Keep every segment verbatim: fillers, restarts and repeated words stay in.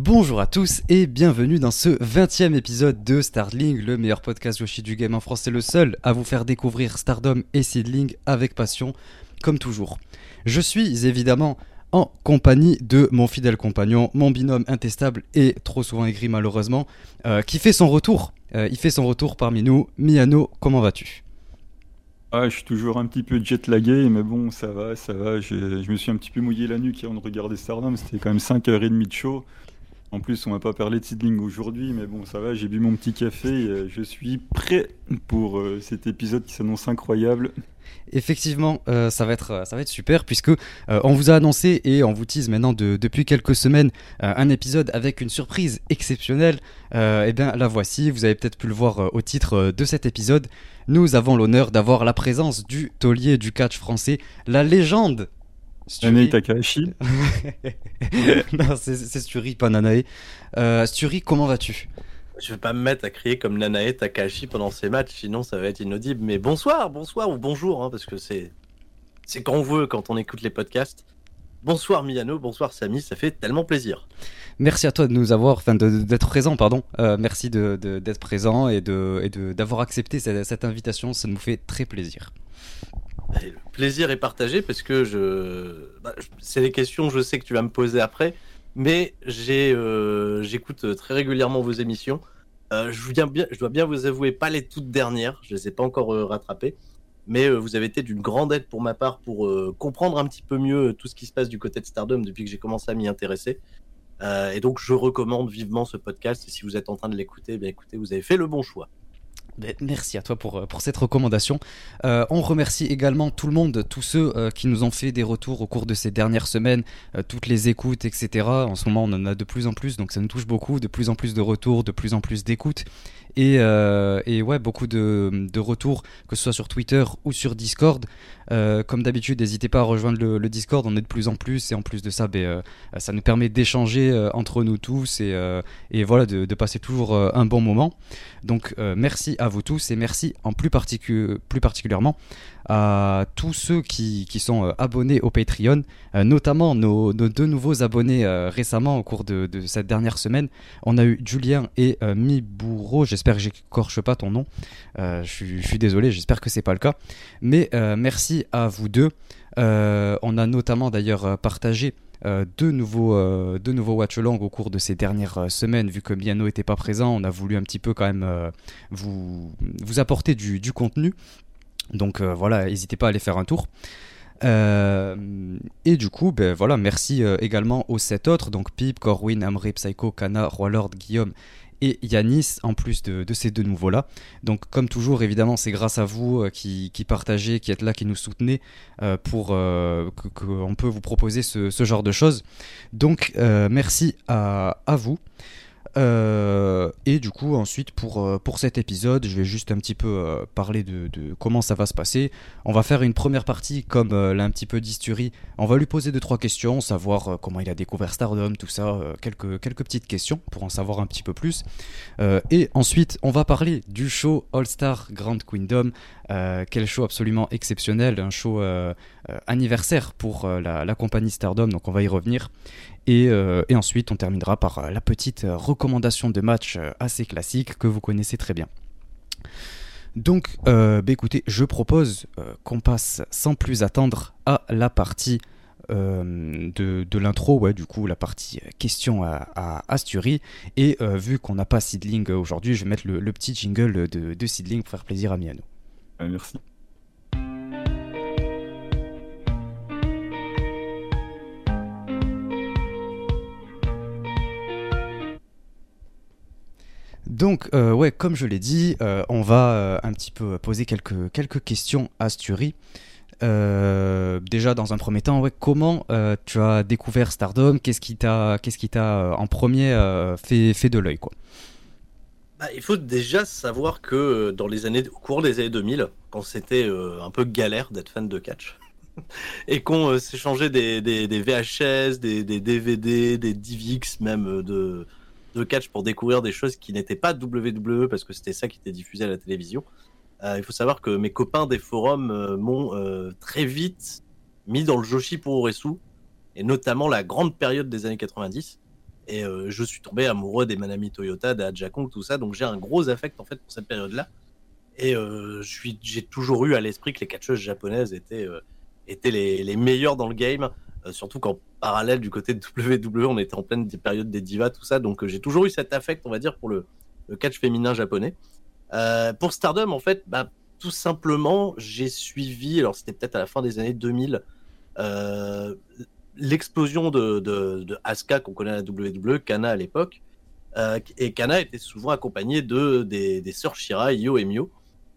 Bonjour à tous et bienvenue dans ce vingtième épisode de Startling, le meilleur podcast Yoshi du game en France et le seul à vous faire découvrir Stardom et Seedling avec passion, comme toujours. Je suis évidemment en compagnie de mon fidèle compagnon, mon binôme intestable et trop souvent aigri malheureusement, euh, qui fait son retour. Euh, il fait son retour parmi nous. Miano, comment vas-tu ? Ah, je suis toujours un petit peu jet-lagué, mais bon, ça va, ça va. Je, je me suis un petit peu mouillé la nuque avant de regarder Stardom. C'était quand même cinq heures trente de show. En plus, on va pas parler de seedling aujourd'hui, mais bon, ça va. J'ai bu mon petit café et euh, je suis prêt pour euh, cet épisode qui s'annonce incroyable. Effectivement, euh, ça va être, ça va être super puisque euh, on vous a annoncé et on vous tease maintenant de, depuis quelques semaines euh, un épisode avec une surprise exceptionnelle. Euh, et bien la voici, vous avez peut-être pu le voir euh, au titre euh, de cet épisode. Nous avons l'honneur d'avoir la présence du taulier du catch français, la légende Nanae Sturi. Takahashi. Non, c'est, c'est Sturi, pas Nanae. Euh, Sturi, comment vas-tu ? Je vais pas me mettre à crier comme Nanae Takahashi pendant ces matchs, sinon ça va être inaudible. Mais bonsoir, bonsoir ou bonjour, hein, parce que c'est c'est quand on veut quand on écoute les podcasts. Bonsoir Miano, bonsoir Samy, ça fait tellement plaisir. Merci à toi de nous avoir, enfin de, d'être présent, pardon. Euh, merci de, de, d'être présent et, de, et de, d'avoir accepté cette, cette invitation, ça nous fait très plaisir. Et le plaisir est partagé parce que je, bah, je... c'est des questions que je sais que tu vas me poser après, mais j'ai, euh, j'écoute très régulièrement vos émissions. Euh, je, viens bien, je dois bien vous avouer, pas les toutes dernières, je les ai pas encore euh, rattrapées, mais euh, vous avez été d'une grande aide pour ma part pour euh, comprendre un petit peu mieux tout ce qui se passe du côté de Stardom depuis que j'ai commencé à m'y intéresser. Euh, et donc je recommande vivement ce podcast, et si vous êtes en train de l'écouter, eh bien écoutez, vous avez fait le bon choix. Merci à toi pour, pour cette recommandation. Euh, on remercie également tout le monde, tous ceux euh, qui nous ont fait des retours au cours de ces dernières semaines, euh, toutes les écoutes, et cetera. En ce moment, on en a de plus en plus, donc ça nous touche beaucoup, de plus en plus de retours, de plus en plus d'écoutes. Et, euh, et ouais, beaucoup de, de retours, que ce soit sur Twitter ou sur Discord. Euh, comme d'habitude, n'hésitez pas à rejoindre le, le Discord, on est de plus en plus, et en plus de ça, ben, euh, ça nous permet d'échanger euh, entre nous tous et, euh, et voilà, de, de passer toujours euh, un bon moment. Donc euh, merci à vous tous et merci en plus, particu- plus particulièrement à tous ceux qui, qui sont euh, abonnés au Patreon, euh, notamment nos, nos deux nouveaux abonnés euh, récemment au cours de, de cette dernière semaine. On a eu Julien et euh, Mibouro, j'espère que j'écorche pas ton nom, euh, je, suis, je suis désolé, j'espère que c'est pas le cas, mais euh, merci à vous deux. Euh, on a notamment d'ailleurs partagé Euh, deux nouveaux, euh, deux nouveaux watch-along au cours de ces dernières euh, semaines. Vu que Miano n'était pas présent, on a voulu un petit peu quand même euh, vous, vous apporter du, du contenu. Donc euh, voilà, n'hésitez pas à aller faire un tour. Euh, et du coup, ben voilà, merci euh, également aux sept autres, donc Pip, Corwin, Amri, Psycho, Kana, Roilord, Guillaume et Yanis, en plus de, de ces deux nouveaux-là. Donc comme toujours, évidemment, c'est grâce à vous euh, qui, qui partagez, qui êtes là, qui nous soutenez, euh, pour euh, que, qu'on peut vous proposer ce, ce genre de choses. Donc euh, merci à, à vous. Euh, et du coup ensuite pour, euh, pour cet épisode je vais juste un petit peu euh, parler de, de comment ça va se passer. On va faire une première partie comme euh, l'a un petit peu dit Sturi. On va lui poser deux trois questions, savoir euh, comment il a découvert Stardom, tout ça, euh, quelques, quelques petites questions pour en savoir un petit peu plus. Euh, et ensuite on va parler du show All Star Grand Kingdom. Euh, quel show absolument exceptionnel, un show euh, euh, anniversaire pour euh, la, la compagnie Stardom, donc on va y revenir. Et, euh, et ensuite on terminera par euh, la petite euh, recommandation de match euh, assez classique que vous connaissez très bien. Donc euh, bah écoutez, je propose euh, qu'on passe sans plus attendre à la partie euh, de, de l'intro, ouais, du coup la partie question à, à Asturi. Et euh, vu qu'on n'a pas Seedling aujourd'hui, je vais mettre le, le petit jingle de, de Seedling pour faire plaisir à Miano. Euh, merci. Donc, euh, ouais, comme je l'ai dit, euh, on va euh, un petit peu poser quelques, quelques questions à Sturi. Euh, déjà, dans un premier temps, ouais, comment euh, tu as découvert Stardom ? Qu'est-ce qui t'a, qu'est-ce qui t'a euh, en premier euh, fait, fait de l'œil, quoi ? Bah, il faut déjà savoir que euh, dans les années, au cours des années deux mille, quand c'était euh, un peu galère d'être fan de catch, et qu'on euh, s'échangeait des, des, des V H S, des, des D V D, des D V X même euh, de, de catch pour découvrir des choses qui n'étaient pas W W E parce que c'était ça qui était diffusé à la télévision. Euh, il faut savoir que mes copains des forums euh, m'ont euh, très vite mis dans le Joshi pour Oresu, et notamment la grande période des années quatre-vingt-dix. Et euh, je suis tombé amoureux des Manami Toyota, des Aja Kong, tout ça. Donc j'ai un gros affect en fait pour cette période-là. Et euh, je suis, j'ai toujours eu à l'esprit que les catcheuses japonaises étaient, euh, étaient les, les meilleures dans le game. Euh, surtout qu'en parallèle du côté de W W E, on était en pleine période des divas, tout ça. Donc euh, j'ai toujours eu cet affect, on va dire, pour le, le catch féminin japonais. Euh, pour Stardom, en fait, bah, tout simplement, j'ai suivi, alors c'était peut-être à la fin des années deux mille, euh, l'explosion de, de, de Asuka qu'on connaît à la W W E, Kana à l'époque. Euh, et Kana était souvent accompagnée de, des, des sœurs Shira, Io et Mio.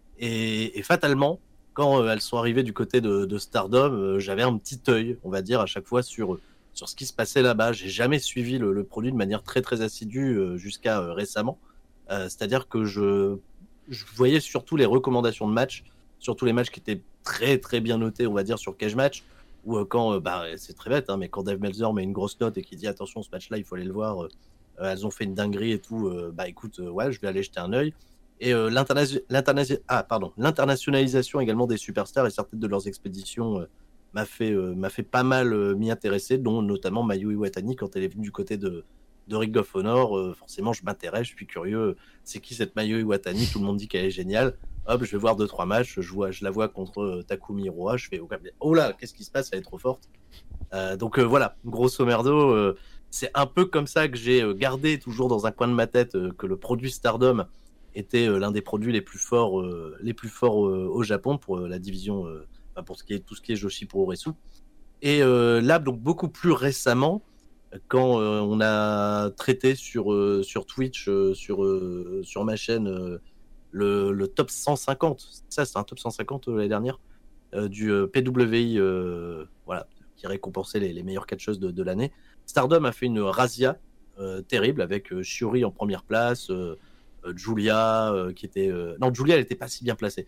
Et, et fatalement, quand euh, elles sont arrivées du côté de, de Stardom, euh, j'avais un petit œil, on va dire, à chaque fois sur, sur ce qui se passait là-bas. J'ai jamais suivi le, le produit de manière très très assidue euh, jusqu'à euh, récemment. Euh, c'est-à-dire que je, je voyais surtout les recommandations de matchs, surtout les matchs qui étaient très très bien notés, on va dire, sur Cage Match, ou euh, quand, euh, bah, c'est très bête, hein, mais quand Dave Meltzer met une grosse note et qu'il dit attention, ce match-là, il faut aller le voir, euh, euh, elles ont fait une dinguerie et tout, euh, bah écoute, euh, ouais, je vais aller jeter un œil. Et euh, l'interna- l'interna- ah, pardon, l'internationalisation également des superstars et certaines de leurs expéditions euh, m'a fait, euh, m'a fait pas mal euh, m'y intéresser, dont notamment Mayu Iwatani quand elle est venue du côté de, de Ring of Honor. Euh, forcément, je m'intéresse, je suis curieux. C'est qui cette Mayu Iwatani? Tout le monde dit qu'elle est géniale. Hop, je vais voir deux trois matchs. Je, vois, je la vois contre euh, Takumi Iroha. Je fais oh là, qu'est-ce qui se passe? Elle est trop forte. Euh, donc euh, voilà, grosso merdo, euh, c'est un peu comme ça que j'ai euh, gardé toujours dans un coin de ma tête euh, que le produit Stardom était euh, l'un des produits les plus forts, euh, les plus forts euh, au Japon pour euh, la division, euh, enfin, pour ce qui est, tout ce qui est Joshi Puroresu. Et euh, là, donc beaucoup plus récemment, quand euh, on a traité sur, euh, sur Twitch, euh, sur, euh, sur ma chaîne, euh, le, le top cent cinquante, ça c'est un top cent cinquante euh, l'année dernière, euh, du euh, P W I, euh, voilà, qui récompensait les, les meilleures catcheuses de, de l'année. Stardom a fait une razzia euh, terrible avec euh, Shiori en première place, euh, euh, Julia euh, qui était... Euh... Non, Julia, elle n'était pas si bien placée.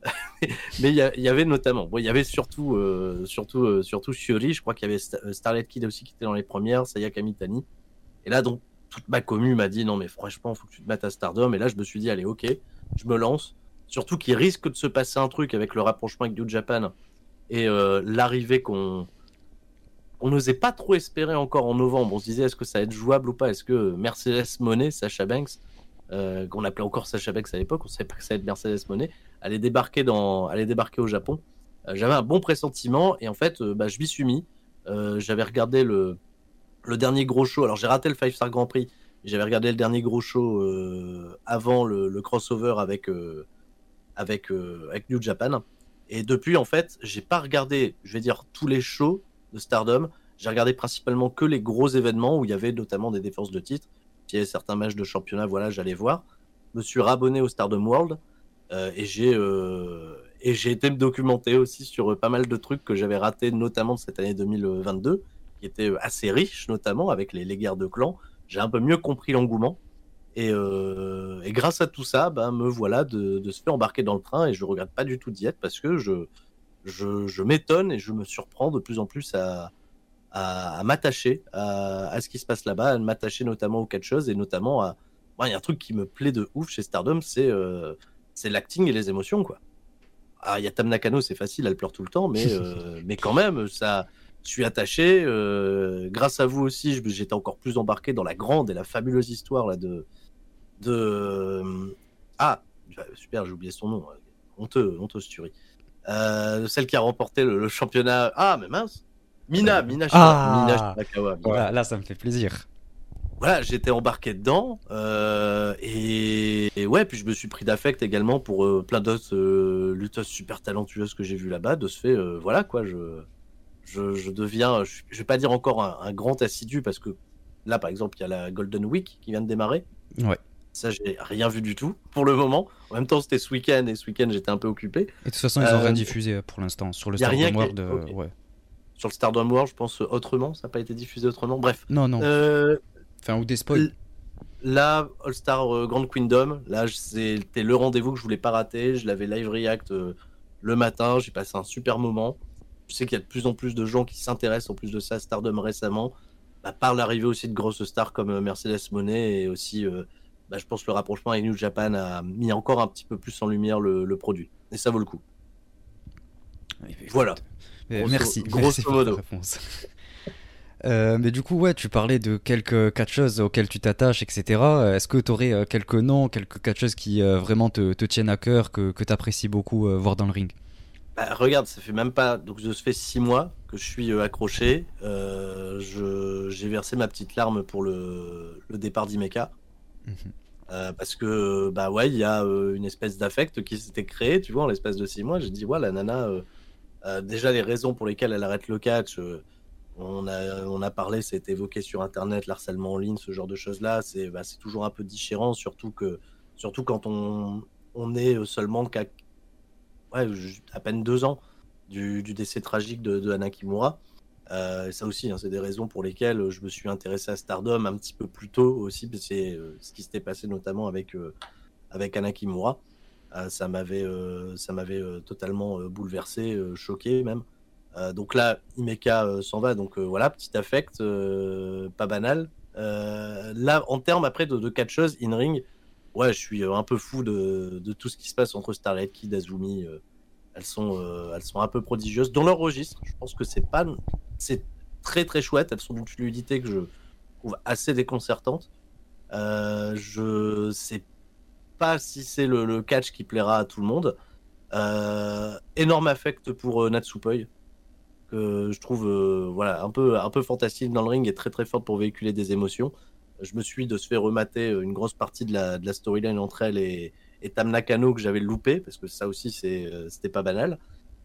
Mais il y, y avait notamment... Bon, il y avait surtout, euh, surtout, euh, surtout Shiori, je crois qu'il y avait St- Starlight Kid aussi qui était dans les premières, Sayaka Mitani. Et là, donc, toute ma commu m'a dit, non, mais franchement, il faut que tu te mettes à Stardom. Et là, je me suis dit, allez, ok, je me lance. Surtout qu'il risque de se passer un truc avec le rapprochement avec New Japan et euh, l'arrivée qu'on on n'osait pas trop espérer encore en novembre. On se disait, est-ce que ça va être jouable ou pas? Est-ce que Mercedes Moné, Sasha Banks, euh, qu'on appelait encore Sasha Banks à l'époque, on savait pas que ça allait être Mercedes Moné, allait débarquer, dans, allait débarquer au Japon. Euh, j'avais un bon pressentiment et en fait, euh, bah, je m'y suis mis. Euh, j'avais regardé le, le dernier gros show. Alors, j'ai raté le Five Star Grand Prix. J'avais regardé le dernier gros show euh, avant le, le crossover avec, euh, avec, euh, avec New Japan. Et depuis, en fait, j'ai pas regardé, je vais dire, tous les shows de Stardom. J'ai regardé principalement que les gros événements où il y avait notamment des défenses de titres. S'il y avait certains matchs de championnat, voilà, j'allais voir. Je me suis rabonné au Stardom World euh, et j'ai euh, et j'ai été me documenter aussi sur euh, pas mal de trucs que j'avais ratés, notamment de cette année deux mille vingt-deux, qui était assez riche, notamment avec les, les guerres de clans. J'ai un peu mieux compris l'engouement. Et, euh, et grâce à tout ça, ben, me voilà de, de se faire embarquer dans le train et je regrette pas du tout d'y être parce que je, je, je m'étonne et je me surprends de plus en plus à, à, à m'attacher à, à ce qui se passe là-bas, à m'attacher notamment aux catcheuses et notamment à... Il y a un truc qui me plaît de ouf chez Stardom, c'est, euh, c'est l'acting et les émotions, quoi. Ah, il y a Tam Nakano, c'est facile, elle pleure tout le temps, mais, euh, mais quand même, ça... Je suis attaché. Euh, grâce à vous aussi, j'étais encore plus embarqué dans la grande et la fabuleuse histoire là, de, de ah super, j'ai oublié son nom, honteux honteuse tuerie, euh, celle qui a remporté le, le championnat. Ah mais mince, Mina Mina Ah, Mina Shirakawa. Là, là, ça me fait plaisir. Voilà, j'étais embarqué dedans euh, et, et ouais, puis je me suis pris d'affect également pour euh, plein d'autres euh, lutteuses super talentueuses que j'ai vues là-bas. De ce fait, euh, voilà quoi, je je, je deviens, je, je vais pas dire encore un, un grand assidu parce que là par exemple il y a la Golden Week qui vient de démarrer. Ouais. Ça, j'ai rien vu du tout pour le moment. En même temps, c'était ce week-end et ce week-end, j'étais un peu occupé. Et de toute façon, ils n'ont euh, rien diffusé pour l'instant sur le Stardom World. Euh, okay. ouais. Sur le Stardom World, je pense autrement, ça n'a pas été diffusé autrement. Bref. Non, non. Euh, enfin, ou des spoils. Là, All Star euh, Grand Kingdom, là, c'était le rendez-vous que je voulais pas rater. Je l'avais live react euh, le matin. J'ai passé un super moment. Je sais qu'il y a de plus en plus de gens qui s'intéressent en plus de ça à Stardom récemment. Bah, par l'arrivée aussi de grosses stars comme euh, Mercedes Moné et aussi. Euh, Bah, je pense que le rapprochement avec New Japan a mis encore un petit peu plus en lumière le, le produit. Et ça vaut le coup. Oui, voilà. Euh, grosso, merci. Grosso merci modo. pour ta réponse. Euh, mais du coup, ouais, tu parlais de quelques catcheuses auxquelles tu t'attaches, et cetera. Est-ce que tu aurais quelques noms, quelques catcheuses qui euh, vraiment te, te tiennent à cœur, que, que tu apprécies beaucoup euh, voir dans le ring? Bah, regarde, ça fait même pas. Donc, ça fait six mois que je suis euh, accroché. Euh, je... J'ai versé ma petite larme pour le, le départ d'Imeka. Mhm. Euh, parce que, bah ouais, il y a euh, une espèce d'affect qui s'était créé, tu vois, en l'espace de six mois. J'ai dit, ouais, la nana, euh, euh, déjà, les raisons pour lesquelles elle arrête le catch, euh, on a, on a parlé, c'est évoqué sur Internet, l'harcèlement en ligne, ce genre de choses-là. C'est bah, c'est toujours un peu différent, surtout, que, surtout quand on, on est seulement qu'à ouais, à peine deux ans du, du décès tragique de, de Hana Kimura. Euh, ça aussi, hein, c'est des raisons pour lesquelles je me suis intéressé à Stardom un petit peu plus tôt aussi, parce que c'est euh, ce qui s'était passé notamment avec, euh, avec Hana Kimura. Euh, ça m'avait euh, ça m'avait euh, totalement euh, bouleversé, euh, choqué même. Euh, donc là, Imeka euh, s'en va, donc euh, voilà, petit affect, euh, pas banal. Euh, là, en termes après de, de catcheuse in-ring, ouais, je suis euh, un peu fou de, de tout ce qui se passe entre Starlight Kid, Azumi. Euh, elles sont, euh, elles sont un peu prodigieuses dans leur registre. Je pense que c'est pas, c'est très très chouette. Elles sont d'une fluidité que je trouve assez déconcertante. Euh, je sais pas si c'est le, le catch qui plaira à tout le monde. Euh, énorme affect pour euh, Natsupoi, que je trouve euh, voilà, un peu, un peu fantastique dans le ring et très très forte pour véhiculer des émotions. Je me suis de se faire remater une grosse partie de la, de la storyline entre elle et, et Tam Nakano que j'avais loupé, parce que ça aussi c'est, c'était pas banal.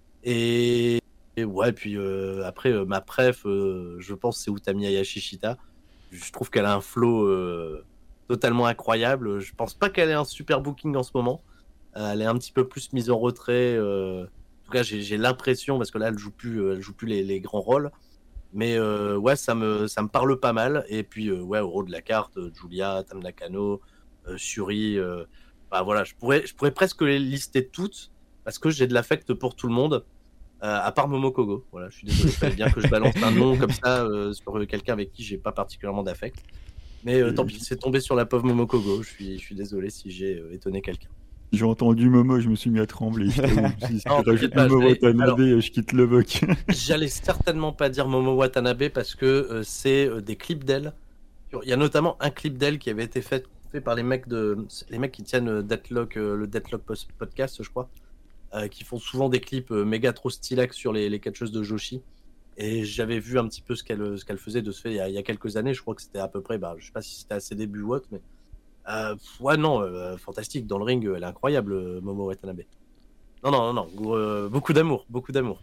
Et, et ouais, puis euh, après, euh, ma préf, euh, je pense, c'est Utami Hayashishita. Je trouve qu'elle a un flow euh, totalement incroyable. Je pense pas qu'elle ait un super booking en ce moment. Euh, elle est un petit peu plus mise en retrait. Euh, en tout cas, j'ai, j'ai l'impression, parce que là, elle joue plus, elle joue plus les, les grands rôles. Mais euh, ouais, ça me, ça me parle pas mal. Et puis, euh, ouais, au rôle de la carte, euh, Julia, Tam Nakano, euh, Shuri. Euh, bah voilà, je pourrais, je pourrais presque les lister toutes parce que j'ai de l'affect pour tout le monde, euh, à part Momokogo. Voilà, je suis désolé, il fallait bien que je balance un nom comme ça euh, sur quelqu'un avec qui j'ai pas particulièrement d'affect. Mais euh, tant pis, c'est tombé sur la pauvre Momokogo. Je suis, je suis désolé si j'ai euh, étonné quelqu'un. J'ai entendu Momo, je me suis mis à trembler. Je t'avoue, si Non, tu rajoutes pas, Momo je l'ai- Watanabe, alors- je quitte le boc. J'allais certainement pas dire Momo Watanabe parce que euh, c'est euh, des clips d'elle. Il y a notamment un clip d'elle qui avait été fait, fait par les mecs de les mecs qui tiennent euh, Deathlock, euh, le Deathlock Post- podcast, je crois, euh, qui font souvent des clips euh, méga trop stylax sur les, les catcheuses de Joshi. Et j'avais vu un petit peu ce qu'elle ce qu'elle faisait de ce fait il y, a, il y a quelques années. Je crois que c'était à peu près, bah, je sais pas si c'était à ses débuts ou autre, mais euh, ouais non, euh, fantastique dans le ring, elle est incroyable, euh, Momo Watanabe. Non non non non, gros, euh, beaucoup d'amour, beaucoup d'amour.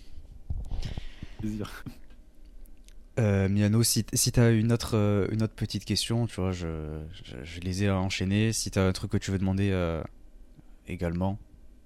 Plaisir. Euh, Miano, si, si tu as une autre, euh, une autre petite question, tu vois, je, je, je les ai enchaînées. Si tu as un truc que tu veux demander euh, également.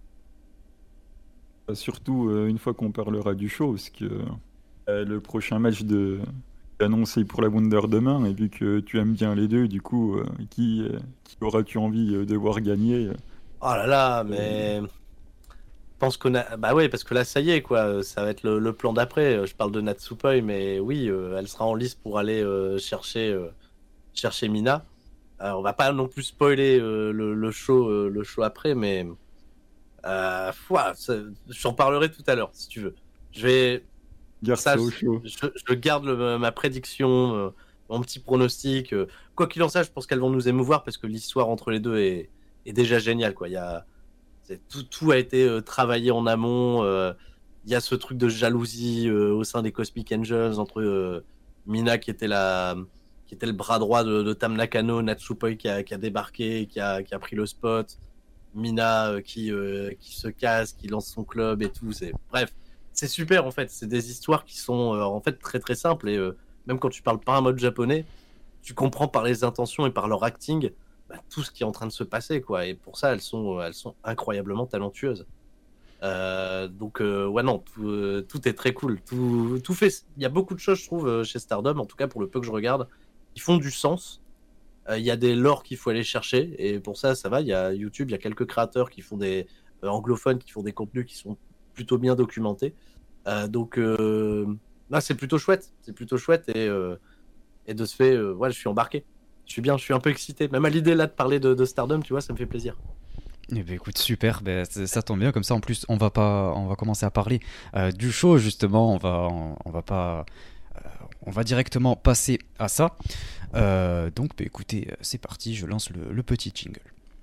Bah, surtout euh, une fois qu'on parlera du show, parce que euh, le prochain match de est annoncé pour la Wonder demain, et vu que tu aimes bien les deux, du coup, euh, qui, euh, qui auras-tu envie euh, de voir gagner euh, Oh là là, mais je pense qu'on a. Bah ouais, parce que là, ça y est, quoi. Ça va être le, le plan d'après. Je parle de Natsupoi, mais oui, euh, elle sera en lice pour aller euh, chercher, euh, chercher Mina. Alors, on va pas non plus spoiler euh, le, le show, euh, le show après, mais euh, ouah, ça- j'en parlerai tout à l'heure, si tu veux. Je vais. garde Ça, ça au je, show. je- je garde le- ma prédiction, euh, mon petit pronostic. euh. Quoi qu'il en soit, je pense qu'elles vont nous émouvoir parce que l'histoire entre les deux est, est déjà géniale, quoi. Il y a, c'est- tout, tout a été euh, travaillé en amont. euh, Il y a ce truc de jalousie euh, au sein des Cosmic Angels entre euh, Mina qui était la, qui était le bras droit de, de Tam Nakano, Natsupoi qui a, qui a débarqué, qui a, qui a pris le spot, Mina euh, qui, euh, qui se casse, qui lance son club et tout. C'est bref, c'est super en fait. C'est des histoires qui sont euh, en fait très très simples et euh, même quand tu parles pas un mode japonais, tu comprends par les intentions et par leur acting bah, tout ce qui est en train de se passer quoi. Et pour ça, elles sont elles sont incroyablement talentueuses. Euh, donc euh, ouais non, tout, euh, tout est très cool. Tout, tout fait. Il y a beaucoup de choses je trouve euh, chez Stardom, en tout cas pour le peu que je regarde, qui font du sens. Euh, Il y a des lores qu'il faut aller chercher et pour ça ça va. Il y a YouTube, il y a quelques créateurs qui font des euh, anglophones qui font des contenus qui sont plutôt bien documentés. Euh, donc euh, là c'est plutôt chouette, c'est plutôt chouette et euh, et de ce fait, euh, ouais, je suis embarqué. Je suis bien, je suis un peu excité. Même à l'idée là de parler de, de Stardom, tu vois, ça me fait plaisir. Eh ben écoute, super, ben, c- ça tombe bien, comme ça en plus on va pas, on va commencer à parler euh, du show justement, on va, on, on va pas, euh, on va directement passer à ça. Euh, donc bah, écoutez, c'est parti, je lance le, le petit jingle.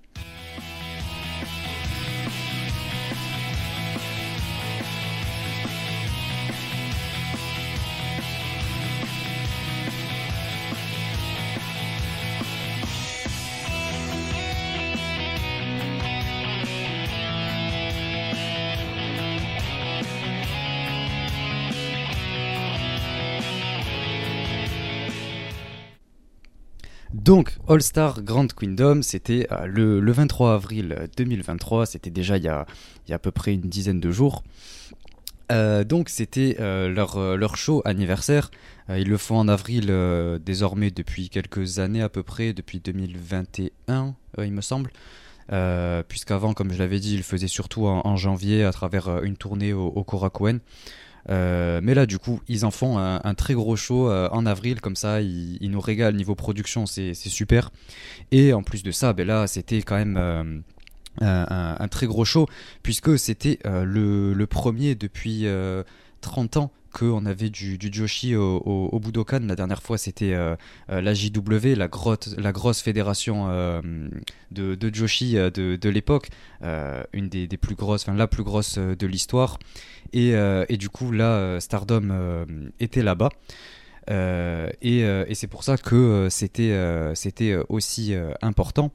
Donc, All-Star Grand Kingdom, c'était euh, le, le vingt-trois avril deux mille vingt-trois, c'était déjà il y a, il y a à peu près une dizaine de jours. Euh, donc, c'était euh, leur, euh, leur show anniversaire. Euh, ils le font en avril euh, désormais depuis quelques années à peu près, depuis deux mille vingt et un, euh, il me semble. Euh, puisqu'avant, comme je l'avais dit, ils le faisaient surtout en, en janvier à travers euh, une tournée au, au Korakuen. Euh, mais là du coup ils en font un, un très gros show euh, en avril, comme ça ils, ils nous régalent niveau production, c'est, c'est super. Et en plus de ça, ben là c'était quand même euh, un, un, un très gros show, puisque c'était euh, le, le premier depuis euh, trente ans qu'on avait du, du Joshi au, au, au Budokan. La dernière fois c'était euh, euh, la J W, la, grotte, la grosse fédération euh, de, de Joshi euh, de, de l'époque, euh, une des, des plus grosses, enfin la plus grosse euh, de l'histoire. Et, euh, et du coup là euh, Stardom euh, était là-bas. Euh, et, euh, et c'est pour ça que euh, c'était, euh, c'était aussi euh, important.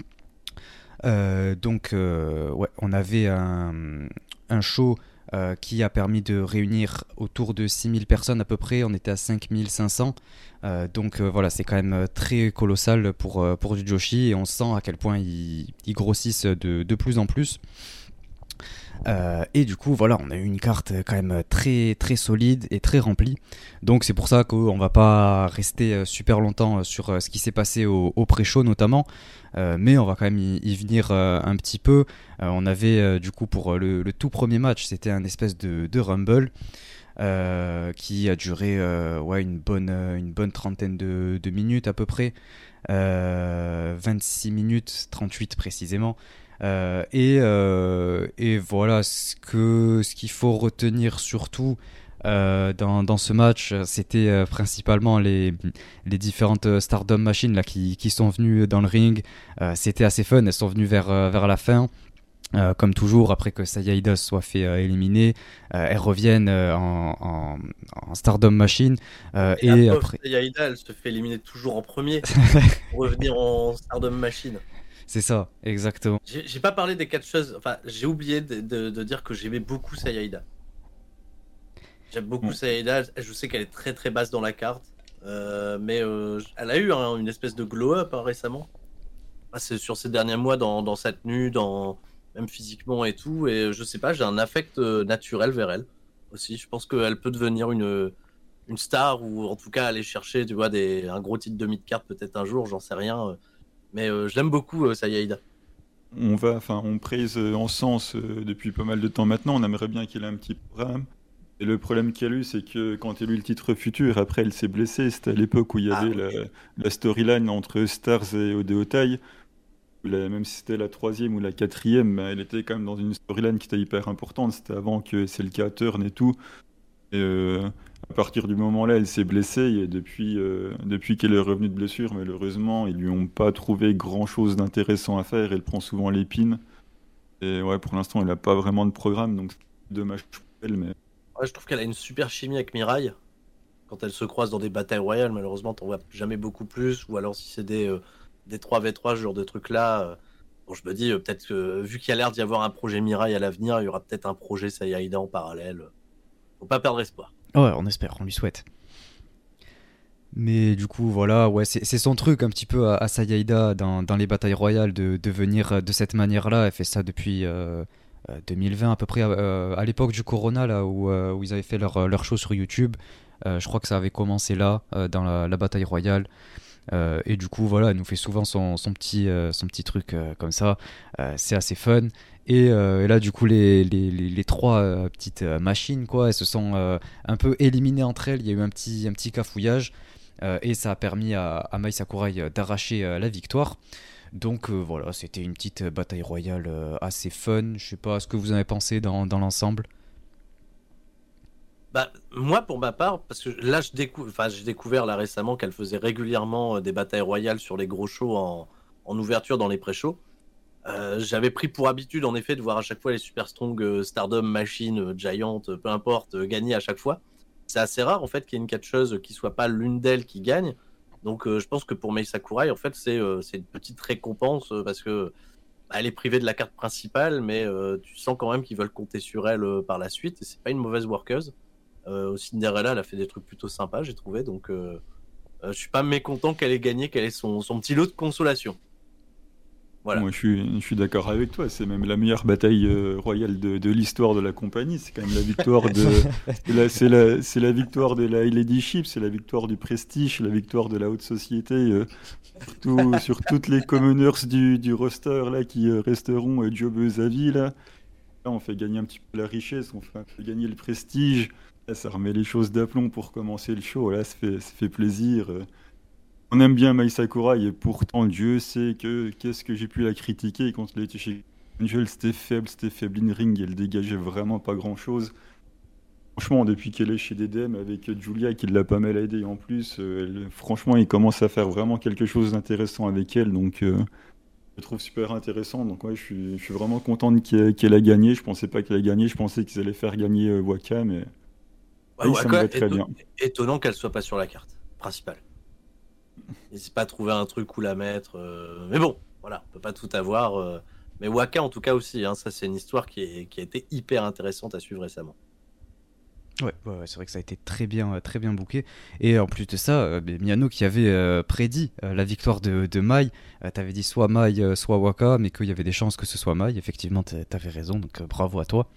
Euh, donc euh, ouais, on avait un, un show euh, qui a permis de réunir autour de six mille personnes à peu près. On était à cinq mille cinq cents. Euh, donc euh, voilà, c'est quand même très colossal pour, euh, pour du Joshi, et on sent à quel point ils, ils grossissent de, de plus en plus. Euh, et du coup voilà, on a eu une carte quand même très très solide et très remplie. Donc c'est pour ça qu'on va pas rester super longtemps sur ce qui s'est passé au, au pré-show notamment, euh, mais on va quand même y, y venir euh, un petit peu. Euh, on avait euh, du coup pour le, le tout premier match, c'était un espèce de, de rumble euh, qui a duré euh, ouais, une, bonne, une bonne trentaine de, de minutes à peu près, euh, vingt-six minutes trente-huit précisément. Euh, et, euh, et voilà, ce, que, ce qu'il faut retenir surtout euh, dans, dans ce match, c'était euh, principalement les, les différentes Stardom Machines là, qui, qui sont venues dans le ring. Euh, c'était assez fun, elles sont venues vers, euh, vers la fin. Euh, comme toujours, après que Sayaida soit fait euh, éliminer, euh, elles reviennent euh, en, en, en Stardom Machine. Euh, et et la après... Sayaida, elle se fait éliminer toujours en premier pour revenir en Stardom Machine. C'est ça, exactement. J'ai, j'ai pas parlé des catcheuses, enfin j'ai oublié de, de, de dire que j'aimais beaucoup Sayaida. J'aime beaucoup mmh. Sayaida, je sais qu'elle est très très basse dans la carte, euh, mais euh, elle a eu hein, une espèce de glow-up hein, récemment. Ah, c'est sur ces derniers mois dans, dans sa tenue, dans, même physiquement et tout, et je sais pas, j'ai un affect naturel vers elle aussi. Je pense qu'elle peut devenir une, une star, ou en tout cas aller chercher tu vois, des, un gros titre de mid-card peut-être un jour, j'en sais rien. Mais euh, je l'aime beaucoup, euh, Sayaida. On va, enfin, on prise euh, en sens euh, depuis pas mal de temps maintenant. On aimerait bien qu'il ait un petit programme. Et le problème qu'elle a eu, c'est que quand elle a eu le titre futur, après elle s'est blessée. C'était à l'époque où il y avait ah, la, la storyline entre Stars et Odeotai. Même si c'était la troisième ou la quatrième, bah, elle était quand même dans une storyline qui était hyper importante. C'était avant que c'est le cas turn et tout. Et euh, à partir du moment-là, elle s'est blessée, et depuis, euh, depuis qu'elle est revenue de blessure, malheureusement, ils lui ont pas trouvé grand-chose d'intéressant à faire. Elle prend souvent l'épine. Et ouais, pour l'instant, elle n'a pas vraiment de programme, donc c'est dommage pour elle. Mais... Ouais, je trouve qu'elle a une super chimie avec Mirai. Quand elle se croise dans des batailles royales, malheureusement, t'en vois jamais beaucoup plus. Ou alors si c'est des, euh, des trois v trois, ce genre de trucs-là. Euh, bon, je me dis, euh, peut-être que vu qu'il y a l'air d'y avoir un projet Mirai à l'avenir, il y aura peut-être un projet Sayaida en parallèle. Faut pas perdre espoir. Ouais, on espère, on lui souhaite. Mais du coup, voilà, ouais, c'est, c'est son truc un petit peu à, à Sayaida dans, dans les batailles royales de, de venir de cette manière-là. Elle fait ça depuis euh, deux mille vingt à peu près, euh, à l'époque du Corona, là, où, euh, où ils avaient fait leur, leur show sur YouTube. Euh, je crois que ça avait commencé là, euh, dans la, la bataille royale. Euh, et du coup, voilà, elle nous fait souvent son, son, petit, euh, son petit truc euh, comme ça. Euh, c'est assez fun. Et, euh, et là, du coup, les, les, les, les trois euh, petites euh, machines, quoi, elles se sont euh, un peu éliminées entre elles. Il y a eu un petit, un petit cafouillage. Euh, et ça a permis à, à Mai Sakurai d'arracher euh, la victoire. Donc euh, voilà, c'était une petite bataille royale euh, assez fun. Je sais pas ce que vous en avez pensé dans, dans l'ensemble. Bah, moi, pour ma part, parce que là, je décou... enfin, j'ai découvert là récemment qu'elle faisait régulièrement euh, des batailles royales sur les gros shows en, en ouverture dans les pré-shows. Euh, j'avais pris pour habitude, en effet, de voir à chaque fois les Super Strong, euh, Stardom, Machine, euh, Giant, euh, peu importe, euh, gagner à chaque fois. C'est assez rare, en fait, qu'il y ait une catcheuse qui soit pas l'une d'elles qui gagne. Donc, euh, je pense que pour Mei Sakurai, en fait, c'est euh, c'est une petite récompense euh, parce que bah, elle est privée de la carte principale, mais euh, tu sens quand même qu'ils veulent compter sur elle euh, par la suite. Et c'est pas une mauvaise workeuse. Euh, au Cinderella, elle a fait des trucs plutôt sympas, j'ai trouvé. Donc, euh, euh, je suis pas mécontent qu'elle ait gagné, qu'elle ait son, son petit lot de consolation. Voilà. Moi, je suis, je suis d'accord avec toi. C'est même la meilleure bataille euh, royale de, de l'histoire de la compagnie. C'est quand même la victoire de, c'est la, c'est la, c'est la victoire de la High Ladyship, c'est la victoire du prestige, c'est la victoire de la haute société. Euh, surtout sur toutes les commoners du, du roster là qui euh, resteront euh, jobbeuses à vie là. Là, on fait gagner un petit peu la richesse, on fait, on fait gagner le prestige. Là, ça remet les choses d'aplomb pour commencer le show. Là, ça fait, ça fait plaisir. euh. On aime bien Mai Sakurai et pourtant Dieu sait que qu'est-ce que j'ai pu la critiquer quand elle était chez Angel, c'était faible, c'était faible in ring, elle dégageait vraiment pas grand-chose. Franchement, depuis qu'elle est chez D D M avec Julia qui l'a pas mal aidée en plus, euh, elle- franchement, il commence à faire vraiment quelque chose d'intéressant avec elle, donc euh, je le trouve super intéressant. Donc ouais, je suis, je suis vraiment contente qu'elle qu'elle a gagné. Je pensais pas qu'elle a gagné, je pensais qu'ils allaient faire gagner euh, Waka, mais Ouais, oui, ouais, ça me quoi, va très éton- bien. étonnant qu'elle soit pas sur la carte principale. N'hésite pas à trouver un truc où la mettre. euh, Mais bon, voilà, on peut pas tout avoir. euh. Mais Waka, en tout cas, aussi. Hein, ça, c'est une histoire qui, est... qui a été hyper intéressante à suivre récemment. Ouais, ouais, ouais, c'est vrai que ça a été très bien, euh, très bien booké. Et en plus de ça, euh, ben, Miano qui avait euh, prédit euh, la victoire de, de Mai, euh, t'avais dit soit Mai, euh, soit Waka, mais qu'il y avait des chances que ce soit Mai. Effectivement, t'a- t'avais raison, donc euh, bravo à toi.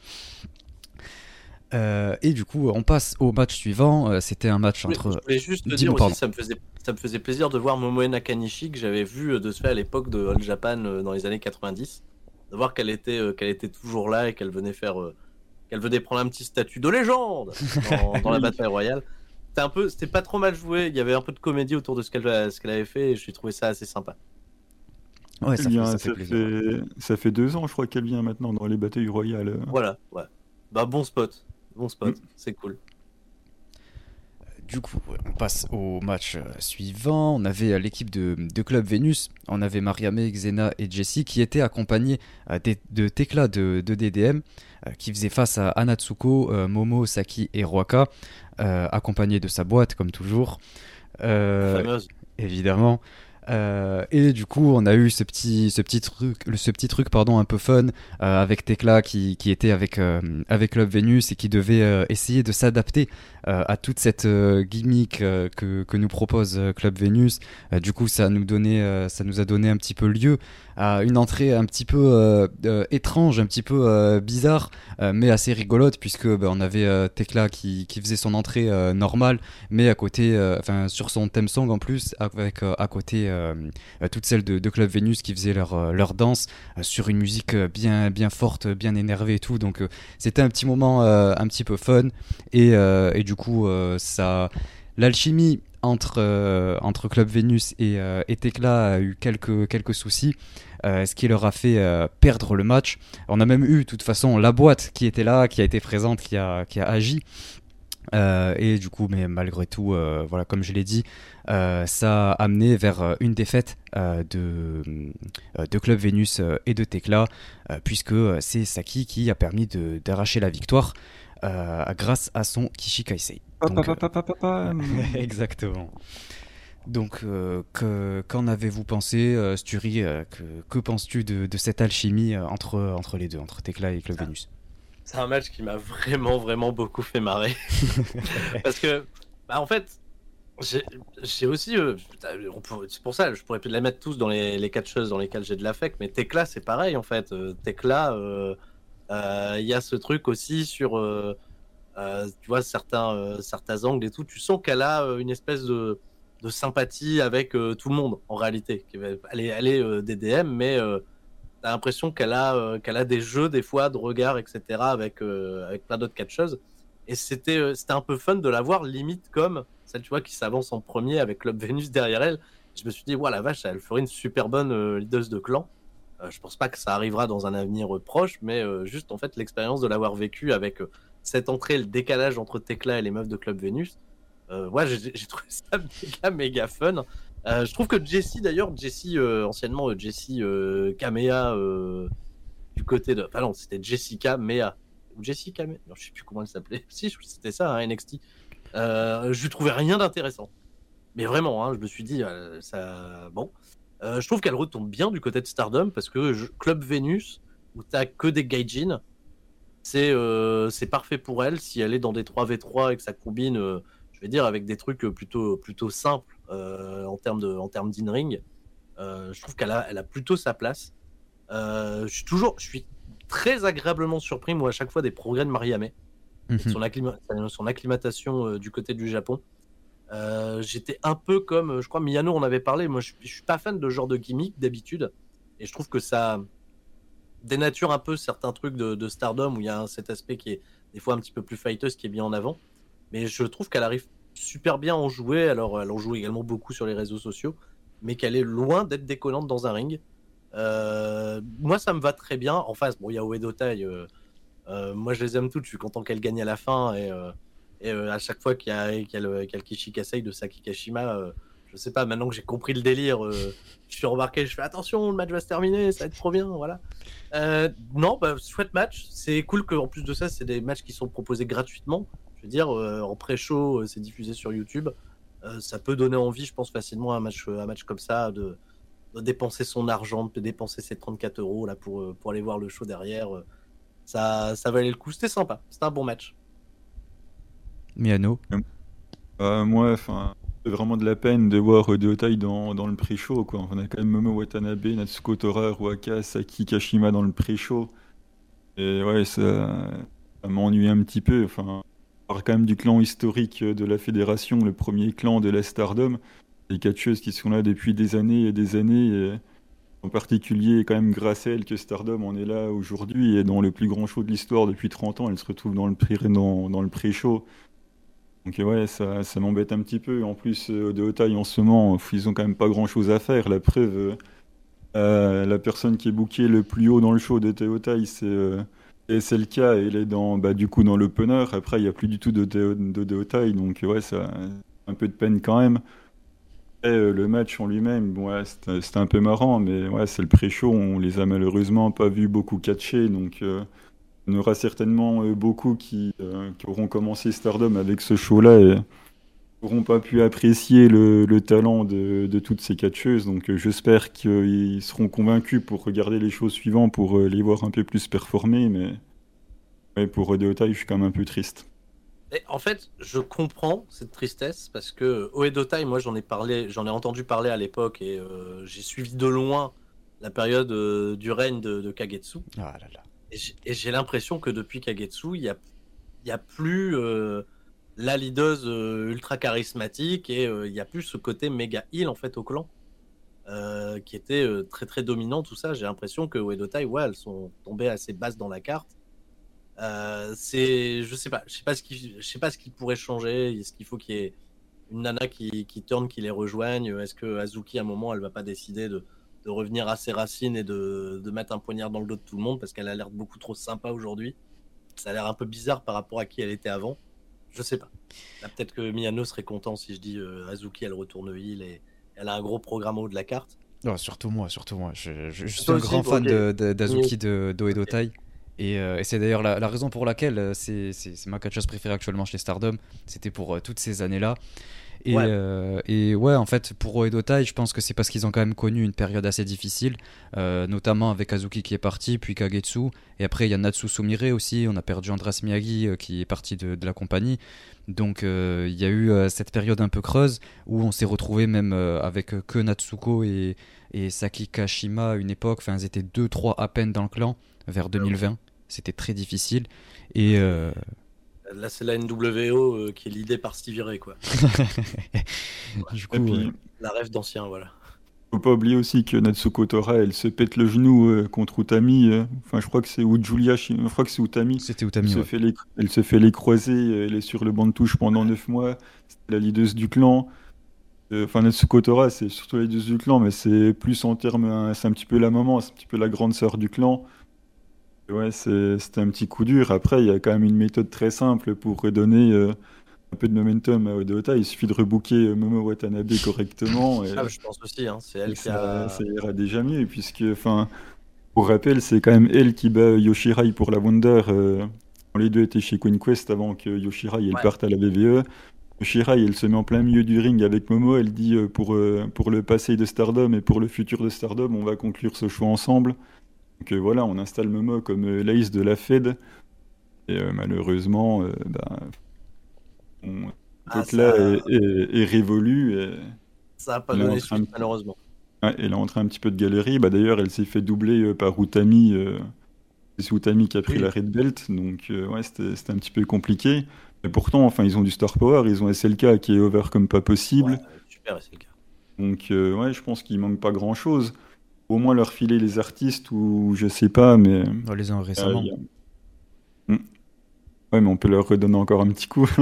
Euh, et du coup, on passe au match suivant. Euh, c'était un match Je voulais, je entre. voulais juste te dire Dis-moi, aussi, pardon. ça me faisait, ça me faisait plaisir de voir Momoe Nakanishi, que j'avais vu euh, de se fait à l'époque de All Japan euh, dans les années quatre-vingt-dix. De voir qu'elle était, euh, qu'elle était toujours là et qu'elle venait faire. euh, qu'elle venait prendre un petit statut de légende dans, dans la Oui. bataille royale. C'était un peu, c'était pas trop mal joué. Il y avait un peu de comédie autour de ce qu'elle, ce qu'elle avait fait et j'ai trouvé ça assez sympa. Ouais, Elle ça fait, vient, ça fait ça plaisir. Ouais. fait, ça fait deux ans, je crois qu'elle vient maintenant dans les batailles royales. Voilà, ouais. Bah bon spot, bon spot, Mm. c'est cool. Du coup, ouais, on passe au match euh, suivant. On avait euh, l'équipe de, de Club Vénus. On avait Mariame, Xena et Jessie qui étaient accompagnés euh, des- de Tekla de, de D D M euh, qui faisait face à Anatsuko, euh, Momo, Saki et Ruaka, euh, accompagnés de sa boîte comme toujours. La Euh, fameuse. Évidemment. Euh, et du coup, on a eu ce petit, ce petit truc, le- ce petit truc, pardon, un peu fun euh, avec Tekla qui, qui était avec euh, avec Club Venus et qui devait euh, essayer de s'adapter euh, à toute cette euh, gimmick euh, que que nous propose euh, Club Venus. Euh, du coup, ça nous donnait, euh, ça nous a donné un petit peu lieu à une entrée un petit peu euh, euh, étrange, un petit peu euh, bizarre, euh, mais assez rigolote puisque bah, on avait euh, Tekla qui qui faisait son entrée euh, normale mais à côté, euh, enfin sur son theme song en plus, avec euh, à côté euh, euh, toutes celles de, de Club Venus qui faisaient leur, euh, leur danse euh, sur une musique euh, bien, bien forte, bien énervée et tout. Donc euh, c'était un petit moment euh, un petit peu fun et, euh, et du coup euh, ça, l'alchimie entre, euh, entre Club Venus et, euh, et Tekla a eu quelques, quelques soucis. Euh, ce qui leur a fait euh, perdre le match. On a même eu, de toute façon, la boîte qui était là, qui a été présente, qui a, qui a agi. Euh, et du coup, mais malgré tout, euh, voilà, comme je l'ai dit, euh, ça a amené vers euh, une défaite euh, de, euh, de Club Venus euh, et de Tekla, euh, puisque euh, c'est Saki qui a permis de, d'arracher la victoire euh, grâce à son Kishikaisei. Pa, pa, Donc, pa, pa, pa, pa, pa. euh, exactement. Donc, euh, que, qu'en avez-vous pensé, euh, Sturi euh, que, que penses-tu de, de cette alchimie euh, entre, entre les deux, entre Tekla et Club Ah. Venus? C'est un match qui m'a vraiment, vraiment beaucoup fait marrer. Parce que, bah, en fait, j'ai j'ai aussi. euh, putain, on peut- c'est pour ça, je pourrais peut-être les mettre tous dans les, les catcheuses dans lesquelles j'ai de l'affect, mais Tekla, c'est pareil en fait. Euh, Tekla, euh, euh, il y a ce truc aussi sur. euh, euh, tu vois, certains, euh, certains angles et tout. Tu sens qu'elle a euh, une espèce de, de sympathie avec euh, tout le monde en réalité. Elle est, elle est euh, D D M, mais. euh, T'as l'impression qu'elle a, euh, qu'elle a des jeux des fois de regard, et cetera avec, euh, avec plein d'autres catcheuses. Et c'était, euh, c'était un peu fun de la voir limite comme celle tu vois, qui s'avance en premier avec Club Venus derrière elle. Je me suis dit, voilà, la vache, elle ferait une super bonne euh, leaduse de clan. Euh, je pense pas que ça arrivera dans un avenir euh, proche, mais euh, juste en fait l'expérience de l'avoir vécu avec euh, cette entrée, le décalage entre Tekla et les meufs de Club Vénus, euh, ouais, j'ai, j'ai trouvé ça méga, méga fun. Euh, je trouve que Jessie, d'ailleurs, Jessie, euh, anciennement euh, Jessie euh, Kamea, euh, du côté de. Enfin, non, c'était Jessica Mea. Ou Jessica Mea. Non, je sais plus comment elle s'appelait. Si, c'était ça, hein, N X T. Euh, je lui trouvais rien d'intéressant. Mais vraiment, hein, je me suis dit, euh, ça. Bon. Euh, je trouve qu'elle retombe bien du côté de Stardom parce que je... Club Vénus, où t'as que des gaijin, c'est, euh, c'est parfait pour elle si elle est dans des trois v trois et que ça combine, euh, je vais dire, avec des trucs plutôt, plutôt simples euh, en termes de, en termes d'in-ring. Euh, je trouve qu'elle a, elle a plutôt sa place. Euh, je suis toujours, je suis très agréablement surpris, moi, à chaque fois des progrès de Mariamé, Mhm. son, acclima- son acclimatation euh, du côté du Japon. Euh, j'étais un peu comme, je crois, Miyano en avait parlé. Moi, je, je suis pas fan de ce genre de gimmick d'habitude, et je trouve que ça dénature un peu certains trucs de, de Stardom où il y a un- cet aspect qui est des fois un petit peu plus fighteuse qui est bien en avant. Mais je trouve qu'elle arrive super bien à en jouer. Alors, elle en joue également beaucoup sur les réseaux sociaux, mais qu'elle est loin d'être décollante dans un ring. Euh, moi, ça me va très bien. En face, bon, il y a Oedo Tai. Euh, euh, moi, je les aime toutes. Je suis content qu'elle gagne à la fin. Et, euh, et euh, à chaque fois qu'il y a, qu'il y a le, qu'il y a le Kishikasei de Saki Kashima, euh, je sais pas, maintenant que j'ai compris le délire, euh, je suis remarqué, je fais attention, le match va se terminer, ça va être trop bien. Voilà. Euh, non, bah, chouette match. C'est cool qu'en plus de ça, c'est des matchs qui sont proposés gratuitement. Je veux dire, euh, en pré-show, euh, c'est diffusé sur YouTube. Euh, ça peut donner envie, je pense, facilement un match, un match comme ça, de, de dépenser son argent, de dépenser ses trente-quatre euros là, pour, pour aller voir le show derrière. Ça, ça valait le coup. C'était sympa. C'était un bon match. Miyano. Euh, moi, enfin, c'est vraiment de la peine de voir Oedo Tai dans, dans le pré-show, quoi. On a quand même Momo Watanabe, Natsuko Tora, Ruaka, Saki Kashima dans le pré-show. Et ouais, ça, ça m'ennuie un petit peu. Enfin, on parle quand même du clan historique de la fédération, le premier clan de la Stardom. Les catcheuses qui sont là depuis des années et des années. Et en particulier, quand même grâce à elles que Stardom en est là aujourd'hui. Et dans le plus grand show de l'histoire depuis trente ans, elle se retrouve dans le pré- dans, dans le pré-show. Donc ouais, ça, ça m'embête un petit peu. En plus, euh, de Otai en ce moment, ils ont quand même pas grand-chose à faire. La preuve, euh, euh, la personne qui est bookée le plus haut dans le show de Otai, c'est euh, S L K, et elle est dans, bah, du coup dans l'opener. Après, il n'y a plus du tout de, de, de Otai, donc ouais, ça un peu de peine quand même. Et, euh, le match en lui-même, bon, ouais, c'était c'était un peu marrant, mais ouais, c'est le pré-show. On les a malheureusement pas vus beaucoup catcher, donc. Euh, il y en aura certainement euh, beaucoup qui, euh, qui auront commencé Stardom avec ce show-là et n'auront pas pu apprécier le, le talent de, de toutes ces catcheuses. Donc euh, j'espère qu'ils seront convaincus pour regarder les shows suivants, pour euh, les voir un peu plus performer. Mais ouais, pour Oedo Tai, je suis quand même un peu triste. Et en fait, je comprends cette tristesse parce que Oedo Tai, moi, j'en ai parlé, j'en ai entendu parler à l'époque et euh, j'ai suivi de loin la période euh, du règne de, de Kagetsu. Ah là là. Et j'ai, et j'ai l'impression que depuis Kagetsu, il n'y a, il y a plus euh, la leaduse euh, ultra charismatique et euh, il n'y a plus ce côté méga heal en fait au clan euh, qui était euh, très très dominant, tout ça. J'ai l'impression que Oedo Tai, ouais, elles sont tombées assez basses dans la carte. Euh, c'est, je sais pas, je sais pas ce qui, je sais pas ce qui pourrait changer. Est-ce qu'il faut qu'il y ait une nana qui, qui tourne, qui les rejoigne? Est-ce que Azuki à un moment elle va pas décider de de revenir à ses racines et de, de mettre un poignard dans le dos de tout le monde parce qu'elle a l'air beaucoup trop sympa aujourd'hui. Ça a l'air un peu bizarre par rapport à qui elle était avant. Je sais pas. Là, peut-être que Miyano serait content si je dis euh, Azuki, elle retourne heal et elle a un gros programme en haut de la carte. Non, surtout moi, surtout moi. Je, je- je suis Toi un aussi, grand fan ok. de, de- d'Azuki Oui. de, d'Oedo Ok. Tai. Et, euh, et c'est d'ailleurs la, la raison pour laquelle euh, c'est, c'est, c'est ma catcheuse préférée actuellement chez Stardom. C'était pour euh, toutes ces années-là. Et Ouais. ouais. Euh, et ouais, en fait, pour Oedo Tai, je pense que c'est parce qu'ils ont quand même connu une période assez difficile, euh, notamment avec Azuki qui est parti, puis Kagetsu, et après il y a Natsu Sumire aussi. On a perdu Andras Miyagi euh, qui est parti de, de la compagnie. Donc euh, il y a eu euh, cette période un peu creuse où on s'est retrouvé même euh, avec euh, que Natsuko et, et Saki Kashima à une époque. Enfin, ils étaient deux trois à peine dans le clan vers deux mille vingt. C'était très difficile. Et euh, Là, c'est la N W O euh, qui est l'idée par Stevie Ray, quoi. du Et coup, puis, euh, La rêve d'ancien, voilà. faut pas oublier aussi que Natsuko Tora, elle se pète le genou euh, contre Utami. euh. Enfin, je crois que c'est ou Julia, Shi- je crois que c'est Utami. c'était Elle Utami. se Ouais. fait les, elle se fait les croiser, euh, elle est sur le banc de touche pendant neuf mois. C'est la leaduse du clan. Euh, Enfin, Natsuko Tora, c'est surtout la leaduse du clan, mais c'est plus en termes, hein, c'est un petit peu la maman, c'est un petit peu la grande sœur du clan. Ouais, c'est, c'était un petit coup dur. Après, il y a quand même une méthode très simple pour redonner euh, un peu de momentum à Odeota. Il suffit de rebooker euh, Momo Watanabe correctement Ah, et, je pense aussi, hein, c'est et elle qui ça, a. ça ira déjà mieux. Puisque, enfin, pour rappel, c'est quand même elle qui bat Yoshirai pour la Wonder. euh, quand les deux étaient chez Queen Quest avant que Yoshirai elle Ouais, parte à la V V E. Yoshirai, elle se met en plein milieu du ring avec Momo. Elle dit euh, pour, euh, pour le passé de Stardom et pour le futur de Stardom, on va conclure ce choix ensemble. Donc euh, voilà, on installe Momo comme euh, l'ace de la Fed. Et euh, malheureusement, euh, bah, on- ah, cette là ça, est, est- est révolue. Et ça a pas elle est en donné train, suite, malheureusement. ouais, elle est en train un petit peu de galérer. Bah, d'ailleurs, elle s'est fait doubler euh, par Utami. euh, c'est Utami qui a pris la Oui, Red Belt. Donc euh, ouais, c'était c'était un petit peu compliqué. Mais pourtant, enfin, ils ont du star power. Ils ont S L K qui est over comme pas ouais, possible. super, c'est le cas. Donc euh, ouais, je pense qu'il manque pas grand-chose. Au moins leur filer les artistes ou je sais pas, mais On les a euh, il récemment. y a- Hmm. Ouais, mais on peut leur redonner encore un petit coup.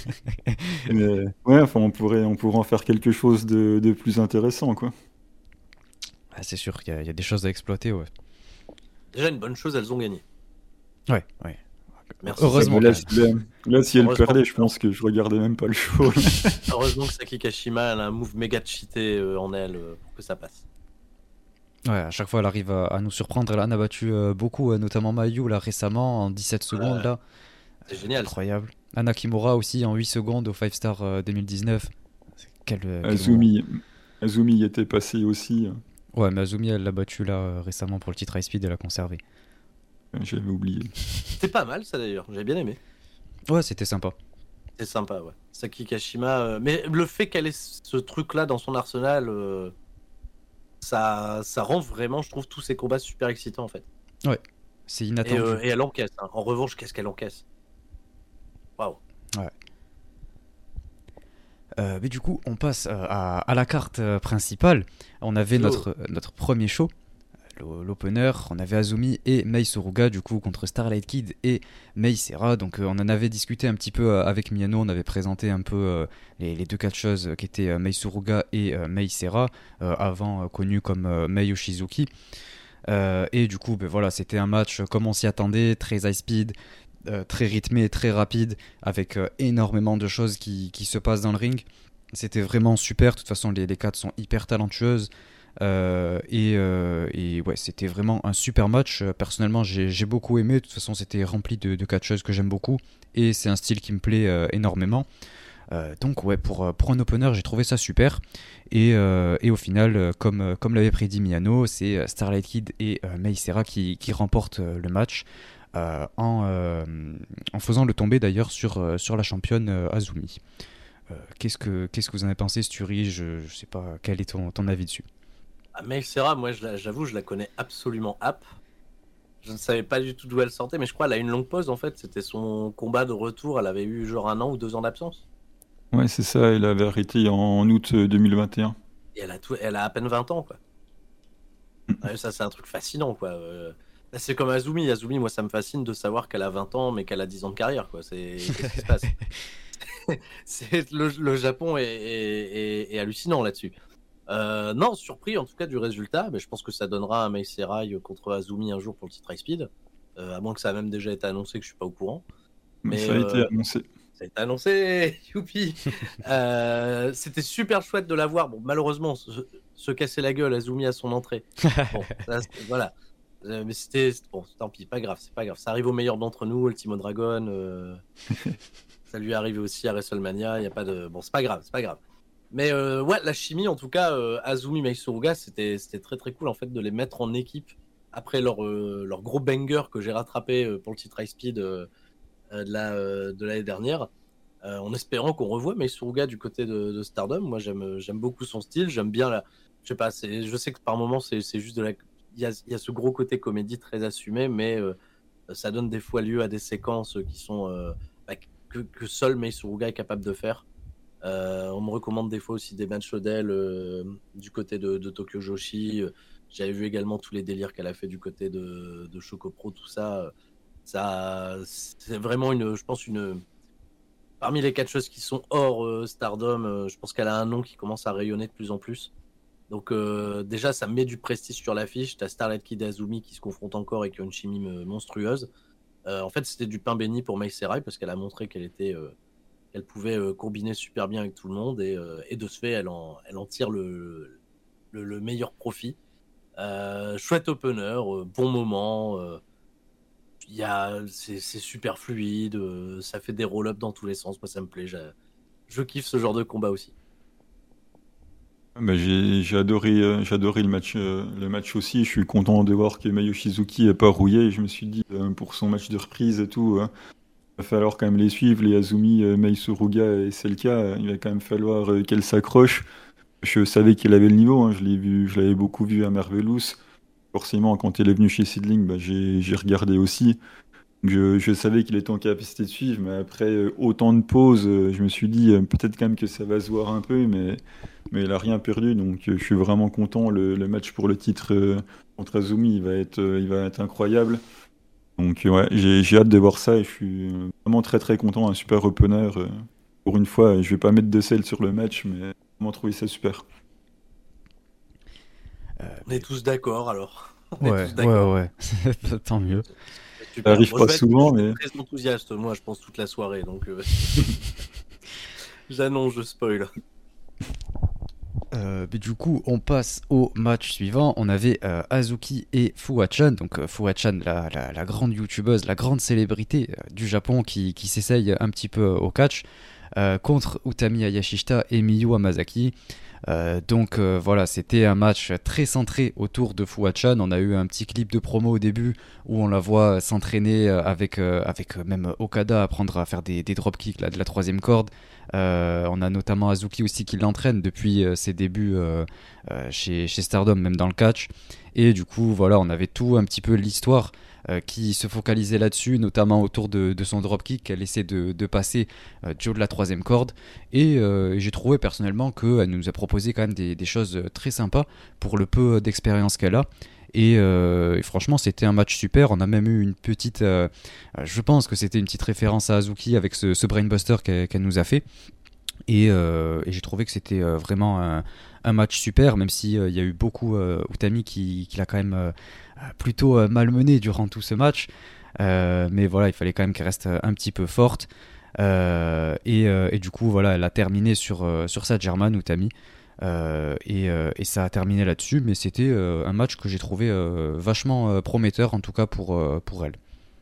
Mais ouais, enfin, on pourrait, on pourrait en faire quelque chose de, de plus intéressant, quoi. Ah, c'est sûr qu'il y, a il y a des choses à exploiter, ouais. Déjà, une bonne chose, elles ont gagné. Ouais, ouais. Merci, Ouais, mais Heureusement Saki. quand là, même. si, là, là, si elle Heureusement, perdait, je pense que je regardais même pas le show. heureusement que Saki Kashima elle a un move méga cheaté euh, en elle euh, pour que ça passe. Ouais, à chaque fois elle arrive à, à nous surprendre. Elle en a battu euh, beaucoup, euh, notamment Mayu là récemment en dix-sept secondes Ouais, là. c'est génial ça. Incroyable. Anna Kimura aussi en huit secondes au five star euh, deux mille dix-neuf. Quel, euh, quel moment. Azumi, Azumi y était passé aussi. Ouais, mais Azumi elle l'a battu là euh, récemment pour le titre High Speed, elle l'a conservé. euh, J'avais oublié. C'était pas mal ça d'ailleurs, j'ai bien aimé. Ouais, c'était sympa. C'est sympa, ouais. Saki Kashima, euh, mais le fait qu'elle ait ce truc-là dans son arsenal, euh, ça, ça rend vraiment, je trouve, tous ces combats super excitants en fait. Ouais, c'est Et, inattendu. euh, et elle encaisse. Hein. En revanche, qu'est-ce qu'elle encaisse? Waouh. Ouais. Euh, mais du coup, on passe euh, à, à la carte euh, principale. On avait Yo. notre, notre premier show, le- l'opener. On avait Azumi et Mei Suruga, du coup, contre Starlight Kid et Mei Seira. Donc, euh, on en avait discuté un petit peu euh, avec Miano. On avait présenté un peu euh, les, les deux catcheuses qui étaient euh, Mei Suruga et euh, Mei Seira, euh, avant euh, connues comme euh, Mei Yoshizuki. Euh, et du coup, ben voilà, c'était un match euh, comme on s'y attendait, très high speed, euh, très rythmé, très rapide, avec euh, énormément de choses qui, qui se passent dans le ring. C'était vraiment super. De toute façon, les, les quatre sont hyper talentueuses. Euh, et, euh, et ouais, c'était vraiment un super match. Euh, Personnellement, j'ai j'ai beaucoup aimé. De toute façon, c'était rempli de, de catcheuses que j'aime beaucoup. Et c'est un style qui me plaît euh, énormément. Euh, donc ouais, pour, euh, pour un opener, j'ai trouvé ça super. Et, euh, et au final, euh, comme, euh, comme l'avait prédit Miano, c'est euh, Starlight Kid et euh, Mei Seira qui, qui remportent euh, le match euh, en, euh, en faisant le tomber d'ailleurs sur, euh, sur la championne euh, Azumi. Euh, qu'est-ce, que, qu'est-ce que vous en avez pensé, Sturi? Je, je sais pas, quel est ton, ton avis dessus? Ah, Mei Seira, moi, je la- j'avoue, je la connais absolument app. Je ne savais pas du tout d'où elle sortait, mais je crois qu'elle a eu une longue pause en fait. C'était son combat de retour. Elle avait eu genre un an ou deux ans d'absence. Ouais, c'est ça, elle avait arrêté en août euh, deux mille vingt et un. Et elle a, tout... elle a à peine vingt ans, quoi. Ouais, ça, c'est un truc fascinant, quoi. Euh, là, c'est comme Azumi. Azumi, moi, ça me fascine de savoir qu'elle a vingt ans, mais qu'elle a dix ans de carrière, quoi. C'est... Qu'est-ce qui se passe? c'est... Le, le Japon est, est- est- est hallucinant là-dessus. Euh, non, surpris en tout cas du résultat, mais je pense que ça donnera un Mei Serai contre Azumi un jour pour le titre High Speed. Euh, à moins que ça a même déjà été annoncé, que je suis pas au courant. Mais Mais ça a été euh, annoncé. ça a été annoncé, youpi. Euh, c'était super chouette de la voir. Bon, malheureusement, se, se casser la gueule Azumi à son entrée. Bon, ça, c'est- voilà. Euh, mais c'était bon, tant pis, pas grave, c'est pas grave. Ça arrive au meilleur d'entre nous, Ultimo Dragon. euh, ça lui est arrivé aussi à WrestleMania. Il y a pas de, bon, c'est pas grave, c'est pas grave. Mais euh, ouais, la chimie, en tout cas, euh, Azumi Mei Suruga, c'était c'était très très cool en fait de les mettre en équipe après leur euh, leur gros banger que j'ai rattrapé euh, pour le titre High Speed euh, euh, de la euh, de l'année dernière. Euh, en espérant qu'on revoie Mei Suruga du côté de, de Stardom. Moi, j'aime j'aime beaucoup son style. J'aime bien la. Je sais pas. C'est, je sais que par moments, c'est c'est juste de la. Il y a, il y a ce gros côté comédie très assumé, mais euh, ça donne des fois lieu à des séquences qui sont euh, bah, que, que seul Mei Suruga est capable de faire. Euh, on me recommande des fois aussi des matchs d'elle euh, du côté de, de Tokyo Joshi. J'avais vu également tous les délires qu'elle a fait du côté de, de Choco Pro, tout ça. Ça, c'est vraiment une, je pense une. Parmi les catcheuses qui sont hors euh, Stardom, euh, je pense qu'elle a un nom qui commence à rayonner de plus en plus. Donc euh, déjà, ça met du prestige sur l'affiche. T'as Starlight Kid et Azumi qui se confrontent encore et qui ont une chimie euh, monstrueuse. Euh, en fait, c'était du pain béni pour Mei Serai parce qu'elle a montré qu'elle était, euh, qu'elle pouvait euh, combiner super bien avec tout le monde et, euh, et de ce fait, elle en, elle en tire le, le, le meilleur profit. Euh, chouette opener, euh, bon moment. Euh, y a, c'est, c'est super fluide, euh, ça fait des roll-up dans tous les sens. Moi, ça me plaît. Je, je kiffe ce genre de combat aussi. Bah, j'ai j'ai adoré, euh, j'ai adoré le match, euh, le match aussi. Je suis content de voir que Mayu Shizuki n'est pas rouillé. Et je me suis dit, euh, pour son match de reprise et tout, euh, il va falloir quand même les suivre, les Azumi, euh, Mei Suruga et Selka. Euh, il va quand même falloir euh, qu'elle s'accroche. Je savais qu'elle avait le niveau, hein. Je l'ai vu, je l'avais beaucoup vu à Marvelous. Forcément, quand elle est venue chez Seedling, bah, j'ai j'ai regardé aussi. Je, je savais qu'il était en capacité de suivre, mais après euh, autant de pauses, euh, je me suis dit euh, peut-être quand même que ça va se voir un peu, mais, mais il a rien perdu, donc euh, je suis vraiment content. Le, le match pour le titre euh, contre Azumi, il va être, euh, il va être incroyable. Donc euh, ouais, j'ai, j'ai hâte de voir ça et je suis euh, vraiment très très content. Un super opener. euh. Pour une fois, je vais pas mettre de sel sur le match, mais j'ai vraiment trouvé ça super. Euh, On est tous d'accord alors. On est ouais, tous d'accord. ouais, ouais. Tant mieux. C'est Ça super. arrive Bon, pas je vais être, souvent, je vais mais être très enthousiaste, moi, je pense, toute la soirée. Donc, euh, j'annonce, je spoil. Euh, mais du coup, on passe au match suivant. On avait euh, Azuki et Fuwa-chan. Donc, euh, Fuwa-chan, la, la, la grande youtubeuse, la grande célébrité euh, du Japon qui, qui s'essaye un petit peu au catch, euh, contre Utami Hayashishita et Miyu Hamasaki. Euh, donc euh, voilà, c'était un match très centré autour de Fuwa-chan. On a eu un petit clip de promo au début où on la voit s'entraîner euh, avec, euh, avec euh, même Okada, apprendre à faire des, des dropkicks là, de la troisième corde. Euh, on a notamment Azuki aussi qui l'entraîne depuis euh, ses débuts euh, euh, chez, chez Stardom, même dans le catch. Et du coup, voilà, on avait tout un petit peu l'histoire euh, qui se focalisait là-dessus, notamment autour de, de son dropkick qu'elle essaie de, de passer euh, Joe de la troisième corde. Et euh, j'ai trouvé personnellement qu'elle nous a proposé quand même des, des choses très sympas pour le peu d'expérience qu'elle a. Et, euh, et franchement, c'était un match super. On a même eu une petite. Euh, je pense que c'était une petite référence à Azuki avec ce, ce brainbuster qu'elle, qu'elle nous a fait. Et, euh, et j'ai trouvé que c'était euh, vraiment un, un match super, même s'il euh, y a eu beaucoup euh, Utami qui, qui l'a quand même euh, plutôt euh, malmené durant tout ce match. Euh, mais voilà, il fallait quand même qu'elle reste un petit peu forte. Euh, et, euh, et du coup, voilà, elle a terminé sur, euh, sur sa German Utami. Euh, et, euh, et ça a terminé là-dessus, mais c'était euh, un match que j'ai trouvé euh, vachement euh, prometteur, en tout cas pour, euh, pour elle.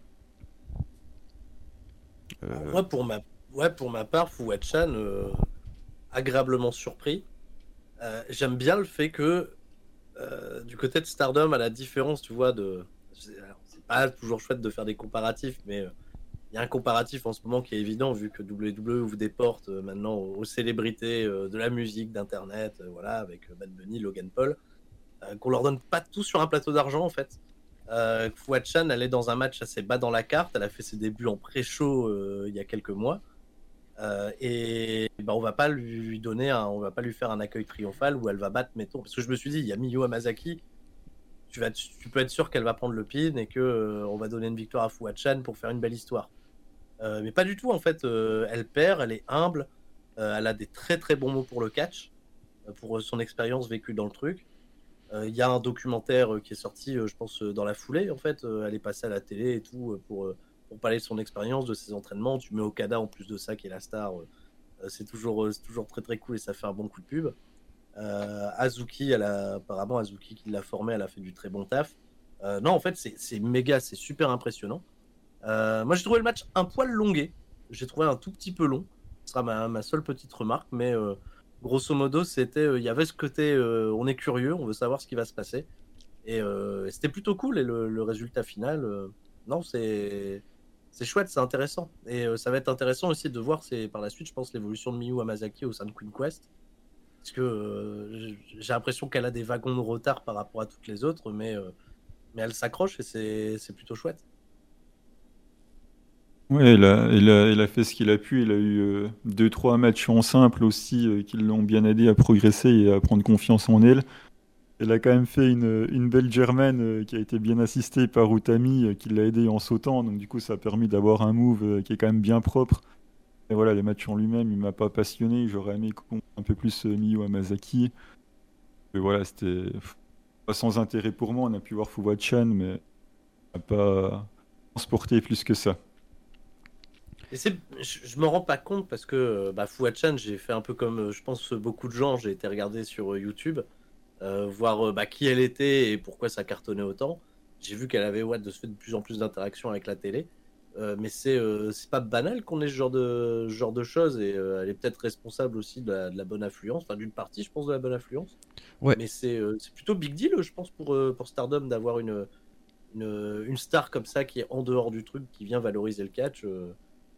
Alors, Euh, moi, pour ma, ouais, pour ma part, Fuwa-chan, euh, agréablement surpris. Euh, j'aime bien le fait que euh, du côté de Stardom, à la différence, tu vois, de. C'est alors, c'est pas toujours chouette de faire des comparatifs, mais euh, il y a un comparatif en ce moment qui est évident, vu que W W E ouvre des portes euh, maintenant aux, aux célébrités euh, de la musique, d'Internet, euh, voilà, avec euh, Bad Bunny, Logan Paul, euh, qu'on leur donne pas tout sur un plateau d'argent, en fait. Euh, Fuwa-chan, elle est dans un match assez bas dans la carte, elle a fait ses débuts en pré-show euh, il y a quelques mois. Euh, et bah, on va pas lui donner un, on va pas lui faire un accueil triomphal où elle va battre, mettons, parce que je me suis dit, il y a Miyu Hamasaki, tu, vas, tu peux être sûr qu'elle va prendre le pin et que euh, on va donner une victoire à Fuwa-chan pour faire une belle histoire. Euh, mais pas du tout, en fait. Euh, elle perd, elle est humble, euh, elle a des très très bons mots pour le catch, euh, pour son expérience vécue dans le truc. Il euh, y a un documentaire euh, qui est sorti, euh, je pense, euh, dans la foulée, en fait. Euh, elle est passée à la télé et tout euh, pour, euh, pour parler de son expérience, de ses entraînements. Tu mets Okada en plus de ça, qui est la star. Euh, c'est toujours, euh, c'est toujours très très cool et ça fait un bon coup de pub. Euh, Azuki, elle a, apparemment, Azuki qui l'a formée, elle a fait du très bon taf. Euh, non, en fait, c'est, c'est méga, c'est super impressionnant. Euh, moi, j'ai trouvé le match un poil longué. J'ai trouvé un tout petit peu long. Ce sera ma, ma seule petite remarque, mais euh, grosso modo, c'était, il euh, y avait ce côté, euh, on est curieux, on veut savoir ce qui va se passer, et euh, c'était plutôt cool. Et le, le résultat final, euh, non, c'est, c'est chouette, c'est intéressant, et euh, ça va être intéressant aussi de voir, c'est par la suite, je pense, l'évolution de Miyu Hamasaki au sein de Queen Quest, parce que euh, j'ai l'impression qu'elle a des wagons de retard par rapport à toutes les autres, mais euh, mais elle s'accroche et c'est, c'est plutôt chouette. ouais, il a, il a, il a fait ce qu'il a pu. Il a eu euh, deux, trois matchs en simple aussi euh, qui l'ont bien aidé à progresser et à prendre confiance en elle. Elle a quand même fait une, une belle Germaine euh, qui a été bien assistée par Utami euh, qui l'a aidé en sautant. Donc du coup, ça a permis d'avoir un move euh, qui est quand même bien propre. Et voilà, les matchs en lui-même, il m'a pas passionné. J'aurais aimé qu'on- un peu plus euh, Miyu Hamasaki. Et voilà, c'était pas sans intérêt pour moi. On a pu voir Fuwa-chan, mais on n'a pas transporté plus que ça. Et c'est, je, je me rends pas compte parce que euh, bah, Fuwa-chan, j'ai fait un peu comme euh, je pense beaucoup de gens, j'ai été regarder sur euh, YouTube, euh, voir euh, bah, qui elle était et pourquoi ça cartonnait autant. J'ai vu qu'elle avait ouais, de, de plus en plus d'interactions avec la télé. Euh, mais c'est euh, c'est pas banal qu'on ait ce genre de, ce genre de choses et euh, elle est peut-être responsable aussi de la, de la bonne affluence, enfin d'une partie, je pense, de la bonne affluence. Ouais, Mais c'est euh, c'est plutôt big deal, je pense, pour, euh, pour Stardom d'avoir une, une, une star comme ça qui est en dehors du truc, qui vient valoriser le catch. Euh,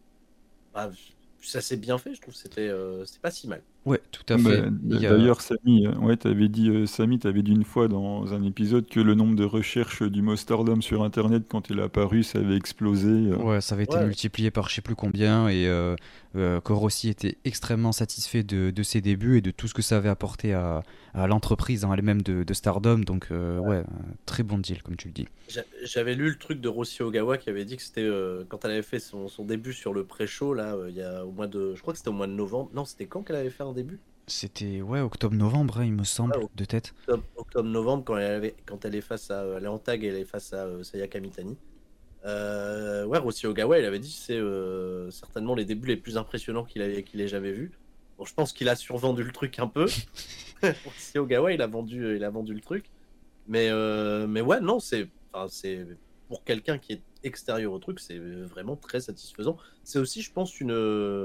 bah, ça s'est bien fait, je trouve. C'était euh, c'était pas si mal. ouais, tout à Bah, fait. Il d- y a... d'ailleurs, Samy, euh, ouais, t'avais dit, euh, Samy, t'avais dit une fois dans un épisode que le nombre de recherches du mot Stardom sur Internet quand il est apparu, ça avait explosé. euh. Ouais, ça avait été Ouais, multiplié par je sais plus combien et euh, euh, que Rossi était extrêmement satisfait de, de ses débuts et de tout ce que ça avait apporté à, à l'entreprise en elle-même de, de Stardom. Donc euh, ouais, un très bon deal comme tu le dis. j'a- j'avais lu le truc de Rossi Ogawa qui avait dit que c'était euh, quand elle avait fait son, son début sur le pré-show, là, euh, il y a au mois de. Je crois que c'était au mois de novembre. Non, c'était quand qu'elle avait fait un début? C'était ouais octobre-novembre, hein, il me semble, Ouais, de tête. octobre, octobre-novembre, quand elle, avait, quand elle est face à. Elle est en tag et elle est face à euh, Sayaka Mitani. Euh, ouais, Rossi Ogawa, il avait dit que c'est euh, certainement les débuts les plus impressionnants qu'il avait, qu'il ait jamais vus. Bon, je pense qu'il a survendu le truc un peu. Rossi Ogawa, il a vendu, il a vendu le truc. Mais, euh, mais ouais, non, c'est, enfin, c'est pour quelqu'un qui est extérieur au truc, c'est vraiment très satisfaisant. C'est aussi, je pense, une,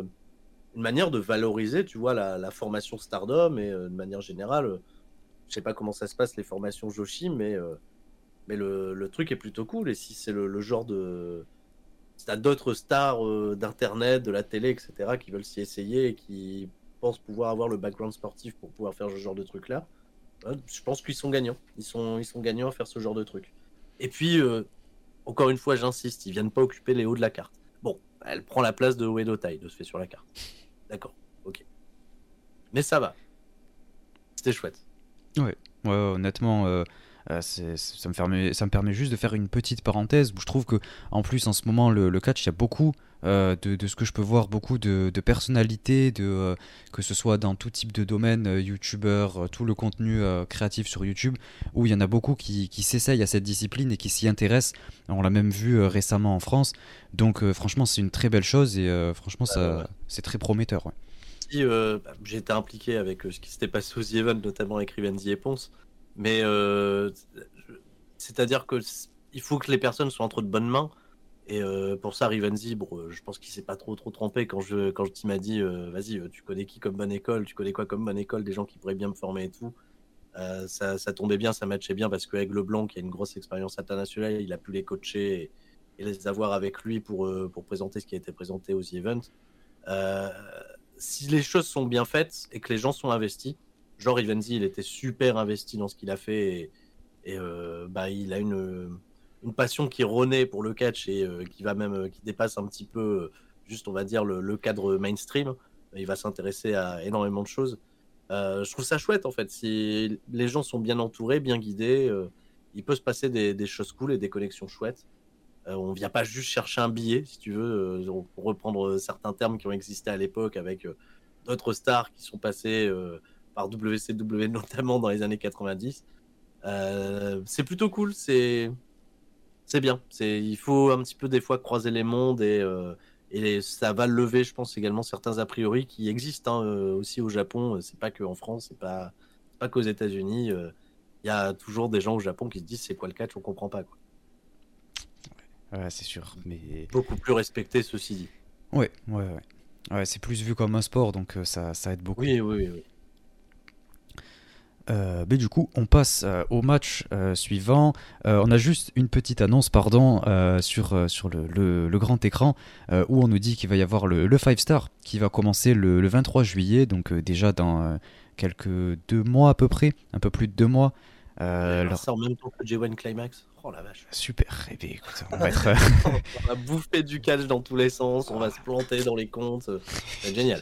une manière de valoriser, tu vois, la, la formation Stardom et euh, de manière générale, euh, je sais pas comment ça se passe les formations Joshi, mais, euh, mais le, le truc est plutôt cool. Et si c'est le, le genre de. Si t'as d'autres stars euh, d'internet, de la télé, et cetera, qui veulent s'y essayer et qui pensent pouvoir avoir le background sportif pour pouvoir faire ce genre de truc-là, ouais, je pense qu'ils sont gagnants. Ils sont, ils sont gagnants à faire ce genre de truc. Et puis, euh, encore une fois, j'insiste, ils viennent pas occuper les hauts de la carte. Bon, elle prend la place de Uedo Tai, de se fait sur la carte. D'accord, ok. Mais ça va. C'était chouette. Ouais, ouais, honnêtement, euh, euh, c'est- c'est- ça me permet, ça me permet juste de faire une petite parenthèse où je trouve que, en plus, en ce moment, le, le catch, il y a beaucoup euh, de, de ce que je peux voir, beaucoup de, de personnalités, de, euh, que ce soit dans tout type de domaine, euh, youtubeur, euh, tout le contenu euh, créatif sur YouTube, où il y en a beaucoup qui, qui s'essayent à cette discipline et qui s'y intéressent. On l'a même vu euh, récemment en France. Donc, euh, franchement, c'est une très belle chose et euh, franchement, Euh, ouais. ça, c'est très prometteur. Ouais. Si, euh, bah, j'ai été impliqué avec euh, ce qui s'était passé aux The Event, notamment avec Rivenzi et Ponce. Mais euh, je- c'est-à-dire que c- il faut que les personnes soient entre de bonnes mains. Et euh, pour ça, Rivenzi, bon, euh, je pense qu'il s'est pas trop trop trompé quand je quand il m'a dit, euh, vas-y, euh, tu connais qui comme bonne école, tu connais quoi comme bonne école, des gens qui pourraient bien me former et tout. Euh, ça, ça tombait bien, ça matchait bien parce qu'avec Leblanc, qui a une grosse expérience internationale, il a pu les coacher et, et les avoir avec lui pour, euh, pour présenter ce qui a été présenté aux events. Euh, si les choses sont bien faites et que les gens sont investis, genre Rivenzi, il était super investi dans ce qu'il a fait et, et euh, bah, il a une, une passion qui renaît pour le catch et euh, qui va même qui dépasse un petit peu euh, juste on va dire le, le cadre mainstream. Il va s'intéresser à énormément de choses. Euh, je trouve ça chouette en fait. Si les gens sont bien entourés, bien guidés, euh, il peut se passer des, des choses cool et des connexions chouettes. Euh, on vient pas juste chercher un billet, si tu veux, euh, pour reprendre certains termes qui ont existé à l'époque avec euh, d'autres stars qui sont passées euh, par W C W notamment dans les années quatre-vingt-dix. Euh, c'est plutôt cool, c'est c'est bien. C'est il faut un petit peu des fois croiser les mondes et euh, et les- ça va lever, je pense également certains a priori qui existent hein, euh, aussi au Japon. C'est pas que en France, c'est pas c'est pas qu'aux États-Unis. euh, Il y a toujours des gens au Japon qui se disent c'est quoi le catch, on comprend pas quoi. Ouais, c'est sûr. Mais Beaucoup plus respecté ceci dit. ouais, ouais, ouais. Ouais, c'est plus vu comme un sport, donc euh, ça, ça aide beaucoup. Oui, oui, oui. Euh, mais du coup, on passe euh, au match euh, suivant. Euh, on a juste une petite annonce, pardon, euh, sur, euh, sur le, le- le grand écran euh, où on nous dit qu'il va y avoir le, le five star qui va commencer le, le vingt-trois juillet, donc euh, déjà dans euh, quelques deux mois à peu près, un peu plus de deux mois. Euh, Alors, alors- ça en même temps que J un Climax. Oh la vache. Super. Eh bien, écoute, on va être. euh, On va bouffer du catch dans tous les sens, on va se planter dans les comptes. C'est génial.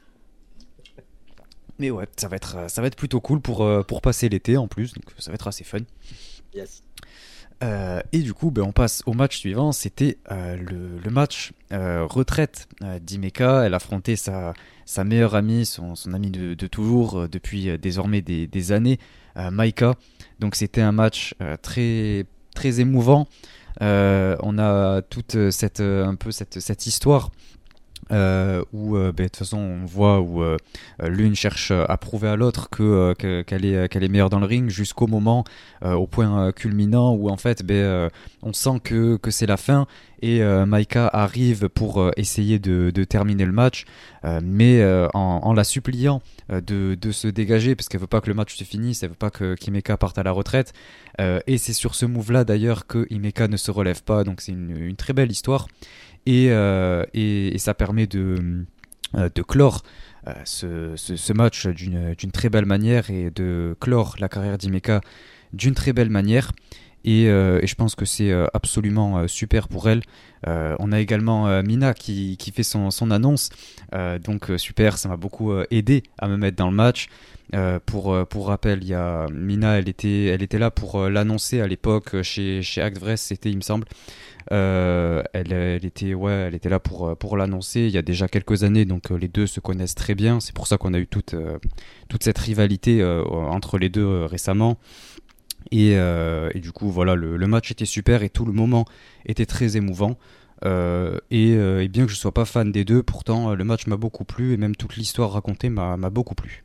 Mais ouais, ça va être, euh, ça va être plutôt cool pour, euh, pour passer l'été en plus, donc ça va être assez fun. Yes. Euh, et du coup, ben, on passe au match suivant. C'était euh, le, le match euh, retraite euh, d'Himeka. Elle affrontait sa, sa meilleure amie, son, son amie de, de toujours, euh, depuis euh, désormais des, des années, euh, Maïka. Donc c'était un match euh, très, très émouvant. Euh, on a toute cette, euh, un peu cette, cette histoire euh, où euh, ben, de toute façon on voit où euh, l'une cherche à prouver à l'autre que, euh, que- qu'elle est, qu'elle est meilleure dans le ring jusqu'au moment, euh, au point euh, culminant où en fait ben, euh, on sent que, que c'est la fin et euh, Maïka arrive pour euh, essayer de, de terminer le match, euh, mais euh, en, en la suppliant euh, de, de se dégager parce qu'elle veut pas que le match se finisse, elle veut pas que qu'Himeka parte à la retraite. Euh, et c'est sur ce move là d'ailleurs que Himeka ne se relève pas, donc c'est une, une très belle histoire. Et, euh, et, et ça permet de, euh, de clore euh, ce, ce, ce match d'une, d'une très belle manière et de clore la carrière d'Himeka d'une très belle manière. Et, euh, et je pense que c'est euh, absolument euh, super pour elle. Euh, on a également euh, Mina qui, qui fait son, son annonce. Euh, donc euh, super, ça m'a beaucoup euh, aidé à me mettre dans le match. Euh, pour, euh, pour rappel, il y a Mina, elle était, elle était là pour euh, l'annoncer à l'époque chez, chez Act Vresse, c'était il me semble. Euh, elle, elle, était, ouais, elle était là pour, pour l'annoncer il y a déjà quelques années, donc euh, les deux se connaissent très bien. C'est pour ça qu'on a eu toute, euh, toute cette rivalité euh, entre les deux euh, récemment. Et, euh, et du coup, voilà, le, le match était super et tout le moment était très émouvant. Euh, et, euh, et bien que je sois pas fan des deux, pourtant le match m'a beaucoup plu et même toute l'histoire racontée m'a, m'a beaucoup plu.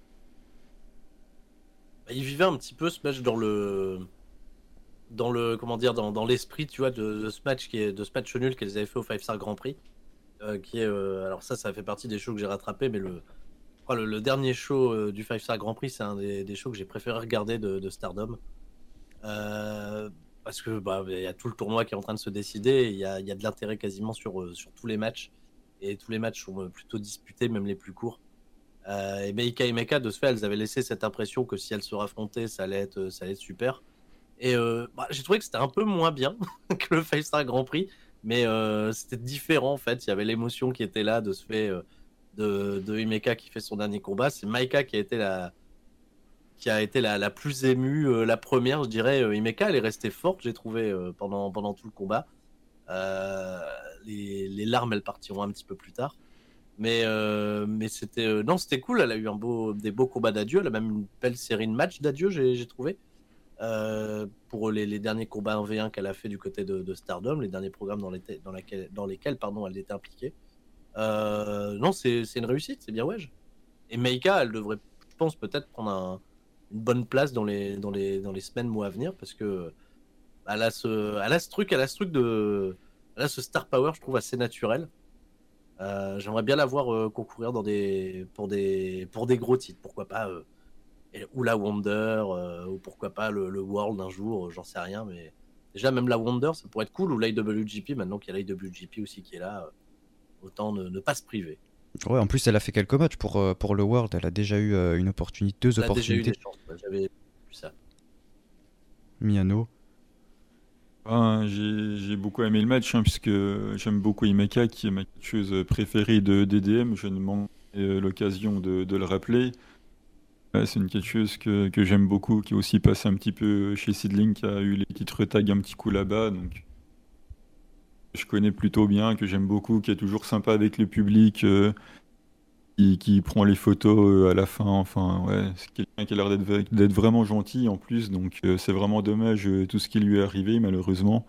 Il vivait un petit peu ce match dans le dans le comment dire dans, dans l'esprit, tu vois, de, de ce match qui est de ce match nul qu'elles avaient fait au Five Star Grand Prix, euh, qui est euh, alors ça ça fait partie des shows que j'ai rattrapé, mais le je crois le, le dernier show euh, du Five Star Grand Prix, c'est un des, des shows que j'ai préféré regarder de, de Stardom. Euh, Parce que bah il y a tout le tournoi qui est en train de se décider, il y a, il y a de l'intérêt quasiment sur, euh, sur tous les matchs, et tous les matchs sont euh, plutôt disputés, même les plus courts. Euh, et Meika et Meika, de ce fait, elles avaient laissé cette impression que si elles se raffrontaient, ça allait être, ça allait être super. Et euh, bah, j'ai trouvé que c'était un peu moins bien que le Five Star Grand Prix, mais euh, c'était différent en fait. Il y avait l'émotion qui était là de ce fait euh, de, de Himeka qui fait son dernier combat. C'est Maika qui a été la, qui a été la, la plus émue, euh, la première, je dirais. Euh, Himeka, elle est restée forte, j'ai trouvé, euh, pendant, pendant tout le combat. Euh, les, les larmes, elles partiront un petit peu plus tard. Mais, euh, mais c'était, euh, non, c'était cool. Elle a eu un beau, des beaux combats d'adieu. Elle a même une belle série de matchs d'adieu, j'ai, j'ai trouvé. Euh, pour les, les derniers combats un v un qu'elle a fait du côté de, de Stardom, les derniers programmes dans, les, dans, laquelle, dans lesquels pardon, elle était impliquée. Euh, non, c'est, c'est une réussite, c'est bien ouais. Et Meika, elle devrait, je pense, peut-être prendre un, une bonne place dans les, dans, les, dans les semaines, mois à venir, parce que bah, elle, a ce, elle a ce truc, elle a ce truc de, elle a ce star power, je trouve, assez naturel. Euh, j'aimerais bien la voir euh, concourir dans des, pour, des, pour des gros titres, pourquoi pas. Euh, Et- ou la Wonder, euh, ou pourquoi pas le, le World un jour, euh, j'en sais rien, mais déjà même la Wonder, ça pourrait être cool, ou l'I W G P, maintenant qu'il y a l'I W G P aussi qui est là, euh, autant ne, ne pas se priver. Ouais, en plus, elle a fait quelques matchs pour, euh, pour le World. Elle a déjà eu euh, une opportunité, deux Elle a déjà eu opportunités. des chances, ouais, j'avais vu ça. Miyano. Ah, j'ai j'ai beaucoup aimé le match, hein, puisque j'aime beaucoup Himeka, qui est ma catcheuse préférée de D D M. Je ne manque euh, l'occasion de, de le rappeler. Ouais, c'est une catcheuse que, que j'aime beaucoup, qui est aussi passée un petit peu chez Seedling, qui a eu les titres tag un petit coup là-bas. Donc, je connais plutôt bien, que j'aime beaucoup, qui est toujours sympa avec le public, euh, qui, qui prend les photos euh, à la fin. Enfin, ouais, c'est quelqu'un qui a l'air d'être v- d'être vraiment gentil en plus. Donc, euh, c'est vraiment dommage euh, tout ce qui lui est arrivé, malheureusement.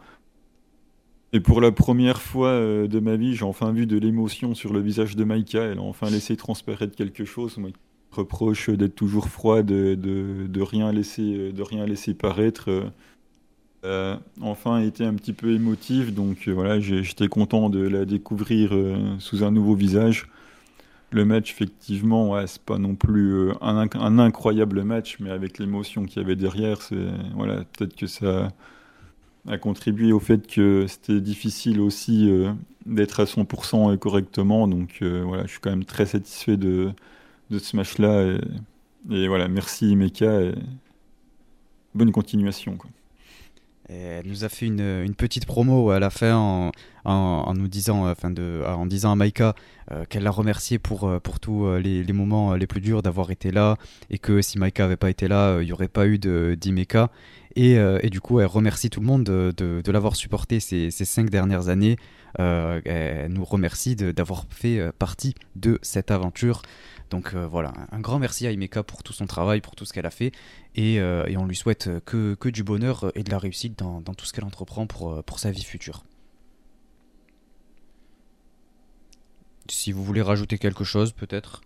Et pour la première fois euh, de ma vie, j'ai enfin vu de l'émotion sur le visage de Maïka. Elle a enfin laissé transparaître quelque chose. Moi, qui reproche d'être toujours froide, de, de, de rien laisser, de rien laisser paraître. euh, euh, enfin, été un petit peu émotif. Donc euh, voilà, j'ai- j'étais content de la découvrir euh, sous un nouveau visage. Le match, effectivement, ouais, c'est pas non plus euh, un, inc- un incroyable match, mais avec l'émotion qu'il y avait derrière, c'est voilà, peut-être que ça a contribué au fait que c'était difficile aussi euh, d'être à cent pour cent correctement. Donc euh, voilà, je suis quand même très satisfait de, de ce match-là. Et, et voilà, merci Meka et bonne continuation, quoi. Et elle nous a fait une, une petite promo à la fin en, en, en nous disant, euh, enfin de, en disant à Maïka euh, qu'elle l'a remercié pour, euh, pour tous euh, les, les moments euh, les plus durs d'avoir été là et que si Maïka avait pas été là, il euh, n'y aurait pas eu de, d'Imeka. Et, euh, et du coup, elle remercie tout le monde de, de, de l'avoir supporté ces, ces cinq dernières années. Euh, elle nous remercie de, d'avoir fait euh, partie de cette aventure. Donc euh, voilà, un grand merci à Imeka pour tout son travail, pour tout ce qu'elle a fait. Et, euh, et on lui souhaite que, que du bonheur et de la réussite dans, dans tout ce qu'elle entreprend pour, pour sa vie future. Si vous voulez rajouter quelque chose, peut-être.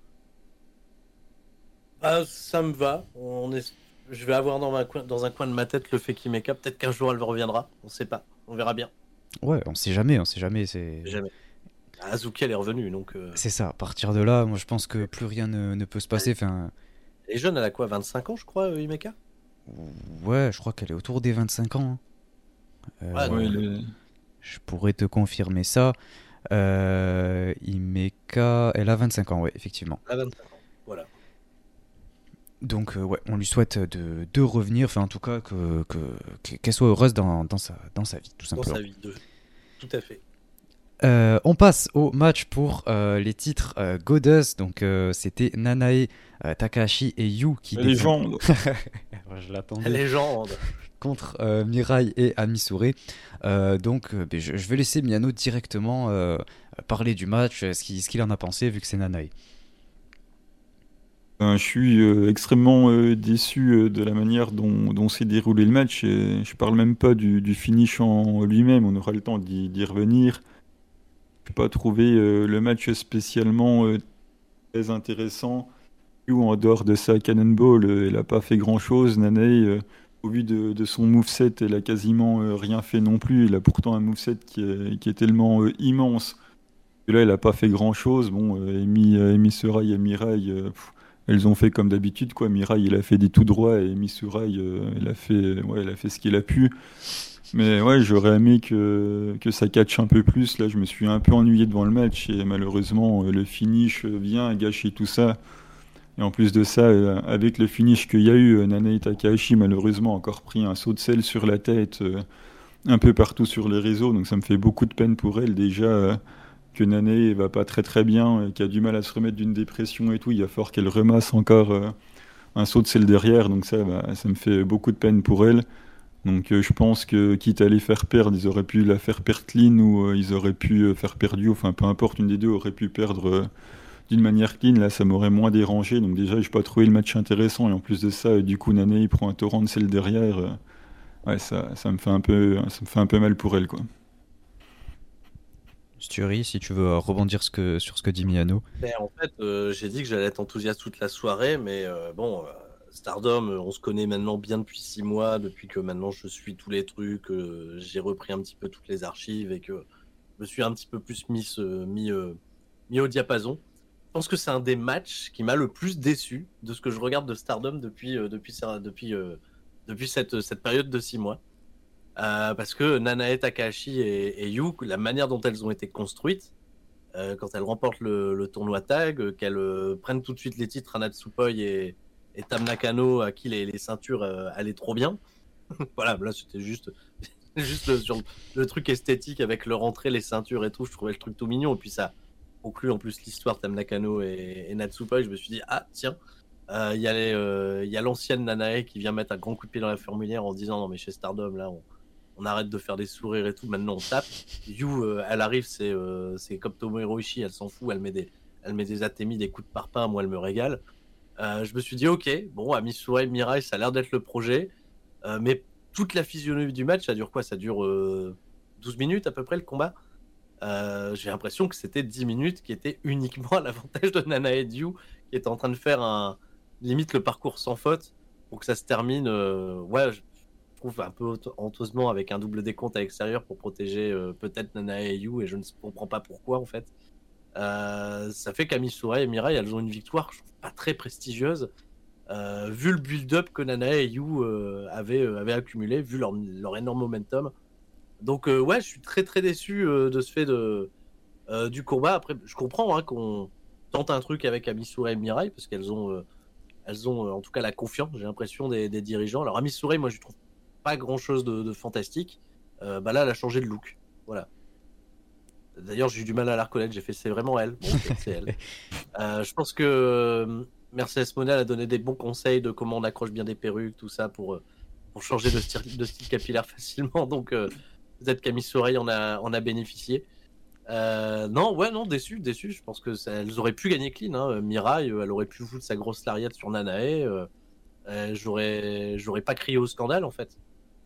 Ah, ça me va. On est... Je vais avoir dans, ma coin... dans un coin de ma tête le fait qu'Imeka. Peut-être qu'un jour elle reviendra. On sait pas. On verra bien. Ouais, on sait jamais, on sait jamais. C'est... Jamais. Azuki, elle est revenue, donc... Euh... C'est ça, à partir de là, moi je pense que plus rien ne, ne peut se passer. Enfin... Elle est jeune, elle a quoi, vingt-cinq ans, je crois, euh, Imeka? Ouais, je crois qu'elle est autour des vingt-cinq ans. Hein. Euh, ouais, ouais, le... Je pourrais te confirmer ça. Euh, Imeka, elle a vingt-cinq ans, ouais, effectivement. Elle a vingt-cinq ans, voilà. Donc, euh, ouais, on lui souhaite de, de revenir, enfin en tout cas, que, que, qu'elle soit heureuse dans, dans, sa, dans sa vie, tout simplement. Dans sa vie, de... tout à fait. Euh, on passe au match pour euh, les titres euh, Goddess. Donc euh, c'était Nanae, euh, Takahashi et Yu qui la légende. Je l'attendais. La légende. Contre euh, Mirai et Amisure. Euh, donc euh, je, je vais laisser Miano directement euh, parler du match, ce qu'il, ce qu'il en a pensé vu que c'est Nanae. Ben, je suis euh, extrêmement euh, déçu euh, de la manière dont, dont s'est déroulé le match. Et je parle même pas du, du finish en lui-même, on aura le temps d'y, d'y revenir. Je n'ai pas trouvé euh, le match spécialement euh, très intéressant. Ou en dehors de sa cannonball, euh, elle n'a pas fait grand-chose. Nanae, euh, au vu de, de son moveset, elle a quasiment euh, rien fait non plus. Elle a pourtant un moveset qui est, qui est tellement euh, immense. Et là, elle n'a pas fait grand-chose. Bon, euh, Emi, euh, Emi Surai et Mirai, euh, pff, elles ont fait comme d'habitude, quoi. Mirai, il a fait des tout droits et Emi Surai, euh, elle a fait, ouais, elle a fait ce qu'il a pu. Mais ouais, j'aurais aimé que, que ça catche un peu plus. Là, je me suis un peu ennuyé devant le match et malheureusement, euh, le finish euh, vient gâcher tout ça. Et en plus de ça, euh, avec le finish qu'il y a eu, euh, Nanae Takahashi, malheureusement, a encore pris un saut de sel sur la tête euh, un peu partout sur les réseaux. Donc ça me fait beaucoup de peine pour elle. Déjà, euh, que Nanae va pas très très bien, euh, qu'elle a du mal à se remettre d'une dépression et tout. Il va falloir qu'elle remasse encore euh, un saut de sel derrière. Donc ça, bah, ça me fait beaucoup de peine pour elle. Donc euh, je pense que quitte à les faire perdre, ils auraient pu la faire perdre clean ou euh, ils auraient pu euh, faire perdre du, enfin peu importe, une des deux aurait pu perdre euh, d'une manière clean. Là, ça m'aurait moins dérangé. Donc déjà, j'ai pas trouvé le match intéressant et en plus de ça, euh, du coup, Nanae il prend un torrent de sel derrière. euh, ouais, ça, ça me fait un peu, ça me fait un peu mal pour elle, quoi. Sturi, si tu veux euh, rebondir ce que, sur ce que dit Miano. Mais en fait, euh, j'ai dit que j'allais être enthousiaste toute la soirée, mais euh, bon. Euh... Stardom, on se connaît maintenant bien depuis six mois, depuis que maintenant je suis tous les trucs, euh, j'ai repris un petit peu toutes les archives et que je me suis un petit peu plus mis, euh, mis, euh, mis au diapason. Je pense que c'est un des matchs qui m'a le plus déçu de ce que je regarde de Stardom depuis, euh, depuis, depuis, euh, depuis cette, cette période de six mois. Euh, parce que Nanae Takahashi et, et Yu, la manière dont elles ont été construites, euh, quand elles remportent le, le tournoi tag, euh, qu'elles euh, prennent tout de suite les titres à Natsupoi et et Tam Nakano à qui les, les ceintures euh, allaient trop bien. Voilà, là c'était juste, juste le, sur le, le truc esthétique avec leur entrée, les ceintures et tout. Je trouvais le truc tout mignon. Et puis ça conclut en plus l'histoire Tam Nakano et, et Natsupoi. Je me suis dit, ah tiens, il euh, y a, euh, y a l'ancienne Nanae qui vient mettre un grand coup de pied dans la fourmilière en disant non, mais chez Stardom, là, on, on arrête de faire des sourires et tout. Maintenant, on tape. Yu, euh, elle arrive, c'est, euh, c'est comme Tomohiro Ishii, elle s'en fout. Elle met des, elle met des atémis, des coups de parpaing. Moi, elle me régale. Euh, je me suis dit, ok, bon, Amisure Mirai, ça a l'air d'être le projet, euh, mais toute la physionomie du match, ça dure quoi? Ça dure euh, douze minutes à peu près le combat. Euh, j'ai l'impression que c'était dix minutes qui étaient uniquement à l'avantage de Nanae Yu, qui était en train de faire un limite le parcours sans faute pour que ça se termine. Euh, ouais, je trouve un peu honteusement avec un double décompte à l'extérieur pour protéger euh, peut-être Nanae Yu, et je ne comprends pas pourquoi en fait. Euh, ça fait qu'Amisure et Mirai, elles ont une victoire, je trouve, pas très prestigieuse, euh, vu le build-up que Nanae et Yu euh, avaient, euh, avaient accumulé, vu leur, leur énorme momentum. Donc euh, ouais, je suis très très déçu euh, de ce fait de, euh, du combat. Après, je comprends hein, qu'on tente un truc avec Amisure et Mirai, parce qu'elles ont, euh, elles ont euh, en tout cas la confiance, j'ai l'impression, des, des dirigeants. Alors Amisure, moi je trouve pas grand chose de, de fantastique. Euh, bah là, elle a changé de look. Voilà. D'ailleurs, j'ai eu du mal à la reconnaître. J'ai fait, c'est vraiment elle. Bon, okay, c'est elle. Euh, je pense que euh, Mercedes Moné a donné des bons conseils de comment on accroche bien des perruques, tout ça, pour, pour changer de style, de style capillaire facilement. Donc, euh, peut-être Camille Soreille en a, en a bénéficié. Euh, non, ouais, non, déçu, déçu. Je pense que ça, elles auraient pu gagner clean. Hein. Mirai, elle aurait pu foutre sa grosse lariat sur Nanae. Euh, euh, j'aurais, j'aurais pas crié au scandale en fait.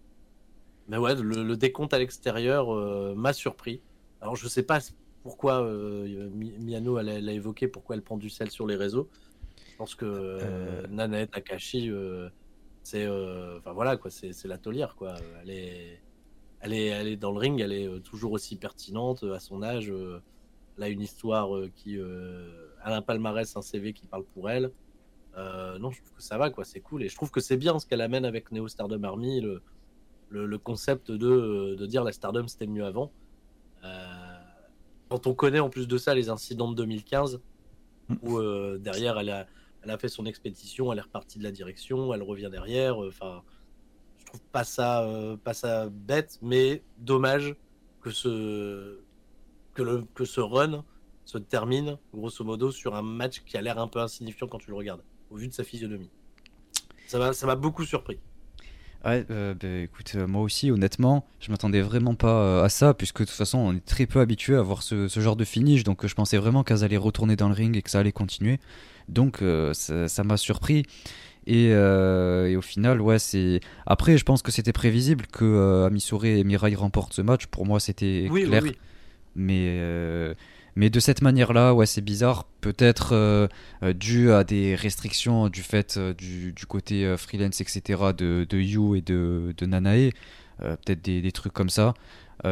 Mais ouais, le, le décompte à l'extérieur euh, m'a surpris. Alors je sais pas pourquoi euh, Miano elle, elle a évoqué pourquoi elle prend du sel sur les réseaux. Je pense que euh, euh... Nanae Takahashi, euh, c'est, enfin euh, voilà quoi, c'est, c'est la taulière quoi. Elle est Elle est, elle est dans le ring, elle est euh, toujours aussi pertinente euh, à son âge. Euh, elle a une histoire euh, qui euh, a un palmarès, un C V qui parle pour elle. Euh, non, je trouve que ça va, quoi. C'est cool. Et je trouve que c'est bien ce qu'elle amène avec Neo Stardom Army, le, le, le concept de, de dire la Stardom c'était mieux avant. Euh, quand on connaît en plus de ça les incidents de deux mille quinze, où euh, derrière elle a, elle a fait son expédition, elle est repartie de la direction, elle revient derrière. Enfin. Euh, Je trouve pas ça, euh, pas ça bête, mais dommage que ce, que, le, que ce run se termine, grosso modo, sur un match qui a l'air un peu insignifiant quand tu le regardes, au vu de sa physionomie. Ça m'a, ça m'a beaucoup surpris. Ouais, euh, bah, écoute, euh, moi aussi, honnêtement, je m'attendais vraiment pas euh, à ça, puisque de toute façon, on est très peu habitué à voir ce, ce genre de finish, donc euh, je pensais vraiment qu'elles allaient retourner dans le ring et que ça allait continuer. Donc euh, ça, ça m'a surpris. Et, euh, et au final, ouais, c'est. Après, je pense que c'était prévisible que euh, Amisore et Mirai remportent ce match. Pour moi, c'était oui, clair. Oui, oui. Mais, euh, mais de cette manière-là, ouais, c'est bizarre. Peut-être euh, euh, dû à des restrictions du fait euh, du, du côté euh, freelance, et cetera de, de Yu et de, de Nanae. Euh, peut-être des, des trucs comme ça.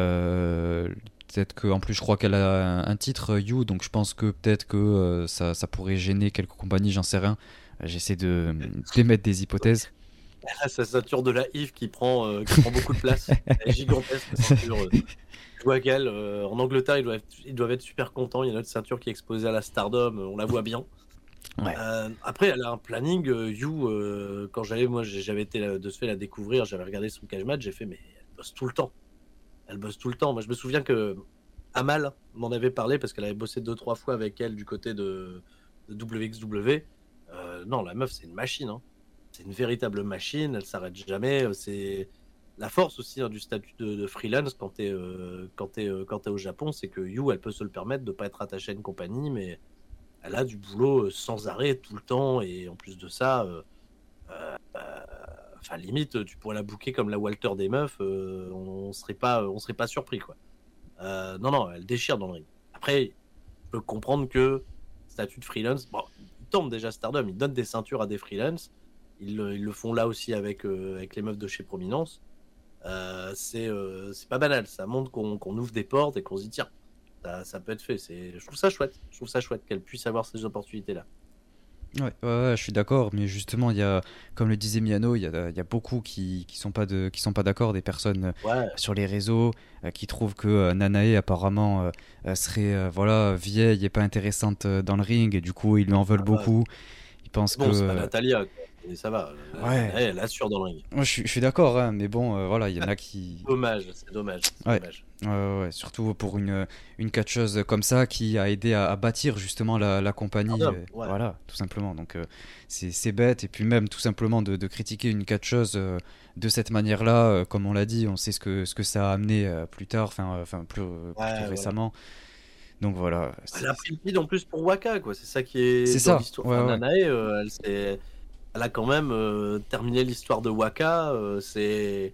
Euh, peut-être qu'en plus, je crois qu'elle a un, un titre Yu, donc je pense que peut-être que euh, ça, ça pourrait gêner quelques compagnies, j'en sais rien. J'essaie de d'émettre des hypothèses. Là, sa ceinture de la I F qui prend, euh, qui prend beaucoup de place. Elle est gigantesque, la ceinture. Euh, je vois qu'elle, euh, en Angleterre, ils doivent, être, ils doivent être super contents. Il y a notre ceinture qui est exposée à la Stardom, on la voit bien. Ouais. Euh, après, elle a un planning. Euh, You, euh, quand j'allais, moi, j'avais été la, de ce fait la découvrir, j'avais regardé son cage match, j'ai fait, mais elle bosse tout le temps. Elle bosse tout le temps. Moi, je me souviens que Amal m'en avait parlé parce qu'elle avait bossé deux, trois fois avec elle du côté de, de W X W. Euh, non, la meuf, c'est une machine. Hein. C'est une véritable machine. Elle s'arrête jamais. C'est la force aussi hein, du statut de, de freelance quand t'es euh, quand t'es euh, quand t'es au Japon, c'est que You, elle peut se le permettre de pas être attachée à une compagnie, mais elle a du boulot sans arrêt tout le temps. Et en plus de ça, euh, euh, enfin limite, tu pourrais la booker comme la Walter des meufs. Euh, on serait pas on serait pas surpris quoi. Euh, non non, elle déchire dans le ring. Après, je peux comprendre que statut de freelance. Bon, tentent déjà Stardom, ils donnent des ceintures à des freelance, ils, ils le font là aussi avec, euh, avec les meufs de chez Prominence. Euh, c'est, euh, c'est pas banal, ça montre qu'on, qu'on ouvre des portes et qu'on se dit tiens, ça, ça peut être fait. C'est, je trouve ça chouette, je trouve ça chouette qu'elle puisse avoir ces opportunités-là. Ouais, ouais, ouais, je suis d'accord, mais justement, il y a, comme le disait Miano, il y a, il y a beaucoup qui, qui sont pas de, qui sont pas d'accord, des personnes ouais. sur les réseaux euh, qui trouvent que euh, Nanae apparemment euh, serait euh, voilà vieille et pas intéressante dans le ring, et du coup ils lui en veulent ah, beaucoup. Ils pensent bon, que c'est pas Natalia, quoi. Et ça va. Ouais. Elle, elle assure dans le ring. Moi, je suis, je suis d'accord, hein, mais bon, euh, voilà, il y en a qui. Dommage, c'est dommage. C'est ouais. dommage. Euh, ouais, surtout pour une, une catcheuse comme ça qui a aidé à, à bâtir justement la, la compagnie. Ah, euh, ouais. Voilà, tout simplement. Donc euh, c'est, c'est bête. Et puis même tout simplement de, de critiquer une catcheuse euh, de cette manière-là, euh, comme on l'a dit, on sait ce que, ce que ça a amené euh, plus tard, enfin euh, plus, ouais, plus voilà. récemment. Donc voilà. C'est... Elle a pris le lead en plus pour Waka, quoi. C'est ça qui est c'est dans ça. l'histoire. Ouais, enfin, ouais. Nanae, euh, elle, s'est... elle a quand même euh, terminé l'histoire de Waka. Euh, c'est.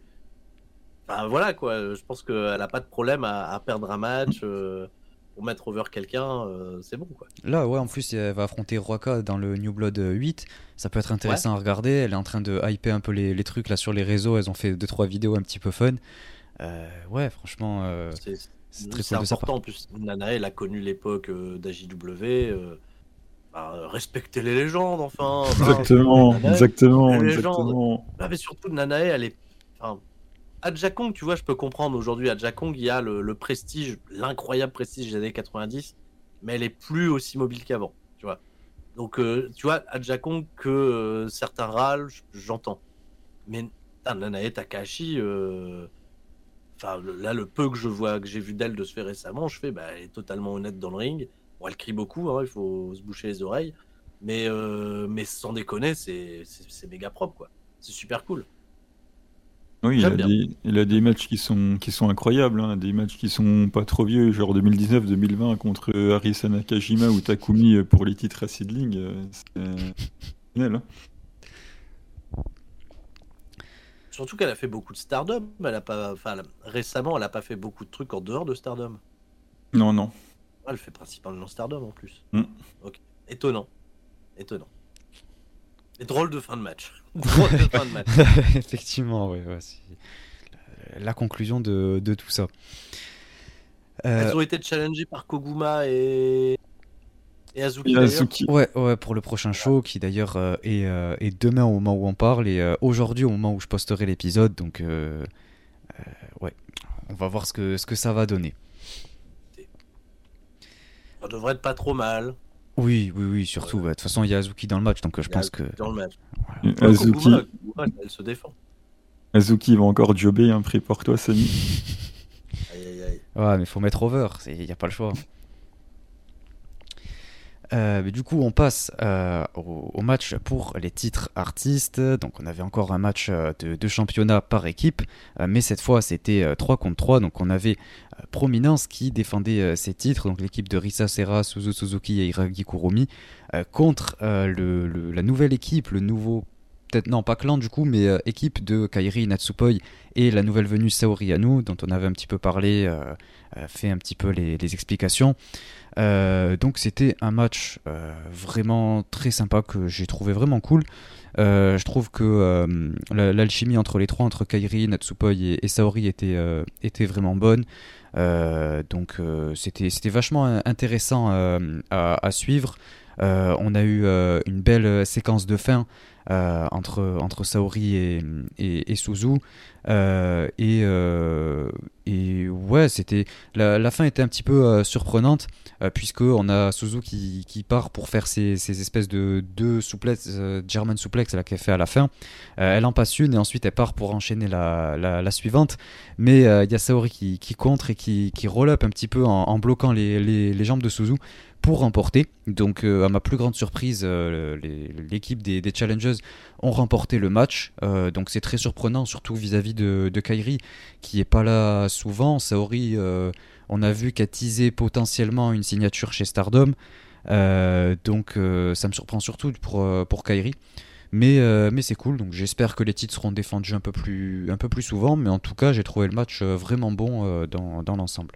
Enfin, voilà quoi, je pense qu'elle a pas de problème à, à perdre un match euh, pour mettre over quelqu'un, euh, c'est bon quoi. Là ouais, en plus elle va affronter Ruaka dans le New Blood huit, ça peut être intéressant ouais. à regarder, elle est en train de hyper un peu les, les trucs là sur les réseaux, elles ont fait deux trois vidéos un petit peu fun. Euh, ouais franchement euh, c'est, c'est très c'est cool de sa important en plus, Nanae elle a connu l'époque euh, d'A J W, euh, bah, respectez les légendes enfin. Exactement, enfin, Nanae, exactement, les exactement. Ah, mais surtout Nanae elle est... Enfin, Adja Kong, tu vois, je peux comprendre aujourd'hui. Adja Kong, il y a le, le prestige, l'incroyable prestige des années quatre-vingt-dix, mais elle est plus aussi mobile qu'avant, tu vois. Donc, euh, tu vois, Adja Kong, que euh, certains râlent, j'entends. Mais Putain, Nanae Takahashi, euh, enfin le- là le peu que je vois, que j'ai vu d'elle de se faire récemment, je fais, bah, elle est totalement honnête dans le ring. Bon, elle crie beaucoup, hein, il faut se boucher les oreilles, mais euh, mais sans déconner, c'est c'est c'est méga propre quoi. C'est super cool. Oui, il J'aime a bien. des, il a des matchs qui sont, qui sont incroyables, hein, des matchs qui sont pas trop vieux, genre deux mille dix-neuf deux mille vingt contre Arisa Nakajima ou Takumi euh, pour les titres à seedling. euh, C'est exceptionnel, hein. Surtout qu'elle a fait beaucoup de Stardom. Elle a pas, enfin, elle a- récemment, elle a pas fait beaucoup de trucs en dehors de Stardom. Non, non. Ah, elle fait principalement Stardom en plus. Mm. Ok. Étonnant. Étonnant. Et drôle de fin de match. Drôle de fin de match. Effectivement, ouais, ouais, c'est la conclusion de, de tout ça. Euh, Elles ont été challengées par Koguma et, et Azuki Et d'ailleurs. Azuki. ouais, ouais, pour le prochain show qui d'ailleurs euh, est, euh, est demain au moment où on parle et euh, aujourd'hui au moment où je posterai l'épisode. Donc, euh, euh, ouais, on va voir ce que, ce que ça va donner. Ça devrait être pas trop mal. Oui, oui, oui, surtout. bah, De toute façon, il y a Azuki dans le match, donc euh, je Il y a pense que. dans le match. Et Ouais, Azuki, Koguma, Koguma, elle se défend. Azuki va encore jobber, hein, prépare-toi, Samy. Aïe aïe aïe. Ouais, mais faut mettre over, il n'y a pas le choix. Euh, mais du coup, on passe euh, au, au match pour les titres artistes. Donc, on avait encore un match euh, de, de championnat par équipe, euh, mais cette fois, c'était euh, trois contre trois. Donc, on avait euh, Prominence qui défendait euh, ses titres, donc l'équipe de Risa Serra, Suzu Suzuki et Hiragi Kuromi, euh, contre euh, le, le- la nouvelle équipe, le nouveau. Peut-être non, pas clan du coup, mais euh, équipe de Kairi Natsupoi et la nouvelle venue Saori Anu, dont on avait un petit peu parlé, euh, euh, fait un petit peu les, les explications. Euh, donc c'était un match euh, vraiment très sympa que j'ai trouvé vraiment cool. Euh, je trouve que euh, la- l'alchimie entre les trois, entre Kairi, Natsupoi et, et Saori était, euh, était vraiment bonne. Euh, donc euh, c'était, c'était vachement euh, intéressant euh, à, à suivre. Euh, on a eu euh, une belle euh, séquence de fin euh, entre, entre Saori et, et, et Suzu. Euh, et, euh, et ouais, c'était, la, la fin était un petit peu euh, surprenante euh, puisque on a Suzu qui, qui part pour faire ces, ces espèces de deux souplesses, euh, German suplex là, qu'elle fait à la fin. Euh, elle en passe une et ensuite elle part pour enchaîner la, la, la suivante. Mais il euh, y a Saori qui, qui contre et qui, qui roll up un petit peu en, en bloquant les, les, les jambes de Suzu pour remporter. Donc euh, à ma plus grande surprise, euh, les- l'équipe des, des Challengers ont remporté le match. Euh, donc c'est très surprenant, surtout vis-à-vis de, de Kairi qui est pas là souvent. Saori, euh, on a vu qu'elle teasait potentiellement une signature chez Stardom. Euh, donc euh, ça me surprend surtout pour, euh, pour Kairi. Mais, euh, mais c'est cool, donc j'espère que les titres seront défendus un peu plus, un peu plus souvent. Mais en tout cas, j'ai trouvé le match euh, vraiment bon euh, dans, dans l'ensemble.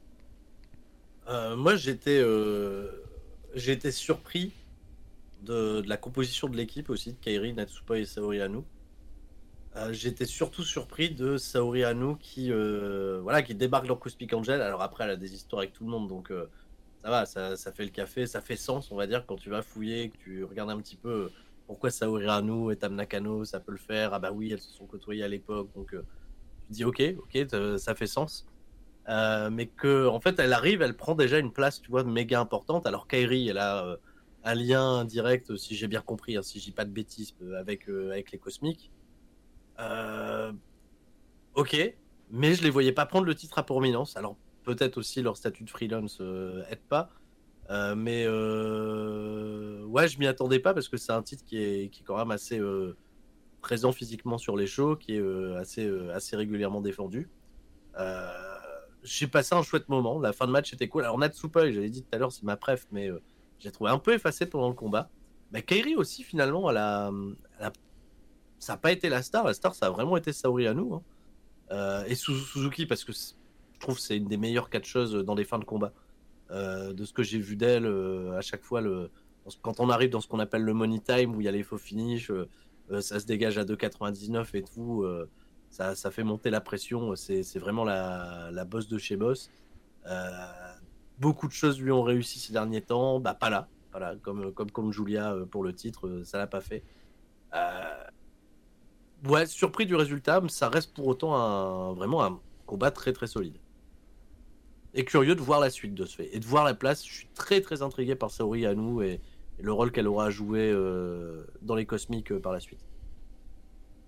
Euh, moi, j'étais, euh, j'ai été surpris de, de la composition de l'équipe aussi, de Kairi, Natsupoi et Saori Anu. Euh, j'étais surtout surpris de Saori Anu qui, euh, voilà, qui débarque dans Cosmic Angel. Alors après, elle a des histoires avec tout le monde, donc euh, ça va, ça, ça fait le café, ça fait sens, on va dire, quand tu vas fouiller, que tu regardes un petit peu euh, pourquoi Saori Anu et Tam Nakano, ça peut le faire. Ah bah oui, elles se sont côtoyées à l'époque, donc euh, tu te dis ok, ok, ça, ça fait sens. Euh, mais que en fait elle arrive, elle prend déjà une place, tu vois, méga importante. Alors Kairi, elle a euh, un lien direct, si j'ai bien compris, hein, si je dis pas de bêtises, euh, avec euh, avec les Cosmiques. Euh, ok, mais je les voyais pas prendre le titre à prominence. Alors peut-être aussi leur statut de freelance euh, aide pas, Euh, mais euh, ouais, je m'y attendais pas parce que c'est un titre qui est qui est quand même assez euh, présent physiquement sur les shows, qui est euh, assez euh, assez régulièrement défendu. Euh, j'ai passé un chouette moment. La fin de match était cool. Alors Natsupoi, j'avais dit tout à l'heure, c'est ma préf, mais euh, j'ai trouvé un peu effacé pendant le combat. Mais Kairi aussi, finalement, elle a, elle a- ça n'a pas été la star. La star, ça a vraiment été Saori Anu, hein. Euh, et Suzu- Suzuki, parce que c'est- je trouve que c'est une des meilleures catcheuses dans les fins de combat. Euh, de ce que j'ai vu d'elle, euh, à chaque fois, le, quand on arrive dans ce qu'on appelle le money time, où il y a les faux finish, euh, euh, ça se dégage à deux quatre-vingt-dix-neuf et tout. euh, ça, ça fait monter la pression. C'est c'est vraiment la, la boss de chez Boss. Euh, beaucoup de choses lui ont réussi ces derniers temps. Bah, pas là. Voilà, comme, comme, comme Julia euh, pour le titre, euh, ça l'a pas fait. Euh, ouais, surpris du résultat, mais ça reste pour autant un, vraiment un combat très très solide. Et curieux de voir la suite de ce fait. Et de voir la place. Je suis très très intrigué par Saori Anu et, et le rôle qu'elle aura à jouer euh, dans les Cosmiques euh, par la suite.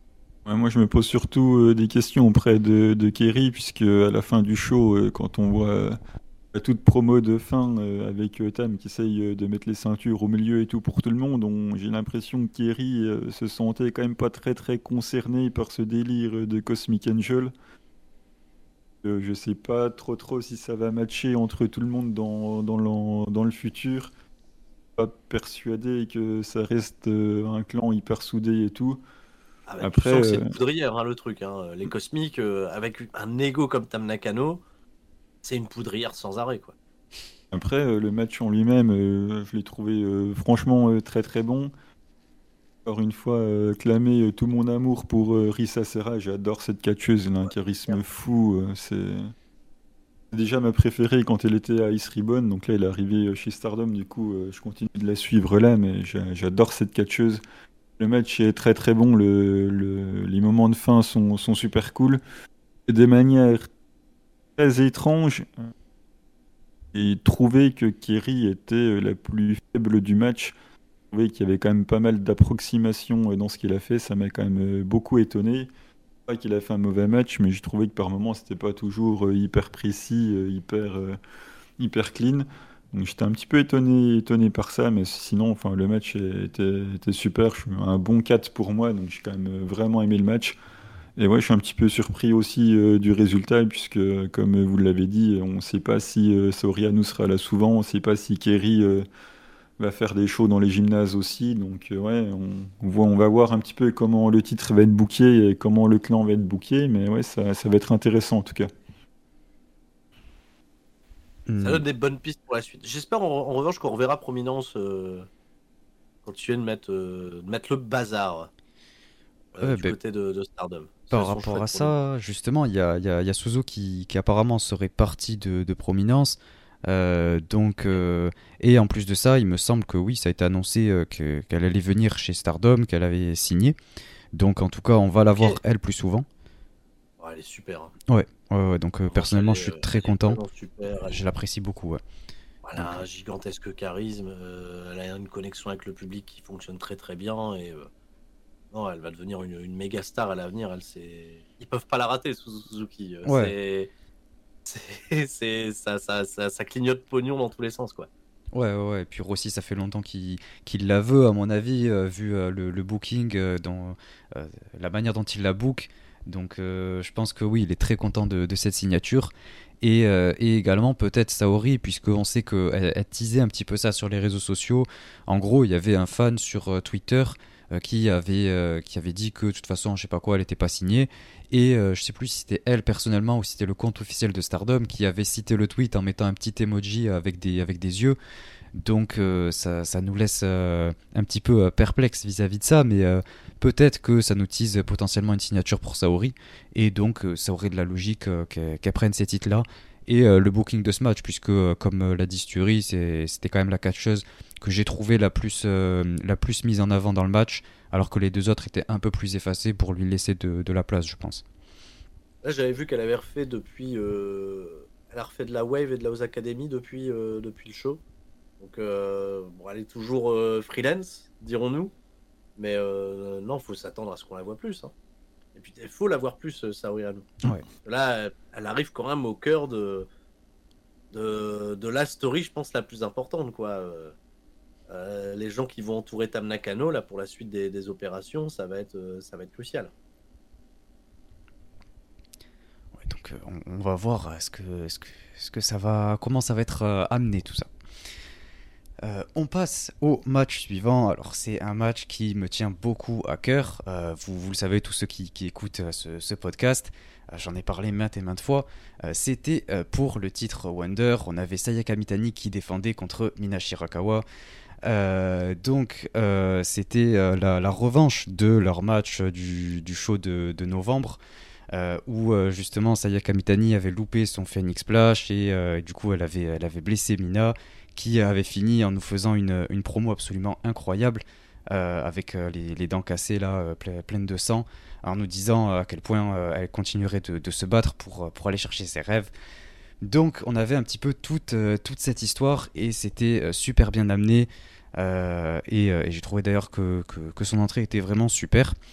Ouais, moi, je me pose surtout euh, des questions auprès de, de Kerry, puisque à la fin du show, euh, quand on voit euh, la toute promo de fin euh, avec euh, Tam qui essaye euh, de mettre les ceintures au milieu et tout pour tout le monde, on- j'ai l'impression que Kerry euh, se sentait quand même pas très très concerné par ce délire euh, de Cosmic Angel. Euh, je sais pas trop trop si ça va matcher entre tout le monde dans, dans, l'en- dans le futur. Pas persuadé que ça reste euh, un clan hyper soudé et tout. Ah bah, tu Après, sens que c'est euh, une poudrière, hein, le truc. Hein. Les cosmiques, euh, avec un ego comme Tam Nakano, c'est une poudrière sans arrêt, quoi. après euh, le match en lui-même, euh, je l'ai trouvé euh, franchement euh, très très bon. Encore une fois, euh, clamer euh, tout mon amour pour euh, Risa Serra, j'adore cette catcheuse, elle a un Ouais, charisme clairement. fou. euh, c'est c'est déjà ma préférée quand elle était à Ice Ribbon, donc là elle est arrivée euh, chez Stardom, du coup euh, je continue de la suivre là, mais j'a- j'adore cette catcheuse. Le match est très très bon, le, le- les moments de fin sont, sont super cool. Et de manière très étrange, j'ai trouvé que Kerry était euh, la plus faible du match. J'ai trouvé qu'il y avait quand même pas mal d'approximations euh, dans ce qu'il a fait, ça m'a quand même euh, beaucoup étonné. Pas qu'il a fait un mauvais match, mais j'ai trouvé que par moments c'était pas toujours euh, hyper précis, euh, hyper, euh, hyper clean. Donc j'étais un petit peu étonné, étonné par ça, mais sinon, enfin, le match était, était super. Je suis un bon quatre pour moi, donc j'ai quand même euh, vraiment aimé le match. Et ouais, je suis un petit peu surpris aussi euh, du résultat, puisque comme vous l'avez dit, on ne sait pas si euh, Saori nous sera là souvent, on ne sait pas si Kerry euh, va faire des shows dans les gymnases aussi. Donc euh, ouais, on, on voit, on va voir un petit peu comment le titre va être booké et comment le clan va être booké, mais ouais, ça, ça va être intéressant en tout cas. Ça Hmm. donne des bonnes pistes pour la suite. J'espère en, en revanche qu'on reverra Prominence euh, continuer de mettre, euh, de mettre le bazar euh, Ouais, du ben, côté de, de Stardom. Parce par qu'elles sont rapport chouettes à pour le coup. ça, justement, il y a, il y a, il y a Suzu qui, qui apparemment serait parti de, de Prominence. Euh, donc, euh, et en plus de ça, il me semble que oui, ça a été annoncé euh, que- qu'elle allait venir chez Stardom, qu'elle avait signé. Donc, en tout cas, on va la voir Ok. elle plus souvent. Oh, elle est super. Hein. Ouais, ouais, ouais, donc euh, En revanche, elle personnellement, je est, suis euh, très elle est content. vraiment super. Elle, Je l'apprécie beaucoup. Ouais. elle Donc, a un gigantesque charisme. euh, elle a une connexion avec le public qui fonctionne très très bien. Et euh, non, elle va devenir une, une méga star à l'avenir. Elle, c'est... Ils peuvent pas la rater, Suzuki. Euh, ouais, C'est, c'est, c'est, ça, ça, ça, ça clignote pognon dans tous les sens, quoi. ouais, ouais, ouais. Et puis Rossi, ça fait longtemps qu'il qu'il la veut, à mon avis, euh, vu euh, le, le booking, euh, dans euh, la manière dont il la book. Donc, euh, je pense que oui, il est très content de, de cette signature. Et, euh, et également peut-être Saori, puisqu'on sait qu'elle elle teasait un petit peu ça sur les réseaux sociaux. En gros, il y avait un fan sur euh, Twitter euh, qui avait, euh, qui avait dit que de toute façon, je sais pas quoi, elle n'était pas signée. Et euh, je sais plus si c'était elle personnellement ou si c'était le compte officiel de Stardom qui avait cité le tweet en mettant un petit emoji avec des, avec des yeux. Donc euh, ça, ça nous laisse euh, un petit peu euh, perplexe vis-à-vis de ça, mais euh, peut-être que ça nous tease potentiellement une signature pour Saori, et donc euh, ça aurait de la logique euh, qu'elle qu'elle prenne ces titres-là. Et euh, le booking de ce match, puisque euh, comme euh, l'a dit Sturi, c'est- c'était quand même la catcheuse que j'ai trouvé la plus, euh, la plus mise en avant dans le match, alors que les deux autres étaient un peu plus effacés pour lui laisser de, de la place, je pense. Là, j'avais vu qu'elle avait refait depuis. euh, Elle a refait de la Wave et de la House Academy depuis, euh, depuis le show. Donc, euh, bon, elle est toujours euh, freelance, dirons-nous. Mais euh, non, faut s'attendre à ce qu'on la voit plus. Hein. Et puis, il faut la voir plus, euh, Saori Anou. Ouais. Là, elle- elle arrive quand même au cœur de, de, de la story, je pense, la plus importante. Quoi. Euh, euh, les gens qui vont entourer Tam Nakano là, pour la suite des, des opérations, ça va être, euh, ça va être crucial. Ouais, donc euh, on, on va voir est-ce que, est-ce que, est-ce que ça va, comment ça va être euh, amené tout ça. Euh, on passe au match suivant. Alors c'est un match qui me tient beaucoup à cœur. Euh, vous, vous le savez, tous ceux qui, qui écoutent euh, ce, ce podcast, euh, j'en ai parlé maintes et maintes fois. Euh, c'était euh, pour le titre Wonder. On avait Sayaka Mitani qui défendait contre Mina Shirakawa. Euh, donc euh, c'était euh, la, la revanche de leur match euh, du, du show de, de novembre. Euh, où euh, justement Sayaka Mitani avait loupé son Phoenix Splash et euh, du coup elle avait, elle avait blessé Mina, qui avait fini en nous faisant une, une promo absolument incroyable, euh, avec euh, les, les dents cassées là, euh, ple- pleines de sang, en nous disant euh, à quel point euh, elle continuerait de, de se battre pour, euh, pour aller chercher ses rêves. Donc on avait un petit peu toute, euh, toute cette histoire et c'était euh, super bien amené, euh, et, euh, et j'ai trouvé d'ailleurs que, que, que son entrée était vraiment super.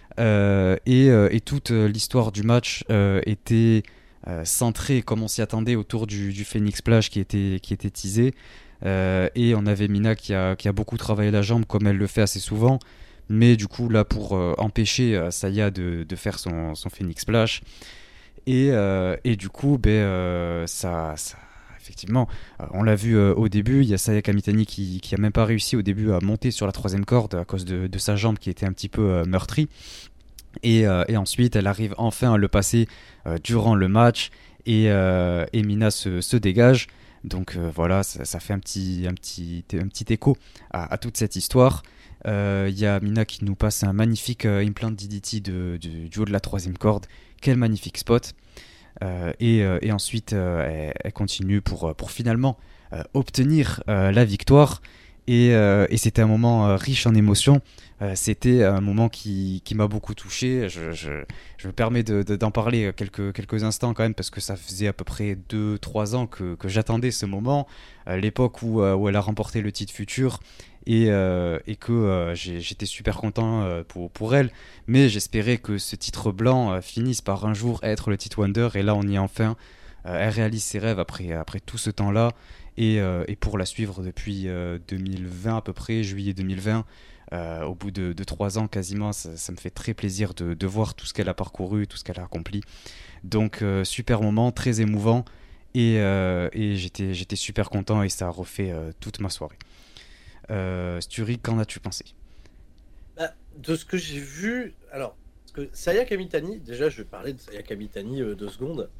Euh, et, euh, et toute euh, l'histoire du match euh, était euh, centrée, comme on s'y attendait, autour du, du Phoenix Splash qui était, qui était teasé. Euh, et on avait Mina qui a, qui a beaucoup travaillé la jambe, comme elle le fait assez souvent. Mais du coup, là, pour euh, empêcher euh, Saya de, de faire son, son Phoenix Splash. Et, euh, et du coup, ben, euh, ça, ça, effectivement, euh, on l'a vu euh, au début, il y a Saya Kamitani qui, qui a même pas réussi au début à monter sur la troisième corde à cause de, de sa jambe qui était un petit peu euh, meurtrie. Et, euh, et ensuite, elle arrive enfin à le passer euh, durant le match et, euh, et Mina se, se dégage. Donc euh, voilà, ça, ça fait un petit, un petit, un petit écho à, à toute cette histoire. Il euh, y a Mina qui nous passe un magnifique euh, implant D D T de, de, du haut de la troisième corde. Quel magnifique spot. Euh, et, euh, et ensuite, euh, elle, elle continue pour, pour finalement euh, obtenir euh, la victoire. Et, euh, et c'était un moment euh, riche en émotions. Euh, c'était un moment qui, qui m'a beaucoup touché. Je, je, je me permets de, de, d'en parler quelques, quelques instants quand même, parce que ça faisait à peu près deux trois ans que, que j'attendais ce moment, euh, l'époque où, euh, où elle a remporté le titre Future. Et, euh, et que euh, j'ai, j'étais super content euh, pour, pour elle, mais j'espérais que ce titre blanc euh, finisse par un jour être le titre Wonder, et là on y est enfin. Euh, elle réalise ses rêves après, après tout ce temps-là, et, euh, et pour la suivre depuis euh, deux mille vingt à peu près, juillet deux mille vingt, euh, au bout de, de trois ans quasiment, ça, ça me fait très plaisir de, de voir tout ce qu'elle a parcouru, tout ce qu'elle a accompli. Donc euh, super moment, très émouvant, et, euh, et j'étais, j'étais super content, et ça a refait euh, toute ma soirée. Euh, Sturi, qu'en as-tu pensé? Bah, de ce que j'ai vu, alors, parce que Saya Kamitani, déjà, je vais parler de Saya Kamitani euh, deux secondes.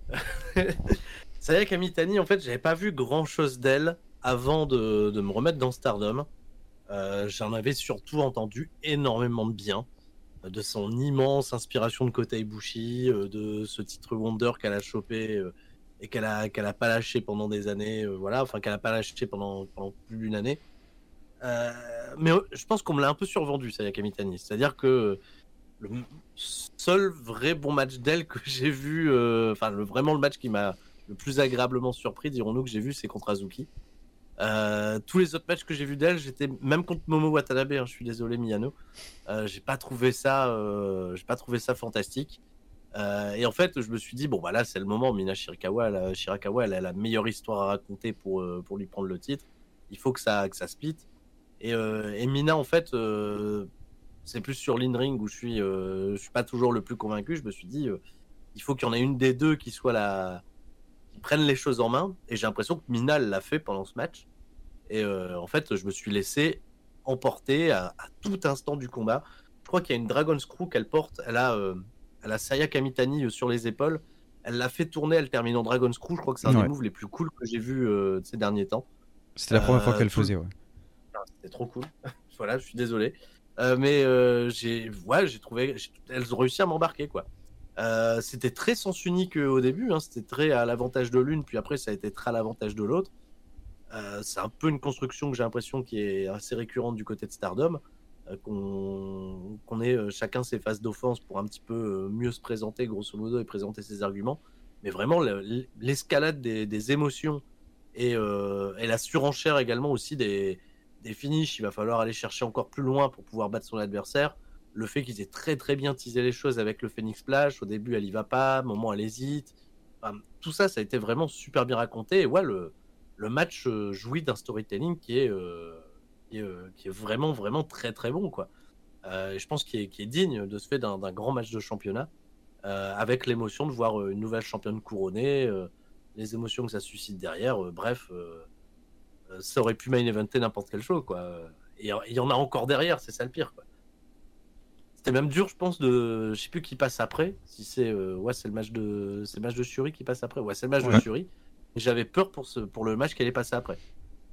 Saya Kamitani, en fait, j'avais pas vu grand chose d'elle avant de, de me remettre dans Stardom. Euh, j'en avais surtout entendu énormément de bien, euh, de son immense inspiration de Kota Ibushi, euh, de ce titre Wonder qu'elle a chopé euh, et qu'elle a, qu'elle a pas lâché pendant des années, euh, voilà, enfin qu'elle a pas lâché pendant, pendant plus d'une année. Euh, mais euh, je pense qu'on me l'a un peu survendu, Saya Kamitani. C'est-à-dire que le seul vrai bon match d'elle que j'ai vu, euh, enfin le, vraiment le match qui m'a le plus agréablement surpris, dirons-nous, que j'ai vu, c'est contre Azuki. Euh, tous les autres matchs que j'ai vus d'elle, j'étais même contre Momo Watanabe. Hein, je suis désolé, Miyano. Euh, j'ai pas trouvé ça, euh, j'ai pas trouvé ça fantastique. Euh, et en fait, je me suis dit bon bah là c'est le moment. Mina Shirakawa, elle a, Shirakawa, elle a la meilleure histoire à raconter pour euh, pour lui prendre le titre. Il faut que ça que ça split. Et, euh, et Mina, en fait, euh, c'est plus sur l'in-ring où je suis, euh, je suis pas toujours le plus convaincu. Je me suis dit, euh, il faut qu'il y en ait une des deux qui soit la, qui prenne les choses en main. Et j'ai l'impression que Mina l'a fait pendant ce match. Et euh, en fait, je me suis laissé emporter à, à tout instant du combat. Je crois qu'il y a une Dragon Screw qu'elle porte. Elle a, euh, elle a Saya Kamitani sur les épaules. Elle l'a fait tourner. Elle termine en Dragon Screw. Je crois que c'est un Ouais. des moves les plus cool que j'ai vu euh, ces derniers temps. C'était la première fois Euh, qu'elle tout- faisait, ouais. C'était trop cool. Voilà, je suis désolé. Euh, mais euh, j'ai ouais, j'ai trouvé. j'ai- Elles ont réussi à m'embarquer, quoi. Euh, c'était très sens unique euh, au début. Hein, c'était très à l'avantage de l'une, puis après, ça a été très à l'avantage de l'autre. Euh, c'est un peu une construction que j'ai l'impression qui est assez récurrente du côté de Stardom. euh, qu'on qu'on ait euh, chacun ses phases d'offense pour un petit peu euh, mieux se présenter, grosso modo, et présenter ses arguments. Mais vraiment, le- l'escalade des, des émotions et, euh, et la surenchère également aussi des, des finishes. Il va falloir aller chercher encore plus loin pour pouvoir battre son adversaire. Le fait qu'ils aient très très bien teasé les choses avec le Phoenix Splash. Au début, elle y va pas, à un moment, elle hésite. Enfin, tout ça, ça a été vraiment super bien raconté. Et ouais, le, le match euh, jouit d'un storytelling qui est, euh, qui, est, euh, qui est vraiment vraiment très très bon, quoi. Euh, et je pense qu'il est, qu'il est digne de ce fait d'un d'un grand match de championnat, euh, avec l'émotion de voir euh, une nouvelle championne couronnée, euh, les émotions que ça suscite derrière. euh, bref, euh, euh, ça aurait pu main eventer n'importe quel show, quoi. Et il y en a encore derrière, c'est ça le pire, quoi. C'était même dur, je pense, de. Je sais plus qui passe après. Si c'est. euh, Ouais, c'est le match de. C'est le match de Shuri qui passe après. Ouais, c'est le match de Ouais. Shuri. Et j'avais peur pour, ce... pour le match qui allait passer après.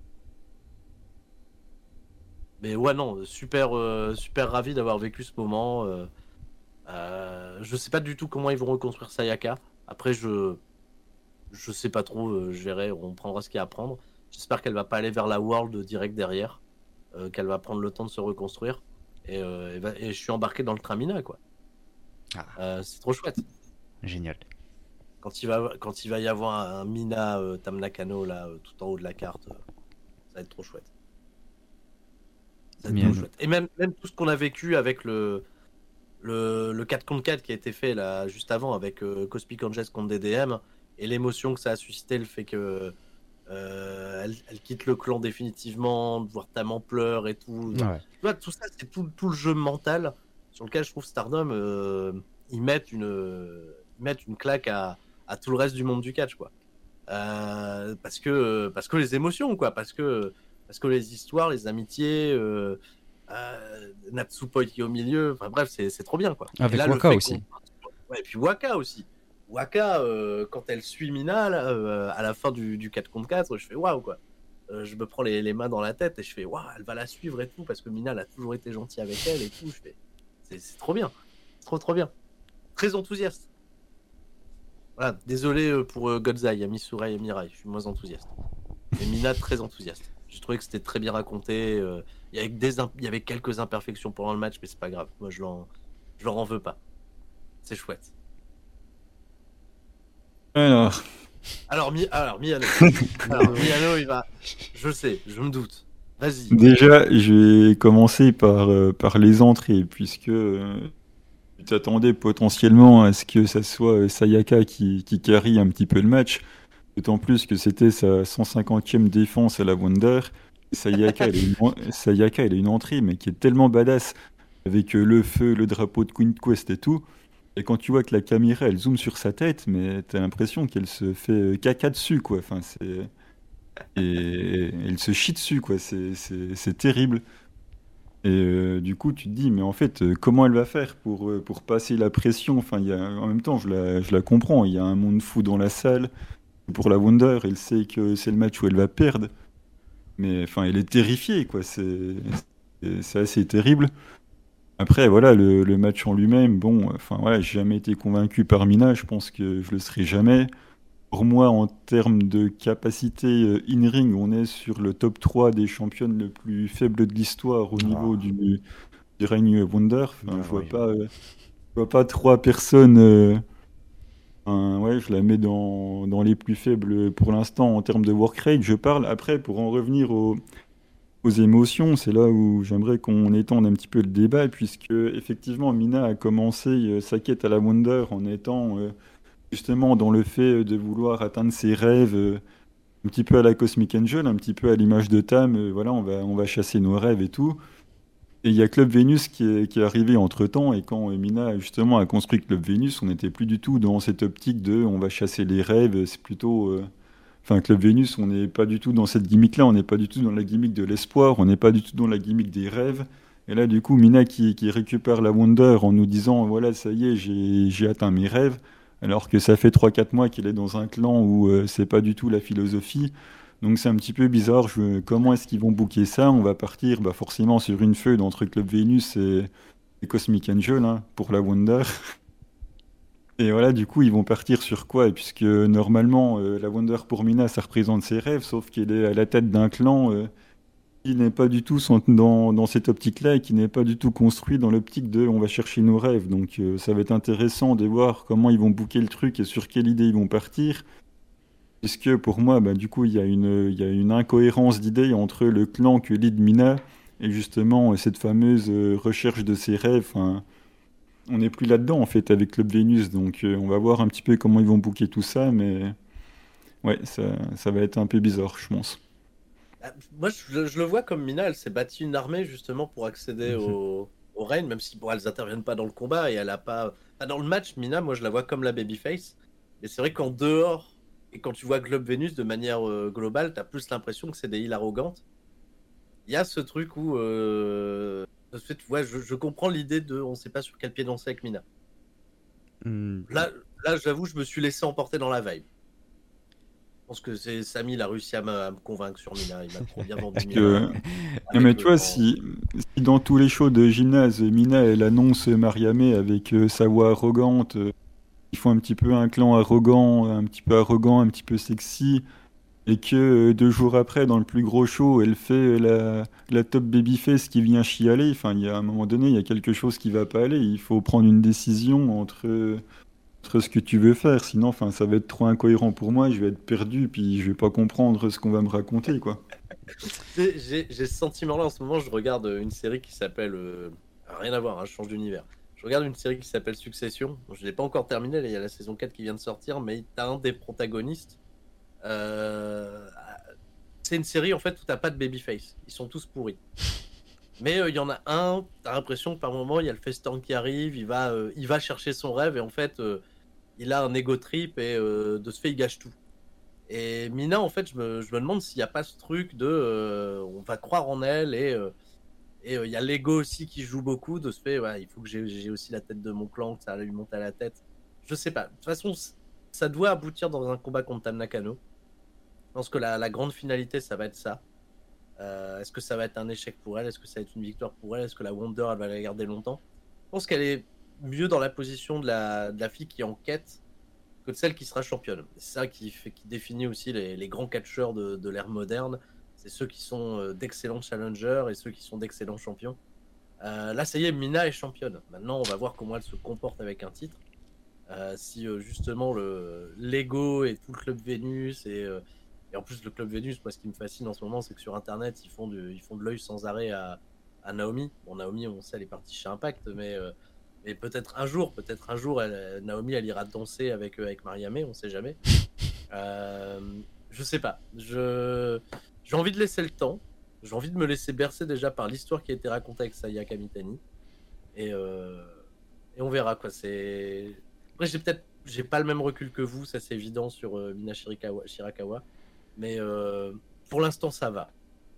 Mais ouais, non, super, euh, super ravi d'avoir vécu ce moment. Euh, euh, je sais pas du tout comment ils vont reconstruire Sayaka. Après, je. Je sais pas trop, euh, je verrai, on prendra ce qu'il y a à prendre. J'espère qu'elle va pas aller vers la World direct derrière. Euh, qu'elle va prendre le temps de se reconstruire. Et, euh, et, va- et je suis embarqué dans le train Mina, quoi. Ah, Euh, c'est trop chouette. génial. Quand il va, quand il va y avoir un Mina euh, Tam Nakano là, euh, tout en haut de la carte, euh, ça va être trop chouette. Ça va être Bien. trop chouette. Et même, même tout ce qu'on a vécu avec le, le, le quatre contre quatre qui a été fait là juste avant avec euh, Cosmic Angels contre D D M et l'émotion que ça a suscité, le fait que euh, elle, elle quitte le clan définitivement, de voir Tam en pleurs et tout. Ouais. Tu vois, tout ça, c'est tout, tout le jeu mental sur lequel je trouve Stardom, euh, ils, mettent une, ils mettent une claque à, à tout le reste du monde du catch, quoi. Euh, parce, que, parce que les émotions, quoi. Parce que, parce que les histoires, les amitiés, euh, euh, Natsupoi qui est au milieu, enfin bref, c'est, c'est trop bien, quoi. Avec Et là, le Waka fait aussi. qu'on- Ouais, et puis Waka aussi. Waka, euh, quand elle suit Mina, là, euh, à la fin du, du quatre contre quatre, je fais waouh, quoi. Euh, je me prends les, les mains dans la tête et je fais waouh, elle va la suivre et tout, parce que Mina, elle a toujours été gentille avec elle et tout. Je fais, c'est, c'est trop bien. C'est trop, trop bien. Très enthousiaste. Voilà, désolé euh, pour euh, Godzai, Misura et Mirai, je suis moins enthousiaste. Mais Mina, très enthousiaste. J'ai trouvé que c'était très bien raconté. euh, Il y avait des imp- il y avait quelques imperfections pendant le match, mais c'est pas grave. Moi, je l'en, je leur en veux pas. C'est chouette. Alors, Alors, Mi... Alors Miano. Alors, Miano, il va. Je sais, je me doute. Vas-y. déjà, je vais commencer par, euh, par les entrées, puisque euh, tu t'attendais potentiellement à ce que ça soit euh, Sayaka qui, qui carry un petit peu le match, d'autant plus que c'était sa cent cinquantième défense à la Wonder. Sayaka, elle a une, en- Sayaka, elle a une entrée, mais qui est tellement badass, avec euh, le feu, le drapeau de Queen Quest et tout. Et quand tu vois que la caméra, elle zoome sur sa tête, mais t'as l'impression qu'elle se fait euh, caca dessus, quoi. Enfin, c'est... Et elle se chie dessus, quoi. C'est, c'est, c'est terrible. Et euh, du coup, tu te dis, mais en fait, euh, comment elle va faire pour, euh, pour passer la pression? Enfin, il y a, en même temps, je la, je la comprends. Il y a un monde fou dans la salle. Pour la Wonder, elle sait que c'est le match où elle va perdre. Mais enfin, elle est terrifiée, quoi. C'est, c'est, c'est assez terrible. Après, voilà, le, le match en lui-même, bon, enfin, voilà, j'ai jamais été convaincu par Mina. Je pense que je le serai jamais. Pour moi, en termes de capacité euh, in-ring, on est sur le top trois des championnes le plus faible de l'histoire au niveau Ah, du, du règne Wonder. Enfin, bah je vois oui. pas, euh, je vois pas trois personnes. euh, enfin, ouais, je la mets dans, dans les plus faibles pour l'instant en termes de work rate. Je parle après pour en revenir aux, aux émotions. C'est là où j'aimerais qu'on étende un petit peu le débat, puisque effectivement, Mina a commencé euh, sa quête à la Wonder en étant euh, justement dans le fait de vouloir atteindre ses rêves, euh, un petit peu à la Cosmic Angel, un petit peu à l'image de Tam, euh, voilà, on va, on va chasser nos rêves et tout. Et il y a Club Venus qui est, qui est arrivé entre-temps, et quand euh, Mina justement a construit Club Venus, on n'était plus du tout dans cette optique de on va chasser les rêves, c'est plutôt... euh, Enfin, Club Venus, on n'est pas du tout dans cette gimmick-là, on n'est pas du tout dans la gimmick de l'espoir, on n'est pas du tout dans la gimmick des rêves. Et là, du coup, Mina qui, qui récupère la Wonder en nous disant, voilà, ça y est, j'ai, j'ai atteint mes rêves, alors que ça fait trois quatre mois qu'elle est dans un clan où euh, c'est pas du tout la philosophie. Donc c'est un petit peu bizarre, je- comment est-ce qu'ils vont booker ça? On va partir bah, forcément sur une feud entre Club Venus et, et Cosmic Angel hein, pour la Wonder. Et voilà, du coup, ils vont partir sur quoi? Et puisque normalement, euh, la Wonder pour Mina, ça représente ses rêves, sauf qu'elle est à la tête d'un clan euh, qui n'est pas du tout son- dans, dans cette optique-là et qui n'est pas du tout construit dans l'optique de on va chercher nos rêves. Donc euh, ça va être intéressant de voir comment ils vont booker le truc et sur quelle idée ils vont partir. Puisque pour moi, bah, du coup, il y a une, il y a une incohérence d'idées entre le clan que lead Mina et justement euh, cette fameuse euh, recherche de ses rêves. Enfin, on n'est plus là-dedans en fait avec Club Venus, donc euh, on va voir un petit peu comment ils vont booker tout ça, mais ouais, ça, ça va être un peu bizarre, je pense. Ah, moi, je, je le vois comme Mina, elle s'est bâtie une armée justement pour accéder Mhm. au, au Reign, même si bon, elles interviennent pas dans le combat et elle a pas. Enfin, dans le match, Mina, moi, je la vois comme la babyface. Mais c'est vrai qu'en dehors, et quand tu vois Club Venus de manière euh, globale, t'as plus l'impression que c'est des heals arrogantes. Il y a ce truc où. Euh... en fait, ouais, je, je comprends l'idée de on sait pas sur quel pied danser avec Mina. Hmm. Là, là j'avoue, je me suis laissé emporter dans la vibe. Je pense que c'est Samy, il a réussi à me, à me convaincre sur Mina. Il m'a trop bien vendu Parce Mina. que, non Avec mais le tu vois, temps. si, si dans tous les shows de gymnase, Mina, elle annonce Mariamé avec euh, sa voix arrogante, euh, ils font un petit peu un clan arrogant, un petit peu arrogant, un petit peu sexy, et que euh, deux jours après, dans le plus gros show, elle fait euh, la, la top babyface qui vient chialer. Enfin, il y a un moment donné, il y a quelque chose qui va pas aller. Il faut prendre une décision entre, entre ce que tu veux faire. Sinon, enfin, ça va être trop incohérent pour moi. Je vais être perdu, puis je vais pas comprendre ce qu'on va me raconter, quoi. J'ai j'ai- j'ai ce sentiment-là en ce moment. Je regarde une série qui s'appelle. euh, Rien à voir, hein, je change d'univers. je regarde une série qui s'appelle Succession. Je ne l'ai pas encore terminée, il y a la saison quatre qui vient de sortir, mais tu as un des protagonistes. Euh, c'est une série en fait où tu n'as pas de babyface. Ils sont tous pourris. Mais il euh, y en a un, tu as l'impression que par moment, il y a le festin qui arrive, il va, euh, il va chercher son rêve et en fait, euh, il a un ego trip et euh, de ce fait, il gâche tout. Et Mina, en fait, je me, je me demande s'il n'y a pas ce truc de euh, on va croire en elle et euh, et il euh, y a l'ego aussi qui joue beaucoup de ce fait, ouais, il faut que j'ai, j'ai aussi la tête de mon clan, que ça lui monte à la tête. Je sais pas. De toute façon, ça doit aboutir dans un combat contre Tam Nakano. Je pense que la, la grande finalité, ça va être ça. Euh, est-ce que ça va être un échec pour elle? Est-ce que ça va être une victoire pour elle? Est-ce que la Wonder, elle va la garder longtemps? Je pense qu'elle est mieux dans la position de la, de la fille qui est en quête que de celle qui sera championne. C'est ça qui, fait, qui définit aussi les, les grands catcheurs de, de l'ère moderne. C'est ceux qui sont euh, d'excellents challengers et ceux qui sont d'excellents champions. Euh, là, ça y est, Mina est championne. Maintenant, on va voir comment elle se comporte avec un titre. Euh, si euh, justement le, l'ego et tout le club Vénus et, euh, et en plus le club Vénus, moi ce qui me fascine en ce moment, c'est que sur internet ils font, du, ils font de l'œil sans arrêt à, à Naomi. Bon, Naomi, on sait, elle est partie chez Impact, mais, euh, mais peut-être un jour, peut-être un jour, elle, Naomi, elle ira danser avec, avec Mariamé, on sait jamais. Euh, je sais pas. Je, j'ai envie de laisser le temps. J'ai envie de me laisser bercer déjà par l'histoire qui a été racontée avec Saya Kamitani. Et, euh, et on verra quoi. C'est... Après, j'ai peut-être j'ai pas le même recul que vous, ça c'est évident sur euh, Mina Shirakawa, Shirakawa. Mais euh, pour l'instant, ça va.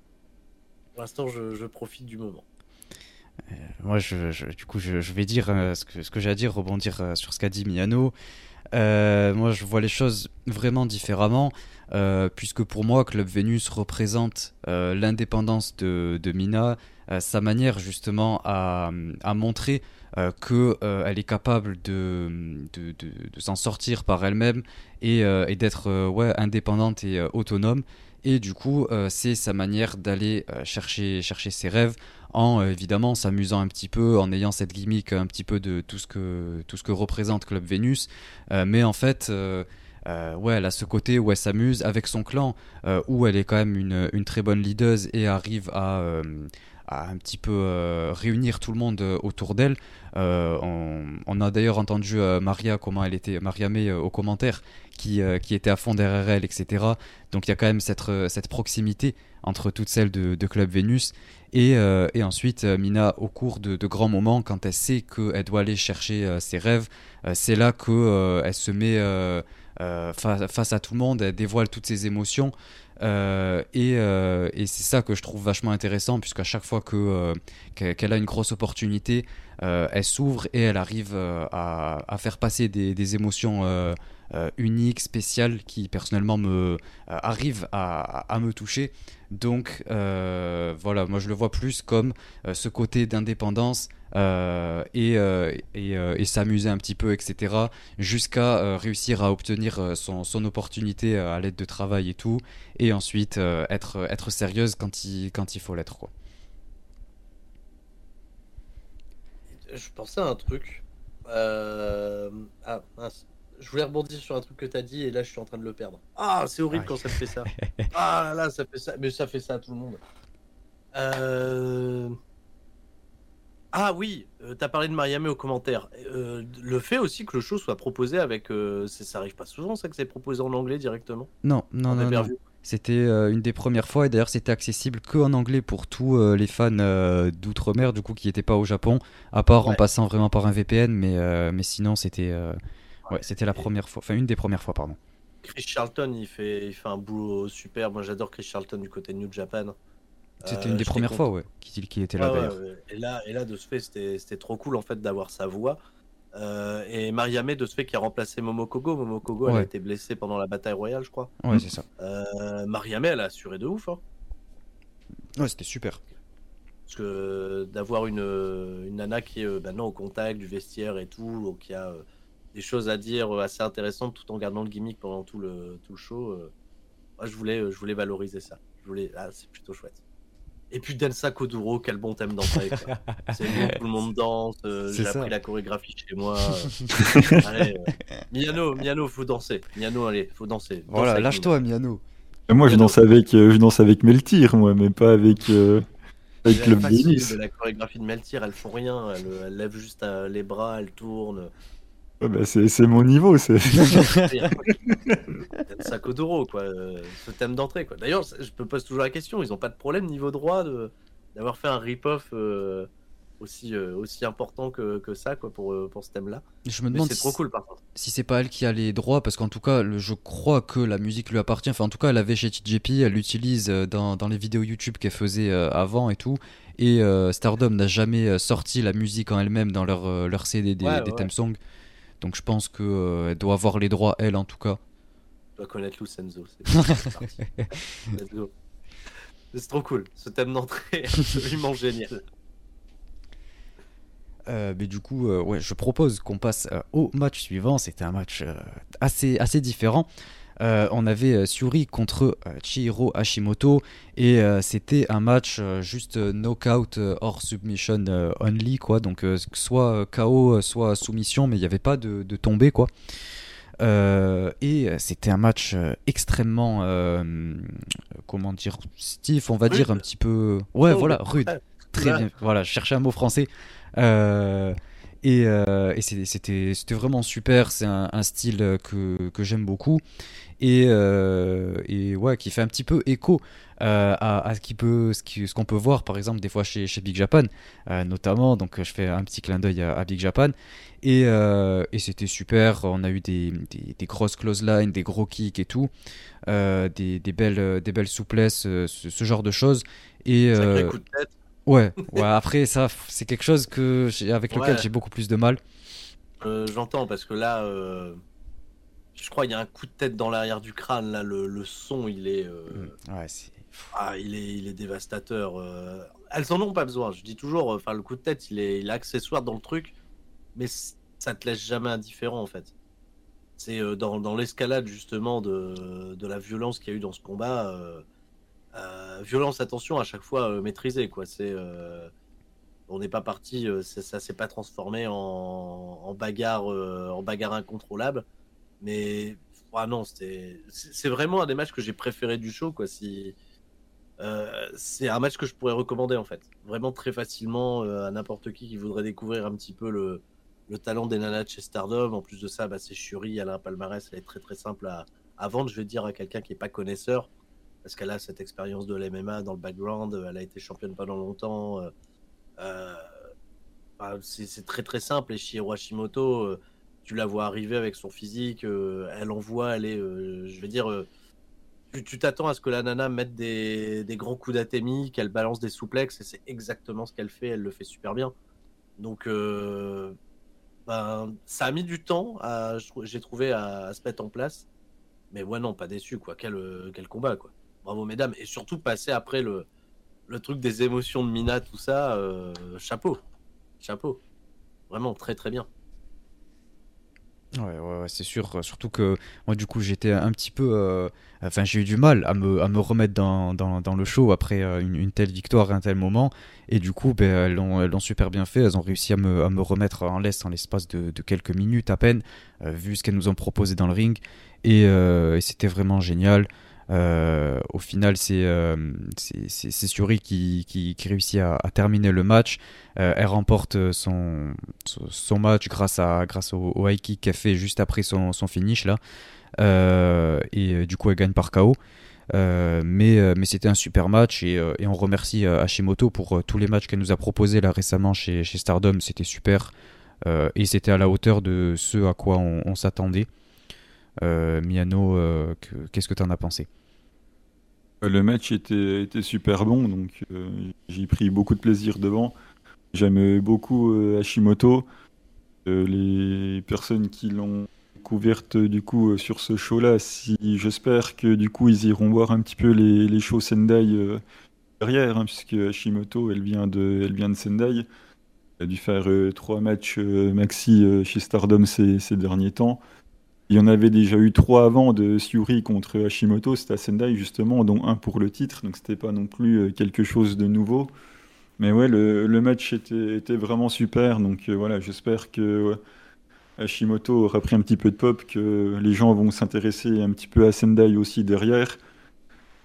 Pour l'instant, je, je profite du moment. Euh, moi, je, je, du coup, je, je vais dire euh, ce que, ce que j'ai à dire, rebondir euh, sur ce qu'a dit Miyano. Euh, moi, je vois les choses vraiment différemment, euh, puisque pour moi, Club Vénus représente euh, l'indépendance de, de Mina, euh, sa manière justement à, à montrer euh, qu'elle euh, est capable de, de, de, de s'en sortir par elle-même et, euh, et d'être euh, ouais, indépendante et euh, autonome. Et du coup, euh, c'est sa manière d'aller euh, chercher, chercher ses rêves en euh, évidemment s'amusant un petit peu, en ayant cette gimmick un petit peu de tout ce que, tout ce que représente Club Vénus. Euh, mais en fait, euh, euh, ouais, elle a ce côté où elle s'amuse avec son clan, euh, où elle est quand même une, une très bonne leaduse et arrive à, euh, à un petit peu euh, réunir tout le monde autour d'elle. Euh, on, on a d'ailleurs entendu euh, Maria, comment elle était, Mariamé euh, aux commentaires, qui, euh, qui était à fond derrière elle, et cetera. Donc il y a quand même cette, cette proximité entre toutes celles de, de Club Vénus. Et, euh, et ensuite, Mina, au cours de, de grands moments, quand elle sait qu'elle doit aller chercher euh, ses rêves, euh, c'est là qu'elle euh, se met euh, euh, face, face à tout le monde, elle dévoile toutes ses émotions. Euh, et, euh, et c'est ça que je trouve vachement intéressant, puisqu'à chaque fois que, euh, qu'elle a une grosse opportunité, euh, elle s'ouvre et elle arrive euh, à, à faire passer des, des émotions euh, euh, uniques, spéciales, qui personnellement me, euh, arrivent à, à me toucher. Donc euh, voilà, moi je le vois plus comme euh, ce côté d'indépendance euh, et, euh, et, euh, et s'amuser un petit peu, et cetera, jusqu'à euh, réussir à obtenir euh, son, son opportunité euh, à l'aide de travail et tout, et ensuite euh, être, être sérieuse quand il, quand il faut l'être, quoi. Je pensais à un truc. Euh... Ah, mince. Je voulais rebondir sur un truc que t'as dit et là je suis en train de le perdre. Ah, c'est horrible Aïe. quand ça me fait ça. Ah là là, ça fait ça. Mais ça fait ça à tout le monde. Euh... Ah oui, euh, t'as parlé de Mariamé aux commentaires. Euh, le fait aussi que le show soit proposé avec... Euh, c'est- ça arrive pas souvent ça que c'est proposé en anglais directement Non, non, en non, non. pay-per-view. C'était euh, une des premières fois, et d'ailleurs c'était accessible que en anglais pour tous euh, les fans euh, d'outre-mer, du coup, qui n'étaient pas au Japon, à part en Ouais. passant vraiment par un V P N, mais, euh, mais sinon c'était euh, ouais, Ouais. c'était la Et première fois, enfin une des premières fois, pardon. Chris Charlton, il fait, il fait un boulot super. Moi j'adore Chris Charlton du côté de New Japan. C'était une Euh, des j'étais premières fois, content. ouais, qu'il qu'il était Ouais, là ouais, d'ailleurs. ouais. Et là, et là, de ce fait, c'était c'était trop cool en fait d'avoir sa voix. Euh, et Mariamé, de ce fait, qui a remplacé Momokogo. Momokogo, elle a Ouais, été blessée pendant la bataille royale, je crois. ouais, c'est ça. Euh, Mariamé, elle a assuré de ouf, hein. Ouais, c'était super. Parce que d'avoir une, une nana qui est euh, maintenant au contact du vestiaire et tout, donc qui a euh, des choses à dire euh, assez intéressantes tout en gardant le gimmick pendant tout le, tout le show. euh, moi, je voulais, euh, je voulais valoriser ça. Je voulais, ah, c'est plutôt chouette. Et puis Densa Koduro, quel bon thème d'entrée, quoi. C'est bon, tout le monde danse. euh, C'est j'ai appris ça. la chorégraphie chez moi. euh, allez, euh, Miano, Miano, faut danser. Miano, allez, faut danser. Danse Voilà, avec nous. lâche-toi, Miano. Et moi, je Miano. danse avec, euh, je danse avec Meltir, moi, mais pas avec. euh, Et avec la Club de facile Nice. de la chorégraphie de Meltir, elles font rien. Elles, elles lèvent juste euh, les bras, elles tournent. Ouais, bah, c'est c'est mon niveau, c'est. Il y a le Sakodoro, quoi. euh, Ce thème d'entrée, quoi. D'ailleurs, je me pose toujours la question, ils ont pas de problème niveau droit de d'avoir fait un rip-off euh, aussi, euh, aussi important que, que ça, quoi, pour, euh, pour ce thème-là. Je me Mais demande c'est trop si, cool, par contre. si c'est pas elle qui a les droits, parce qu'en tout cas, le- je crois que la musique lui appartient. Enfin, en tout cas, elle avait chez T J P, elle l'utilise euh, dans, dans les vidéos YouTube qu'elle faisait euh, avant et tout. Et euh, Stardom n'a jamais euh, sorti la musique en elle-même dans leur, euh, leur C D Ouais, des, ouais, des theme ouais. songs. Donc je pense que euh, elle doit avoir les droits, elle en tout cas. Je dois connaître Lucenzo. C'est c'est parti. Let's go. C'est trop cool. Ce thème d'entrée est absolument génial. Euh, mais du coup, euh, ouais, je propose qu'on passe euh, au match suivant. C'était un match euh, assez, assez différent. Euh, on avait euh, Syuri contre euh, Chihiro Hashimoto et euh, c'était un match euh, juste euh, knockout euh, hors submission euh, only quoi. Donc euh, soit euh, K O, euh, soit soumission, mais il n'y avait pas de, de tombée quoi. Euh, et euh, c'était un match euh, extrêmement, euh, comment dire, stiff, on va dire un Rude. petit peu, ouais, Oh, voilà, ouais. rude, Ouais. très Ouais. bien. Voilà, je cherchais un mot français. Euh, et euh, et c'est- c'était c'était vraiment super. C'est un, un style euh, que, que j'aime beaucoup et, euh, et ouais, qui fait un petit peu écho euh, à, à ce qui peut, ce qui- ce qu'on peut voir par exemple des fois chez, chez Big Japan, euh, notamment. Donc euh, je fais un petit clin d'œil à, à Big Japan et, euh, et c'était super. On a eu des, des, des grosses clotheslines, des gros kicks et tout, euh, des, des belles, des belles souplesses, euh, ce, ce genre de choses. Et Sacré euh, coup de tête. ouais, ouais, après ça, f- c'est quelque chose que j'ai- avec lequel Ouais, j'ai beaucoup plus de mal. euh, j'entends parce que là, euh, je crois qu'il y a un coup de tête dans l'arrière du crâne. Là, le, le son, il est, Mm, euh, ouais, c'est ah, il est, il est dévastateur. euh. Elles en ont pas besoin. Je dis toujours, euh, enfin, le coup de tête, il est, il est accessoire dans le truc, mais c- ça te laisse jamais indifférent en fait. C'est euh, dans, dans l'escalade justement de, de la violence qu'il y a eu dans ce combat. euh, euh, violence, attention, à chaque fois euh, maîtrisée, quoi. C'est, euh, on n'est pas parti, euh, c'est- ça s'est pas transformé en, en bagarre, euh, en bagarre incontrôlable. Mais ah non, c'était, c'est c'est vraiment un des matchs que j'ai préféré du show, quoi. Si, euh, c'est un match que je pourrais recommander en fait, vraiment très facilement euh, à n'importe qui qui voudrait découvrir un petit peu le, le talent des nanas de chez Stardom. En plus de ça, bah, c'est Shuri, elle a un palmarès, elle est très très simple à, à vendre, je vais dire, à quelqu'un qui est pas connaisseur, parce qu'elle a cette expérience de l'M M A dans le background, elle a été championne pendant longtemps. euh, euh, bah, c'est c'est très très simple. Et Shihiro Hashimoto, euh, tu la vois arriver avec son physique, euh, elle envoie, elle est, euh, je vais dire, euh, tu tu t'attends à ce que la nana mette des, des grands coups d'atémie, qu'elle balance des souplexes, et c'est exactement ce qu'elle fait, elle le fait super bien. Donc, euh, ben, ça a mis du temps, à, je trou- j'ai trouvé, à, à se mettre en place. Mais ouais, non, pas déçu, quoi. Quel, euh, quel combat, quoi. Bravo, mesdames. Et surtout, passer après le, le truc des émotions de Mina, tout ça, euh, chapeau. Chapeau. Vraiment, très, très bien. ouais, ouais, ouais, c'est sûr. euh, Surtout que moi, du coup, j'étais un petit peu. euh, Enfin, j'ai eu du mal à me, à me remettre dans, dans, dans le show après euh, une, une telle victoire à un tel moment. Et du coup, ben, elles l'ont, elles l'ont super bien fait. Elles ont réussi à me, à me remettre en laisse en l'espace de, de quelques minutes à peine, euh, vu ce qu'elles nous ont proposé dans le ring. Et, euh, et c'était vraiment génial. Euh, au final, c'est euh, c'est c'est- c'est Syuri qui, qui, qui réussit à, à terminer le match. Euh, elle remporte son, son son match grâce, à, grâce au, au high kick qu'elle fait juste après son, son finish là. Euh, et euh, du coup, elle gagne par K O. Euh, mais euh, mais c'était un super match et, euh, et on remercie euh, Hashimoto pour euh, tous les matchs qu'elle nous a proposés là récemment chez, chez Stardom. C'était super. Euh, et c'était à la hauteur de ce à quoi on, on s'attendait. Euh, Miano, euh, que- qu'est-ce que tu en as pensé? Euh, Le match était, était super bon, donc euh, j'ai pris beaucoup de plaisir devant. J'aime beaucoup euh, Hashimoto. Euh, les personnes qui l'ont couverte du coup euh, sur ce show-là, si j'espère que du coup ils iront voir un petit peu les, les shows Sendai euh, derrière, hein, puisque Hashimoto, elle vient de, elle vient de Sendai. Elle a dû faire euh, trois matchs euh, maxi euh, chez Stardom ces, ces derniers temps. Il y en avait déjà eu trois avant de Syuri contre Hashimoto, c'était à Sendai justement, dont un pour le titre, donc c'était pas non plus euh, quelque chose de nouveau. Mais ouais, le, le match était, était vraiment super, donc euh, voilà, j'espère que ouais, Hashimoto aura pris un petit peu de pop, que les gens vont s'intéresser un petit peu à Sendai aussi derrière.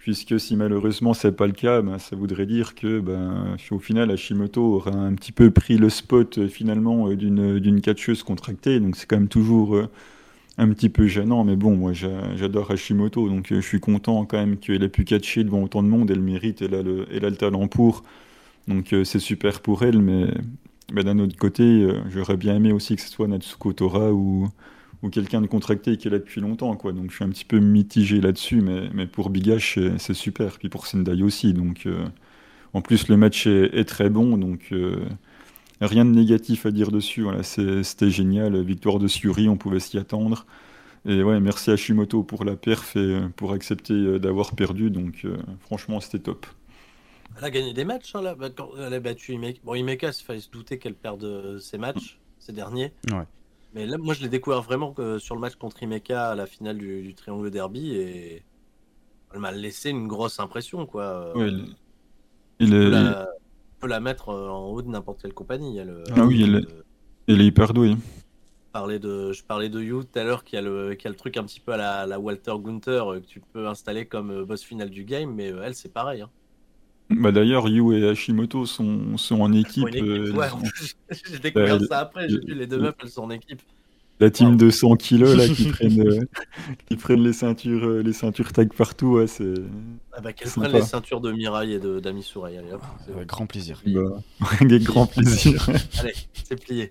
puisque si malheureusement c'est pas le cas, ben, ça voudrait dire que ben, au final Hashimoto aura un petit peu pris le spot euh, finalement euh, d'une d'une catcheuse contractée, donc c'est quand même toujours euh, un petit peu gênant, mais bon, moi j'a- j'adore Hashimoto, donc euh, je suis content quand même qu'elle ait pu catcher devant autant de monde, elle mérite, elle a le, elle a le talent pour, donc euh, c'est super pour elle, mais, mais d'un autre côté, euh, j'aurais bien aimé aussi que ce soit Natsuko Tora ou, ou quelqu'un de contracté qui est là depuis longtemps, quoi, donc je suis un petit peu mitigé là-dessus, mais, mais pour Bigash, c'est c'est super, puis pour Sendai aussi, donc euh, en plus le match est, est très bon, donc euh, rien de négatif à dire dessus, voilà, c'est- c'était génial, victoire de Syuri, on pouvait s'y attendre. Et ouais, merci à Hashimoto pour la perf et euh, pour accepter euh, d'avoir perdu. Donc, euh, franchement, c'était top. Elle a gagné des matchs, hein, là. Bah, quand elle a battu Himeka. Bon, Himeka, il fallait se douter qu'elle perde euh, ses matchs, ces derniers. Ouais. Mais là, moi, je l'ai découvert vraiment euh, sur le match contre Himeka à la finale du, du Triangle Derby et elle m'a laissé une grosse impression, quoi. Ouais, Euh, il, il on peut est, il- la, on peut la mettre euh, en haut de n'importe quelle compagnie. Elle, euh, ah oui, il est, euh, il est hyper doué. parlais de, je parlais de You tout à l'heure, qui a le, qui a le truc un petit peu à la, la Walter Gunther euh, que tu peux installer comme euh, boss final du game, mais euh, elle, c'est pareil. Hein. Bah, d'ailleurs, Yu et Hashimoto sont, sont en Pour équipe. une équipe, euh, ouais, elles en ont- plus, j'ai la, découvert ça après, j'ai vu les deux la- meufs, elles sont en équipe. la team Waouh. de cent kilos là, qui prennent, euh, qui prennent les ceintures, euh, les ceintures tag partout, ouais, c'est Ah bah, qu'elles c'est prennent les sympa. ceintures de Mirai et de d'Ami Sourei, allez hop, c'est Avec bon. grand plaisir. Plié. Bah, avec grand plaisir. Allez, c'est plié,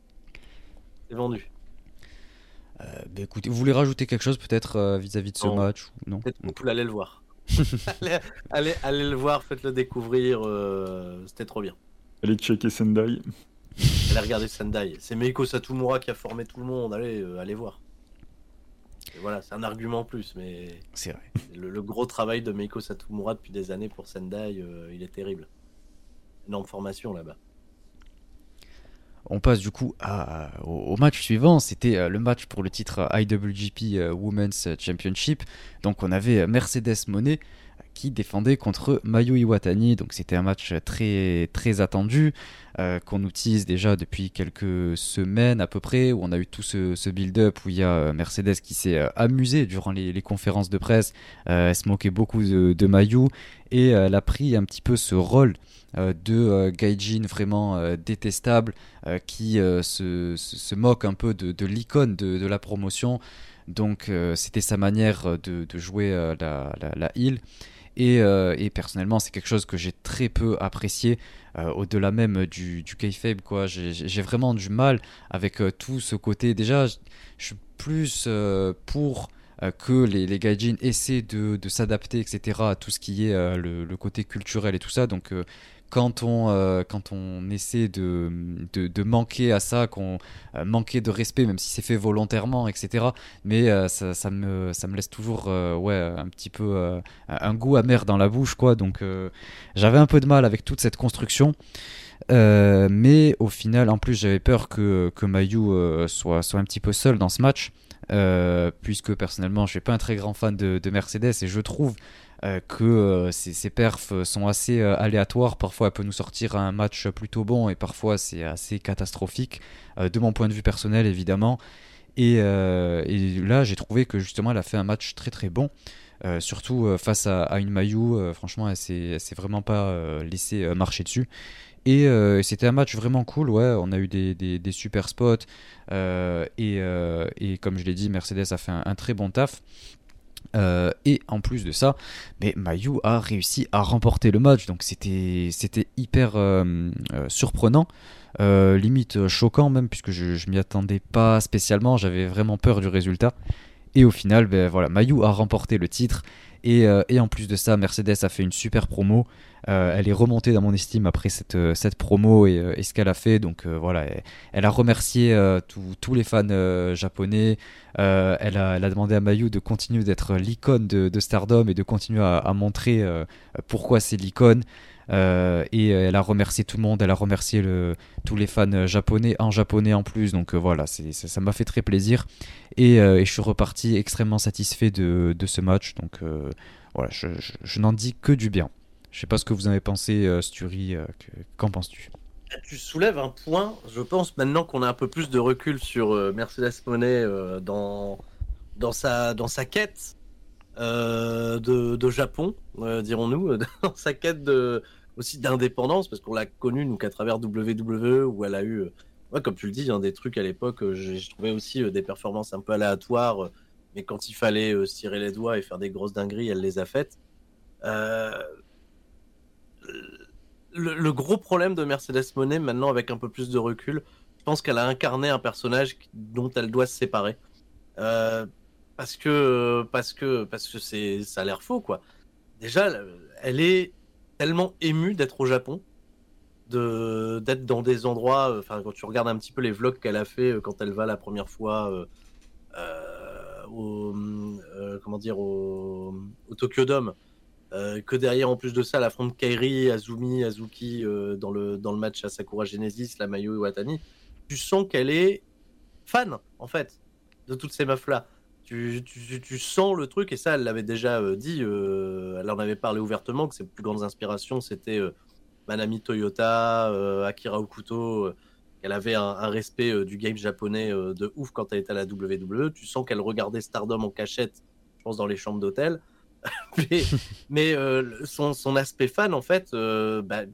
c'est vendu. Euh, bah, écoutez, vous voulez rajouter quelque chose peut-être euh, vis-à-vis de ce Non. match ou non? Peut-être qu'on allez le voir. allez, allez, allez le voir, faites-le découvrir, euh, c'était trop bien. Allez checker Sendai. Allez regarder Sendai, c'est Meiko Satomura qui a formé tout le monde, allez, euh, allez voir. Et voilà, c'est un argument en plus, mais C'est vrai. le, le gros travail de Meiko Satomura depuis des années pour Sendai, euh, il est terrible. Énorme formation là-bas. On passe du coup à- au, au match suivant. C'était euh, le match pour le titre I W G P euh, Women's Championship. Donc on avait euh, Mercedes Moné euh, qui défendait contre Mayu Iwatani. Donc c'était un match très très attendu euh, qu'on utilise déjà depuis quelques semaines à peu près, où on a eu tout ce, ce build-up où il y a euh, Mercedes qui s'est euh, amusée durant les, les conférences de presse. Euh, elle se moquait beaucoup de, de Mayu et euh, elle a pris un petit peu ce rôle euh, de euh, gaijin vraiment euh, détestable euh, qui euh, se, se, se moque un peu de, de l'icône de, de la promotion. Donc euh, c'était sa manière de, de jouer euh, la, la, la heel. Et, euh, et personnellement, c'est quelque chose que j'ai très peu apprécié, euh, au-delà même du, du kayfabe, quoi. J'ai, j'ai vraiment du mal avec euh, tout ce côté. Déjà, je, je suis plus euh, pour euh, que les, les gaijin essaient de, de s'adapter, et cetera, à tout ce qui est euh, le, le côté culturel et tout ça. Donc, euh, quand on, euh, quand on essaie de, de, de manquer à ça, qu'on euh, manquer de respect, même si c'est fait volontairement, et cetera. Mais euh, ça, ça, me, ça me laisse toujours euh, ouais, un petit peu euh, un goût amer dans la bouche, quoi. Donc euh, j'avais un peu de mal avec toute cette construction. Euh, mais au final, en plus, j'avais peur que, que Mayu euh, soit, soit un petit peu seule dans ce match. Euh, puisque personnellement, je suis pas un très grand fan de, de Mercedes et je trouve euh, que euh, ses, ses perfs sont assez euh, aléatoires. Parfois, elle peut nous sortir un match plutôt bon et parfois c'est assez catastrophique, euh, de mon point de vue personnel évidemment. Et, euh, et là, j'ai trouvé que justement, elle a fait un match très très bon. Euh, surtout euh, face à, à une Mayu, euh, franchement, elle s'est, elle s'est vraiment pas euh, laissée euh, marcher dessus. Et euh, c'était un match vraiment cool, ouais. On a eu des, des, des super spots. Euh, et, euh, et comme je l'ai dit, Mercedes a fait un, un très bon taf. Euh, et en plus de ça, mais Mayu a réussi à remporter le match, donc c'était, c'était hyper euh, euh, surprenant, euh, limite choquant même, puisque je, je m'y attendais pas spécialement, j'avais vraiment peur du résultat. Et au final, ben voilà, Mayu a remporté le titre. Et, euh, et en plus de ça, Mercedes a fait une super promo. Euh, elle est remontée dans mon estime après cette, euh, cette promo et, euh, et ce qu'elle a fait. Donc euh, voilà, elle, elle a remercié euh, tous- tous les fans euh, japonais. Euh, elle, a, elle a demandé à Mayu de continuer d'être l'icône de, de Stardom et de continuer à, à montrer euh, pourquoi c'est l'icône. Euh, et euh, elle a remercié tout le monde. Elle a remercié le, tous les fans euh, japonais en japonais en plus. Donc euh, voilà, c'est, ça, ça m'a fait très plaisir. Et, euh, et je suis reparti extrêmement satisfait de, de ce match. Donc euh, voilà, je, je, je n'en dis que du bien. Je sais pas ce que vous en avez pensé, euh, Sturi. Euh, que- qu'en penses-tu? Tu soulèves un point, je pense, maintenant qu'on a un peu plus de recul sur euh, Mercedes Moné euh, dans, dans, sa, dans sa quête. euh, de, de Japon, euh, dirons-nous, dans sa quête de, aussi d'indépendance, parce qu'on l'a connue nous qu'à travers W W E, où elle a eu, euh, ouais, comme tu le dis, hein, des trucs à l'époque, euh, j'ai, je trouvais aussi euh, des performances un peu aléatoires, euh, mais quand il fallait euh, se tirer les doigts et faire des grosses dingueries, elle les a faites. Euh, le, le gros problème de Mercedes Moné, maintenant avec un peu plus de recul, je pense qu'elle a incarné un personnage dont elle doit se séparer. Euh, parce que parce que parce que c'est ça a l'air faux quoi. Déjà, elle est tellement émue d'être au Japon, de d'être dans des endroits. Enfin, quand tu regardes un petit peu les vlogs qu'elle a fait quand elle va la première fois euh, euh, au euh, comment dire au, au Tokyo Dome, euh, que derrière en plus de ça, elle affronte Kairi, Azumi, Azuki euh, dans le dans le match à Sakura Genesis, la Mayu Iwatani. Tu sens qu'elle est fan en fait de toutes ces meufs là. Tu, tu, tu sens le truc, et ça elle l'avait déjà euh, dit, euh, elle en avait parlé ouvertement, que ses plus grandes inspirations c'était euh, Manami Toyota, euh, Akira Okuto, euh, qu'elle avait un, un respect euh, du game japonais euh, de ouf quand elle était à la W W E. Tu sens qu'elle regardait Stardom en cachette, je pense dans les chambres d'hôtel. mais mais euh, son, son aspect fan en fait, euh, bah,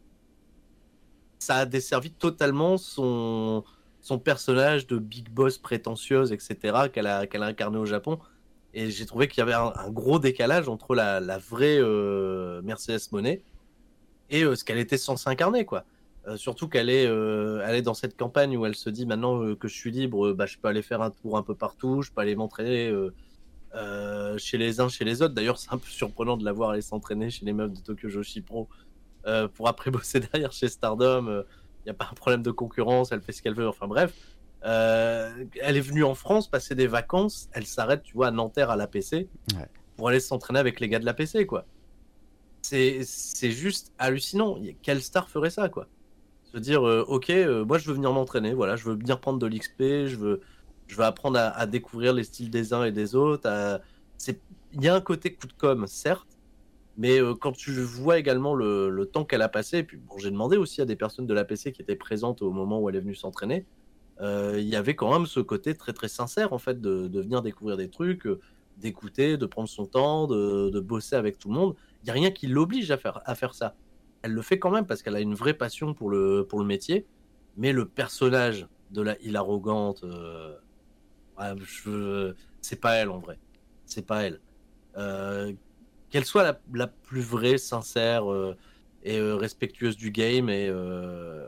ça a desservi totalement son son personnage de big boss prétentieuse, et cetera, qu'elle a, qu'elle a incarné au Japon. Et j'ai trouvé qu'il y avait un, un gros décalage entre la, la vraie euh, Mercedes Moné et euh, ce qu'elle était censée incarner, quoi. Euh, surtout qu'elle est, euh, elle est dans cette campagne où elle se dit maintenant euh, que je suis libre, euh, bah, je peux aller faire un tour un peu partout, je peux aller m'entraîner euh, euh, chez les uns, chez les autres. D'ailleurs, c'est un peu surprenant de la voir aller s'entraîner chez les meufs de Tokyo Joshi Pro euh, pour après bosser derrière chez Stardom. Euh, il n'y a pas un problème de concurrence, elle fait ce qu'elle veut, enfin bref. Euh, elle est venue en France passer des vacances, elle s'arrête, tu vois, à Nanterre à l'A P C ouais. pour aller s'entraîner avec les gars de l'A P C, quoi. C'est, c'est juste hallucinant. Quelle star ferait ça, quoi? Se dire, euh, ok, euh, moi je veux venir m'entraîner, voilà, je veux venir prendre de l'X P, je veux, je veux apprendre à, à découvrir les styles des uns et des autres. À... C'est... Il y a un côté coup de com', certes, mais euh, quand tu vois également le, le temps qu'elle a passé, et puis bon, j'ai demandé aussi à des personnes de l'A P C qui étaient présentes au moment où elle est venue s'entraîner, euh, il y avait quand même ce côté très très sincère en fait de, de venir découvrir des trucs, euh, d'écouter, de prendre son temps, de, de bosser avec tout le monde. Il n'y a rien qui l'oblige à faire, à faire ça. Elle le fait quand même parce qu'elle a une vraie passion pour le, pour le métier, mais le personnage de la île arrogante, euh, ouais, je, c'est pas elle en vrai. C'est pas elle. Euh, qu'elle soit la, la plus vraie, sincère euh, et euh, respectueuse du game, et, euh,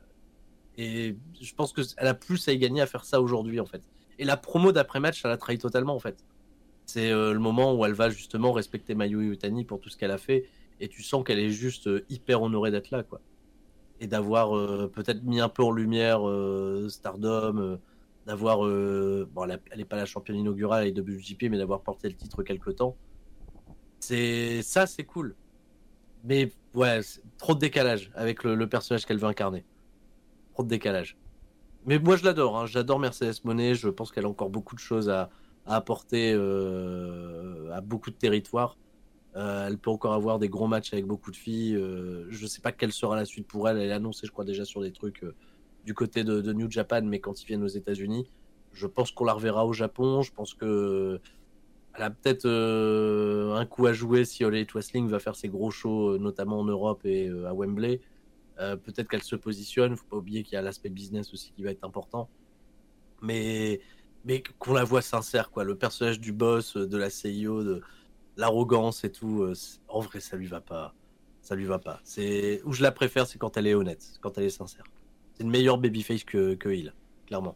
et je pense qu'elle a plus à y gagner à faire ça aujourd'hui en fait. Et la promo d'après-match, ça la trahit totalement en fait. C'est euh, le moment où elle va justement respecter Mayu Iwatani pour tout ce qu'elle a fait, et tu sens qu'elle est juste euh, hyper honorée d'être là, quoi. Et d'avoir euh, peut-être mis un peu en lumière euh, Stardom, euh, d'avoir, euh, bon, elle n'est pas la championne inaugurale avec W J P, mais d'avoir porté le titre quelque temps. C'est ça, c'est cool. Mais ouais, c'est trop de décalage avec le, le personnage qu'elle veut incarner. Trop de décalage. Mais moi, je l'adore. Hein. J'adore Mercedes Moné. Je pense qu'elle a encore beaucoup de choses à, à apporter euh, à beaucoup de territoires. Euh, elle peut encore avoir des gros matchs avec beaucoup de filles. Euh, je ne sais pas quelle sera la suite pour elle. Elle est annoncée, je crois, déjà sur des trucs euh, du côté de, de New Japan, mais quand ils viennent aux États-Unis, je pense qu'on la reverra au Japon. Je pense que elle a peut-être euh, un coup à jouer si All Elite Wrestling va faire ses gros shows, notamment en Europe et euh, à Wembley. Euh, peut-être qu'elle se positionne. Faut pas oublier qu'il y a l'aspect business aussi qui va être important. Mais, mais qu'on la voit sincère, quoi. Le personnage du boss, de la C E O, de l'arrogance et tout, euh, en vrai, ça lui va pas. Ça lui va pas. C'est où je la préfère, c'est quand elle est honnête, quand elle est sincère. C'est une meilleure babyface que que Hill, clairement.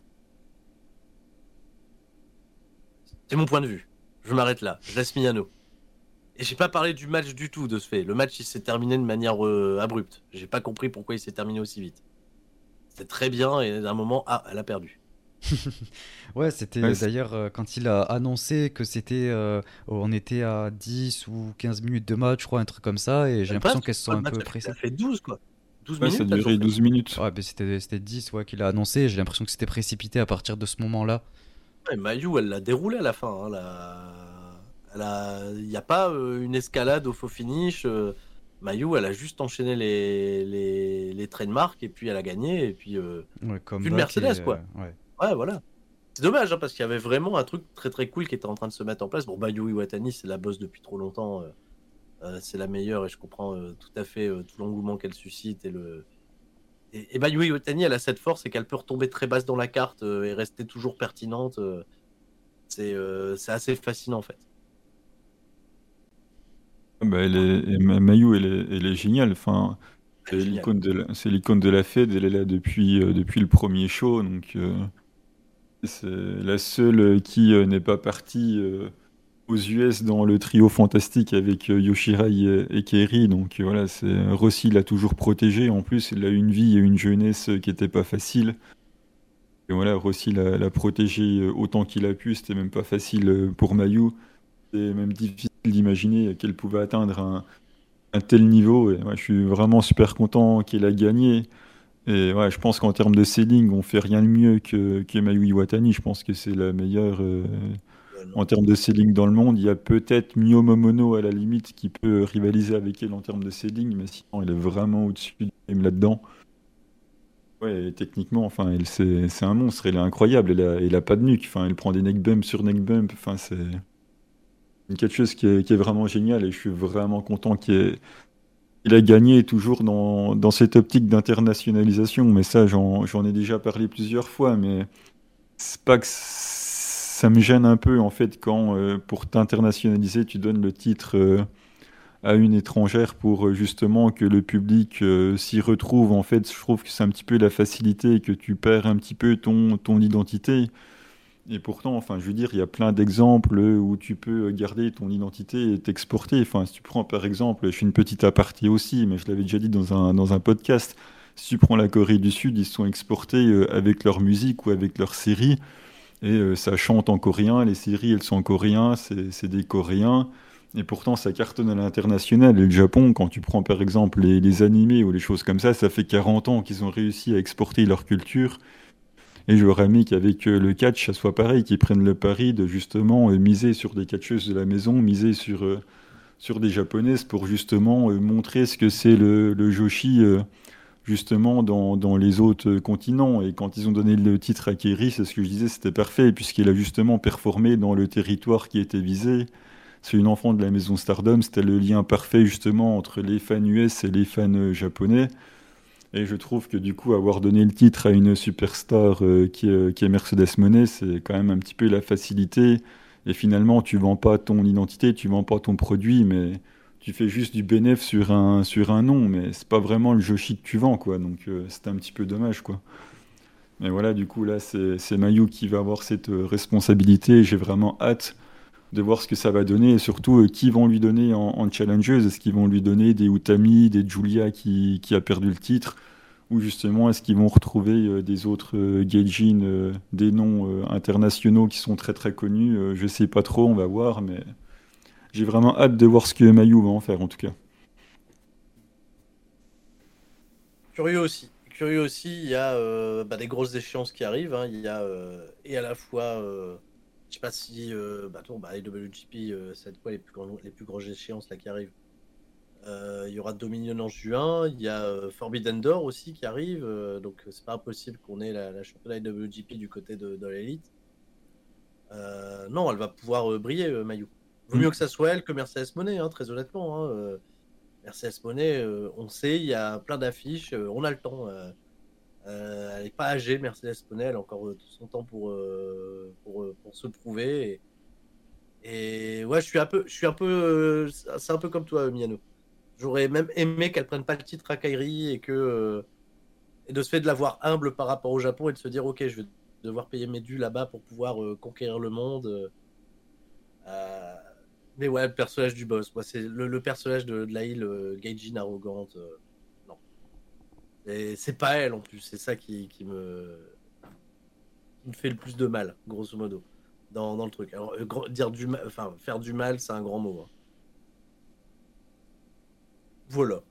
C'est mon point de vue. Je m'arrête là. Je laisse Miyano. Et j'ai pas parlé du match du tout de ce fait. Le match il s'est terminé de manière euh, abrupte. J'ai pas compris pourquoi il s'est terminé aussi vite. C'était très bien et d'un moment, ah, elle a perdu. Ouais, c'était Ouais, euh, c'est- d'ailleurs euh, quand il a annoncé que c'était, euh, on était à dix ou quinze minutes de match, je crois, un truc comme ça, et j'ai Même pas, l'impression parce que qu'elles se sont le un match peu a fait, pressées. a fait douze, quoi. douze ouais, ça a minutes, elles ont duré fait. douze minutes. Ouais, mais c'était c'était dix, ouais, qu'il a annoncé, j'ai l'impression que c'était précipité à partir de ce moment-là. Ouais, Mayu, elle l'a déroulé à la fin. Hein, la... elle a... Il n'y a pas euh, une escalade au faux finish. Euh... Mayu, elle a juste enchaîné les, les... les trademarks et puis elle a gagné. Et puis, euh... Ouais, puis une comeback et Mercedes, euh, quoi. ouais. Ouais, voilà. C'est dommage, hein, parce qu'il y avait vraiment un truc très très cool qui était en train de se mettre en place. Bon, Mayu Iwatani, c'est la boss depuis trop longtemps. euh, euh, c'est la meilleure et je comprends euh, tout à fait euh, tout l'engouement qu'elle suscite. Et, le... et, et Mayu Iwatani, elle a cette force, c'est qu'elle peut retomber très basse dans la carte euh, et rester toujours pertinente. euh, c'est euh, c'est assez fascinant en fait. Ah bah, elle est, et Ma- Mayu, elle est, elle est géniale. Enfin, Elle c'est est géniale. l'icône de la, c'est l'icône de la Fed. Elle est là depuis, euh, depuis le premier show. Donc, euh, c'est la seule euh, qui euh, n'est pas partie euh, aux U S dans le trio fantastique avec euh, Yoshirai et, et Kairi. Donc, euh, voilà, c'est, Rossi l'a toujours protégée. En plus, il a eu une vie et une jeunesse euh, qui n'étaient pas faciles. Et voilà, Rossi l'a l'a protégée euh, autant qu'il a pu. C'était même pas facile euh, pour Mayu. C'est même difficile d'imaginer qu'elle pouvait atteindre un un tel niveau. Et ouais, je suis vraiment super content qu'il a gagné. Et ouais, je pense qu'en termes de selling, on fait rien de mieux que, que Mayu Iwatani. Je pense que c'est la meilleure euh, Ouais, non. en termes de selling dans le monde. Il y a peut-être Mio Momono à la limite qui peut rivaliser avec elle en termes de selling, mais sinon elle est vraiment au-dessus du game là-dedans. Ouais, et techniquement, enfin, elle, c'est, c'est un monstre. Elle est incroyable. Elle a, elle a pas de nuque. Enfin, elle prend des neck bump sur neck bump. Enfin, c'est une quelque chose qui est, qui est vraiment génial. Et je suis vraiment content qu'il y ait il a gagné toujours dans, dans cette optique d'internationalisation, mais ça, j'en, j'en ai déjà parlé plusieurs fois, mais c'est pas que ça me gêne un peu, en fait, quand euh, pour t'internationaliser, tu donnes le titre euh, à une étrangère pour euh, justement que le public euh, s'y retrouve. En fait, je trouve que c'est un petit peu la facilité et que tu perds un petit peu ton, ton identité. Et pourtant, enfin, je veux dire, il y a plein d'exemples où tu peux garder ton identité et t'exporter. Enfin, si tu prends par exemple, je fais une petite aparté aussi, mais je l'avais déjà dit dans un, dans un podcast, si tu prends la Corée du Sud, ils se sont exportés euh, avec leur musique ou avec leur série, et euh, ça chante en coréen, les séries, elles sont en coréen, c'est c'est des Coréens, et pourtant ça cartonne à l'international. Et le Japon, quand tu prends par exemple les, les animés ou les choses comme ça, ça fait quarante ans qu'ils ont réussi à exporter leur culture. Et j'aurais aimé qu'avec euh, le catch, ça soit pareil, qu'ils prennent le pari de justement euh, miser sur des catcheuses de la maison, miser sur, euh, sur des japonaises pour justement euh, montrer ce que c'est le, le Joshi euh, justement dans, dans les autres euh, continents. Et quand ils ont donné le titre à Kairi, c'est ce que je disais, c'était parfait, puisqu'il a justement performé dans le territoire qui était visé. C'est une enfant de la maison Stardom, c'était le lien parfait justement entre les fans U S et les fans euh, japonais. Et je trouve que du coup, avoir donné le titre à une superstar euh, qui est, qui est Mercedes Moné, c'est quand même un petit peu la facilité. Et finalement, tu vends pas ton identité, tu vends pas ton produit, mais tu fais juste du bénéf sur un, sur un nom, mais c'est pas vraiment le Joshi que tu vends, quoi. Donc euh, c'est un petit peu dommage, quoi. Mais voilà, du coup, là, c'est c'est Mayu qui va avoir cette euh, responsabilité. J'ai vraiment hâte de voir ce que ça va donner et surtout euh, qui vont lui donner en, en challengeuse. Est-ce qu'ils vont lui donner des Utami, des Julia qui, qui a perdu le titre? Ou justement, est-ce qu'ils vont retrouver euh, des autres euh, Gaijin, euh, des noms euh, internationaux qui sont très très connus? Euh, je sais pas trop, on va voir, mais j'ai vraiment hâte de voir ce que Mayu va en faire en tout cas. Curieux aussi. Curieux aussi, il y a euh, bah, des grosses échéances qui arrivent. hein. Il y a euh, et à la fois, euh, je sais pas si euh, bah, attends, bah, A W G P, euh, c'est quoi les plus grandes, les plus grosses échéances là qui arrivent. Euh, Il y aura Dominion en juin. Il y a euh, Forbidden Door aussi qui arrive. euh, donc c'est pas impossible qu'on ait la, la championne A W G P du côté de, de l'élite. Euh, non, elle va pouvoir euh, briller, euh, Mayu. Vaut Mm. mieux que ça soit elle que Mercedes Moné, hein, très honnêtement. hein. Euh, Mercedes Moné, euh, on sait, il y a plein d'affiches, euh, on a le temps. euh, euh, elle n'est pas âgée, Mercedes Moné, elle a encore euh, tout son temps pour, euh, pour, euh, pour se prouver. Et, et ouais, je suis un peu, je suis un peu, euh, c'est un peu comme toi, Miano. J'aurais même aimé qu'elle prenne pas le titre à Kairi et que euh, et de ce fait de l'avoir humble par rapport au Japon et de se dire ok, je vais devoir payer mes dûs là-bas pour pouvoir euh, conquérir le monde. Euh, mais ouais, le personnage du boss, moi c'est le, le personnage de, de la île euh, Gaijin arrogante. euh, non, et c'est pas elle en plus, c'est ça qui, qui me qui me fait le plus de mal, grosso modo, dans, dans le truc. Alors, euh, gro- dire du mal, enfin, faire du mal, c'est un grand mot. hein. Voilà.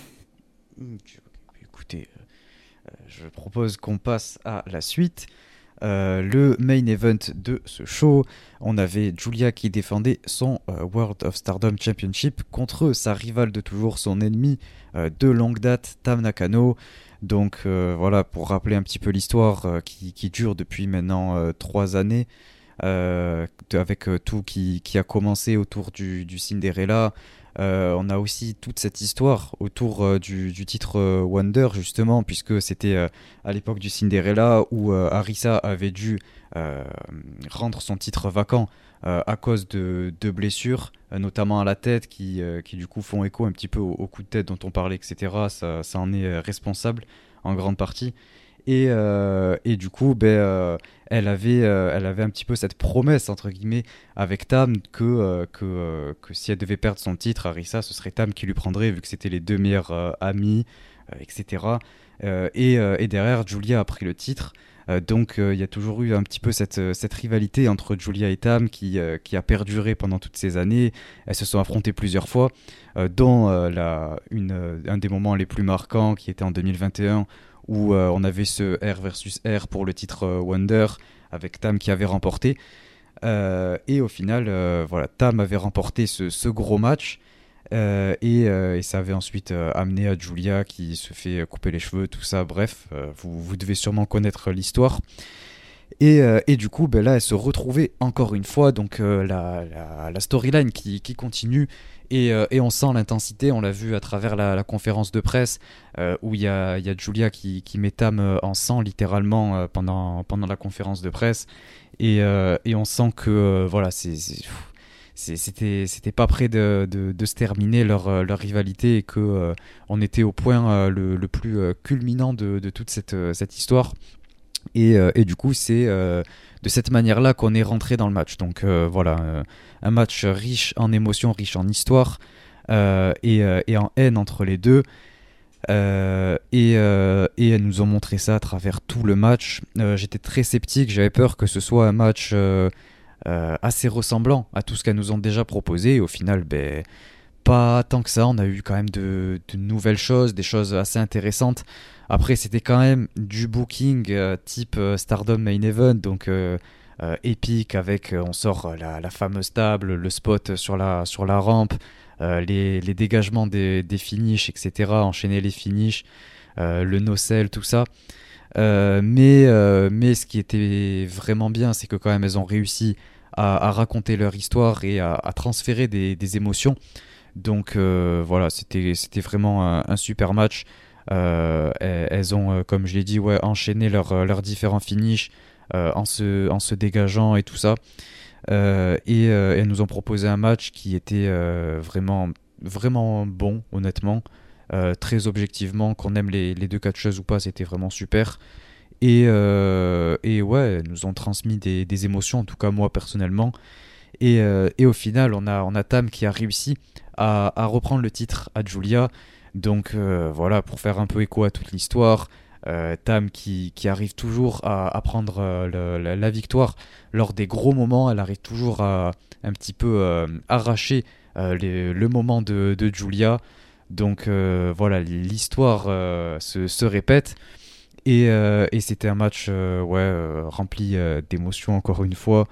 Ok, ok. Écoutez, euh, je propose qu'on passe à la suite. Euh, le main event de ce show, on avait Giulia qui défendait son euh, World of Stardom Championship contre sa rivale de toujours, son ennemi euh, de longue date, Tam Nakano. Donc euh, voilà, pour rappeler un petit peu l'histoire euh, qui, qui dure depuis maintenant euh, trois années, euh, avec euh, tout qui, qui a commencé autour du, du Cinderella. Euh, on a aussi toute cette histoire autour euh, du, du titre euh, Wonder, justement, puisque c'était euh, à l'époque du Cinderella où euh, Arisa avait dû euh, rendre son titre vacant euh, à cause de, de blessures, euh, notamment à la tête, qui, euh, qui du coup font écho un petit peu au, au coup de tête dont on parlait, et cetera. Ça, ça en est euh, responsable en grande partie. Et, euh, et du coup, ben, euh, elle, avait, euh, elle avait un petit peu cette promesse, entre guillemets, avec Tam, que, euh, que, euh, que si elle devait perdre son titre, Arisa, ce serait Tam qui lui prendrait, vu que c'était les deux meilleurs euh, amis, euh, et cetera. Euh, et, euh, et derrière, Giulia a pris le titre. Euh, donc il euh, y a toujours eu un petit peu cette, cette rivalité entre Giulia et Tam qui, euh, qui a perduré pendant toutes ces années. Elles se sont affrontées plusieurs fois, euh, dont euh, la, une, euh, un des moments les plus marquants qui était en deux mille vingt et un, où euh, on avait ce R versus R pour le titre euh, Wonder, avec Tam qui avait remporté. Euh, et au final, euh, voilà, Tam avait remporté ce, ce gros match. Euh, et, euh, et ça avait ensuite euh, amené à Giulia qui se fait couper les cheveux, tout ça. Bref, euh, vous, vous devez sûrement connaître l'histoire. Et, euh, et du coup, ben là, elle se retrouvait encore une fois. Donc euh, la, la, la storyline qui, qui continue. Et, euh, et on sent l'intensité, on l'a vu à travers la, la conférence de presse, euh, où il y a, y a Giulia qui, qui met Tam euh, en sang, littéralement, euh, pendant, pendant la conférence de presse. Et, euh, et on sent que, euh, voilà, c'est... c'est c'était c'était pas près de, de, de se terminer leur, leur rivalité, et que euh, on était au point euh, le, le plus euh, culminant de, de toute cette, euh, cette histoire. Et, euh, et du coup, c'est euh, de cette manière-là qu'on est rentré dans le match. Donc euh, voilà, euh, un match riche en émotions, riche en histoire, euh, et, euh, et en haine entre les deux. Euh, et, euh, et elles nous ont montré ça à travers tout le match. Euh, j'étais très sceptique, j'avais peur que ce soit un match euh, euh, assez ressemblant à tout ce qu'elles nous ont déjà proposé. Et au final, ben, pas tant que ça. On a eu quand même de, de nouvelles choses, des choses assez intéressantes. Après, c'était quand même du booking euh, type euh, Stardom Main Event, donc euh, euh, épique, avec euh, on sort la, la fameuse table, le spot sur la, sur la rampe, euh, les, les dégagements des, des finishes, et cetera. Enchaîner les finishes, euh, le no-sell, tout ça. Euh, mais, euh, mais ce qui était vraiment bien, c'est que quand même elles ont réussi à, à raconter leur histoire et à, à transférer des, des émotions. Donc euh, voilà, c'était, c'était vraiment un, un super match. Euh, elles, elles ont, euh, comme je l'ai dit, ouais, enchaîné leurs leurs différents finishes euh, en, se, en se dégageant et tout ça. Euh, et euh, elles nous ont proposé un match qui était euh, vraiment, vraiment bon, honnêtement. Euh, très objectivement, qu'on aime les, les deux catcheuses ou pas, c'était vraiment super. Et, euh, et ouais, elles nous ont transmis des, des émotions, en tout cas moi personnellement. Et, euh, et au final, on a, on a Tam qui a réussi à, à reprendre le titre à Giulia. Donc euh, voilà, pour faire un peu écho à toute l'histoire, euh, Tam qui, qui arrive toujours à, à prendre euh, le, la, la victoire lors des gros moments. Elle arrive toujours à un petit peu euh, arracher euh, les, le moment de, de Giulia. Donc euh, voilà, l'histoire euh, se, se répète. Et, euh, et c'était un match euh, ouais, euh, rempli euh, d'émotions encore une fois.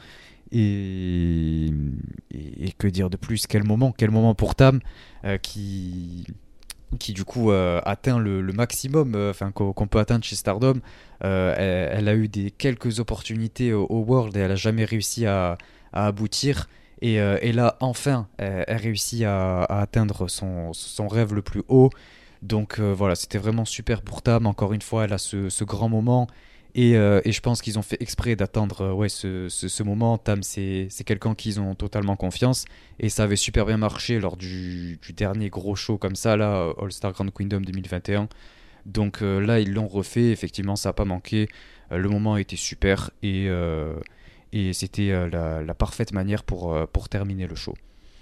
Et, et, et que dire de plus? Quel moment, quel moment pour Tam euh, qui, qui du coup euh, atteint le, le maximum euh, enfin, qu'on, qu'on peut atteindre chez Stardom. Euh, elle, elle a eu des, quelques opportunités au, au World et elle n'a jamais réussi à, à aboutir. Et, euh, et là, enfin, elle, elle réussit à, à atteindre son, son rêve le plus haut. Donc euh, voilà, c'était vraiment super pour Tam. Encore une fois, elle a ce, ce grand moment. Et, euh, et je pense qu'ils ont fait exprès d'attendre euh, ouais, ce, ce, ce moment. Tam, c'est, c'est quelqu'un qu'ils ont totalement confiance. Et ça avait super bien marché lors du, du dernier gros show comme ça, là, All Star Grand Kingdom deux mille vingt et un. Donc euh, là, ils l'ont refait. Effectivement, ça n'a pas manqué. Euh, le moment était super. Et, euh, et c'était euh, la, la parfaite manière pour, euh, pour terminer le show.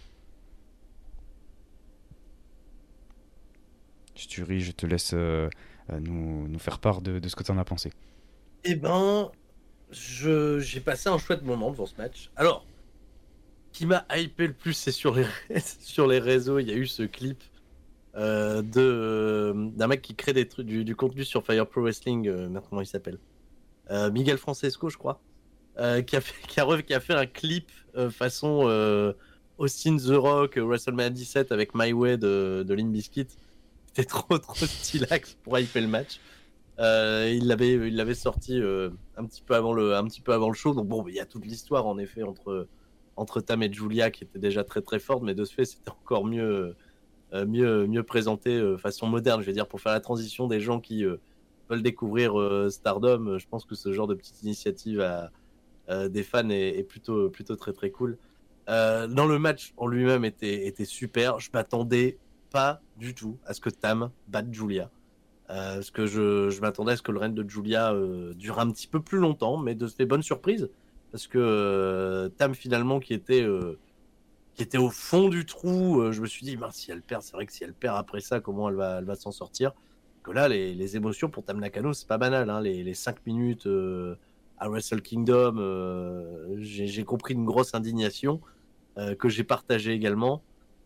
Si tu ris, je te laisse euh, euh, nous, nous faire part de, de ce que tu en as pensé. Eh ben, je, j'ai passé un chouette moment devant ce match. Alors, ce qui m'a hypé le plus, c'est sur les, sur les réseaux, il y a eu ce clip euh, de, d'un mec qui crée des trucs, du, du contenu sur Fire Pro Wrestling, euh, merde, comment il s'appelle? euh, Miguel Francesco, je crois, euh, qui, a fait, qui, a re- qui a fait un clip euh, façon euh, Austin The Rock, euh, WrestleMania dix-sept avec My Way de, de Limp Bizkit. C'était trop, trop stylax pour hyper le match. Euh, il l'avait, il l'avait sorti euh, un petit peu avant le, un petit peu avant le show. Donc bon, il y a toute l'histoire en effet entre entre Tam et Julia qui était déjà très très forte, mais de ce fait, c'était encore mieux, euh, mieux, mieux présenté euh, façon moderne. Je veux dire, pour faire la transition des gens qui euh, veulent découvrir euh, Stardom, euh, je pense que ce genre de petite initiative à, euh, des fans est, est plutôt, plutôt très très cool. Euh, dans le match en lui-même était, était super. Je m'attendais pas du tout à ce que Tam batte Julia. Euh, parce que je, je m'attendais à ce que le règne de Julia euh, dure un petit peu plus longtemps, mais de ce fait, bonne surprise. Parce que euh, Tam, finalement, qui était, euh, qui était au fond du trou, euh, je me suis dit, mince, si elle perd, c'est vrai que si elle perd après ça, comment elle va, elle va s'en sortir? Que là, les, les émotions pour Tam Nakano, c'est pas banal. Hein, les, les cinq minutes euh, à Wrestle Kingdom, euh, j'ai, j'ai compris une grosse indignation euh, que j'ai partagée également.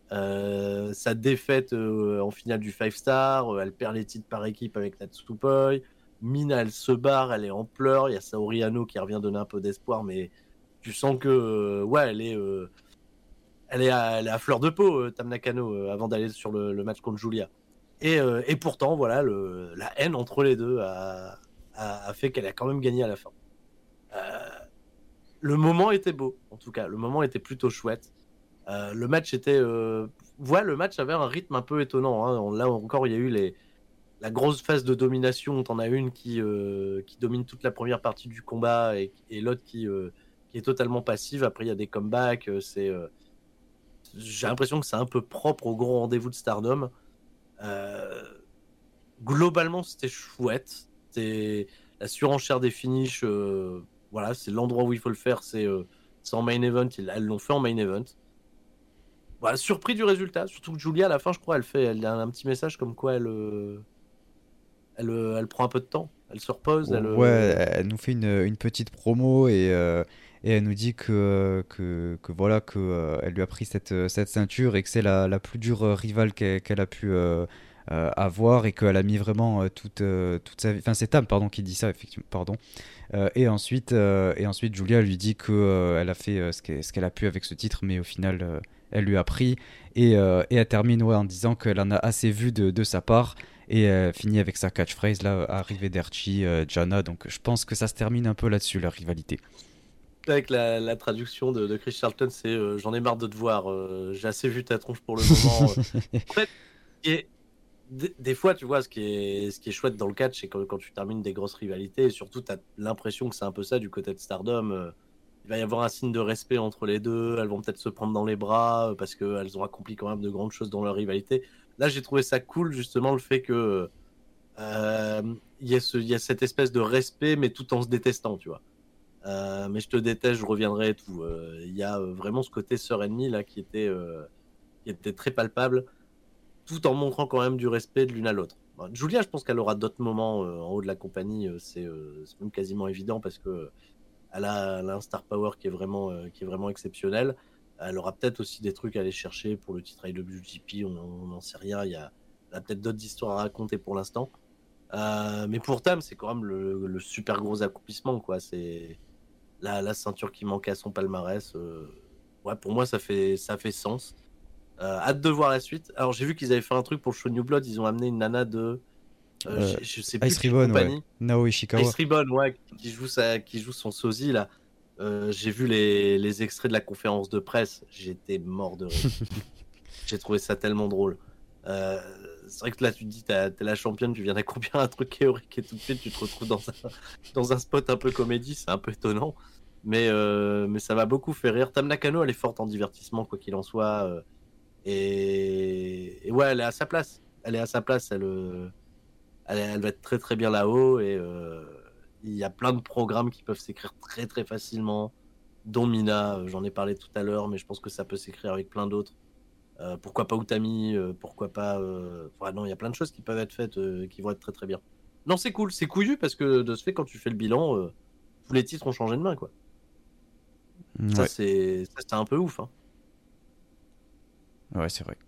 Euh, sa défaite euh, en finale du five star, euh, elle perd les titres par équipe avec Natsupoi. Mina, elle se barre, elle est en pleurs. Il y a Saori Ano qui revient donner un peu d'espoir, mais tu sens que euh, ouais, elle est, euh, elle est, à, elle est à fleur de peau, euh, Tam Nakano, euh, avant d'aller sur le, le match contre Julia. Et, euh, et pourtant, voilà, le, la haine entre les deux a, a, a fait qu'elle a quand même gagné à la fin. Euh, le moment était beau, en tout cas, le moment était plutôt chouette. Euh, le match était, euh... ouais, le match avait un rythme un peu étonnant. Hein. Là encore, il y a eu les... la grosse phase de domination. T'en as une qui, euh... qui domine toute la première partie du combat et, et l'autre qui, euh... qui est totalement passive. Après, il y a des comebacks. C'est, euh... j'ai l'impression que c'est un peu propre au grand rendez-vous de Stardom. Euh... Globalement, c'était chouette. C'est la surenchère des finishes. Euh... Voilà, c'est l'endroit où il faut le faire. C'est, euh... c'est en main event. Ils l'ont fait en main event. Voilà, surpris du résultat, surtout que Julia à la fin, je crois, elle fait, elle a un petit message comme quoi elle, euh, elle, euh, elle prend un peu de temps, elle se repose, elle. Ouais, euh, elle nous fait une, une petite promo et, euh, et elle nous dit que, que, que voilà que euh, elle lui a pris cette, euh, cette ceinture et que c'est la, la plus dure euh, rivale qu'elle, qu'elle a pu euh, euh, avoir et qu'elle a mis vraiment euh, toute, euh, toute sa vie. Enfin, c'est Tam, pardon, qui dit ça, effectivement, pardon. Euh, et ensuite, euh, et ensuite, Julia lui dit que euh, elle a fait euh, ce qu'elle, ce qu'elle a pu avec ce titre, mais au final, euh, elle lui a pris. Et, euh, et elle termine ouais, en disant qu'elle en a assez vu de, de sa part. Et euh, finit avec sa catchphrase, là, Arrivederci, euh, Jana. Donc je pense que ça se termine un peu là-dessus, leur rivalité. Avec la, la traduction de, de Chris Charlton, c'est euh, j'en ai marre de te voir, euh, j'ai assez vu ta tronche pour le moment. euh. En fait, et, des, des fois, tu vois, ce qui est, ce qui est chouette dans le catch, c'est quand, quand tu termines des grosses rivalités, et surtout, tu as l'impression que c'est un peu ça du côté de Stardom. euh, il va y avoir un signe de respect entre les deux, elles vont peut-être se prendre dans les bras euh, parce qu'elles ont accompli quand même de grandes choses dans leur rivalité. Là, j'ai trouvé ça cool, justement, le fait que euh, il y, a ce- il y a cette espèce de respect, mais tout en se détestant, tu vois. Euh, mais je te déteste, je reviendrai et tout. Euh, Il y a euh, vraiment ce côté sœur ennemie là qui était, euh, qui était très palpable, tout en montrant quand même du respect de l'une à l'autre. Bon, Julia, je pense qu'elle aura d'autres moments euh, en haut de la compagnie, euh, c'est euh, c'est même quasiment évident parce que elle a, elle a un star power qui est vraiment, euh, qui est vraiment exceptionnel. Elle aura peut-être aussi des trucs à aller chercher pour le titre I W G P, on n'en sait rien. Il y a, elle a peut-être d'autres histoires à raconter pour l'instant. Euh, mais pour Tam, c'est quand même le, le super gros accomplissement, quoi. C'est la, la ceinture qui manquait à son palmarès. Euh, ouais, pour moi, ça fait, ça fait sens. Euh, hâte de voir la suite. Alors, j'ai vu qu'ils avaient fait un truc pour le show New Blood. Ils ont amené une nana de. Euh, Euh, j'ai- je sais plus Ice quelle Ribbon, ouais. compagnie. Nao Ishikawa. Ice Ribbon, ouais, qui joue, sa, qui joue son sosie, là. Euh, j'ai vu les, les extraits de la conférence de presse. J'étais mort de rire. J'ai trouvé ça tellement drôle. Euh, c'est vrai que là, tu te dis, t'as- t'es la championne, tu viens d'accomplir un truc théorique et tout de suite, tu te retrouves dans un, dans un spot un peu comédie. C'est un peu étonnant. Mais, euh, mais ça m'a beaucoup fait rire. Tam Nakano, elle est forte en divertissement, quoi qu'il en soit. euh, et, et ouais, elle est à sa place. Elle est à sa place. Elle, euh, elle, elle va être très très bien là-haut. Et euh, il y a plein de programmes qui peuvent s'écrire très très facilement, dont Mina. euh, J'en ai parlé tout à l'heure, mais je pense que ça peut s'écrire avec plein d'autres. Euh, pourquoi pas Utami, euh, pourquoi pas. Euh... enfin, non, il y a plein de choses qui peuvent être faites euh, qui vont être très très bien. Non, c'est cool, c'est couillu parce que de ce fait, quand tu fais le bilan, euh, tous les titres ont changé de main, quoi. Ça, Ouais, c'est ça, c'est un peu ouf. Hein. ouais, c'est vrai.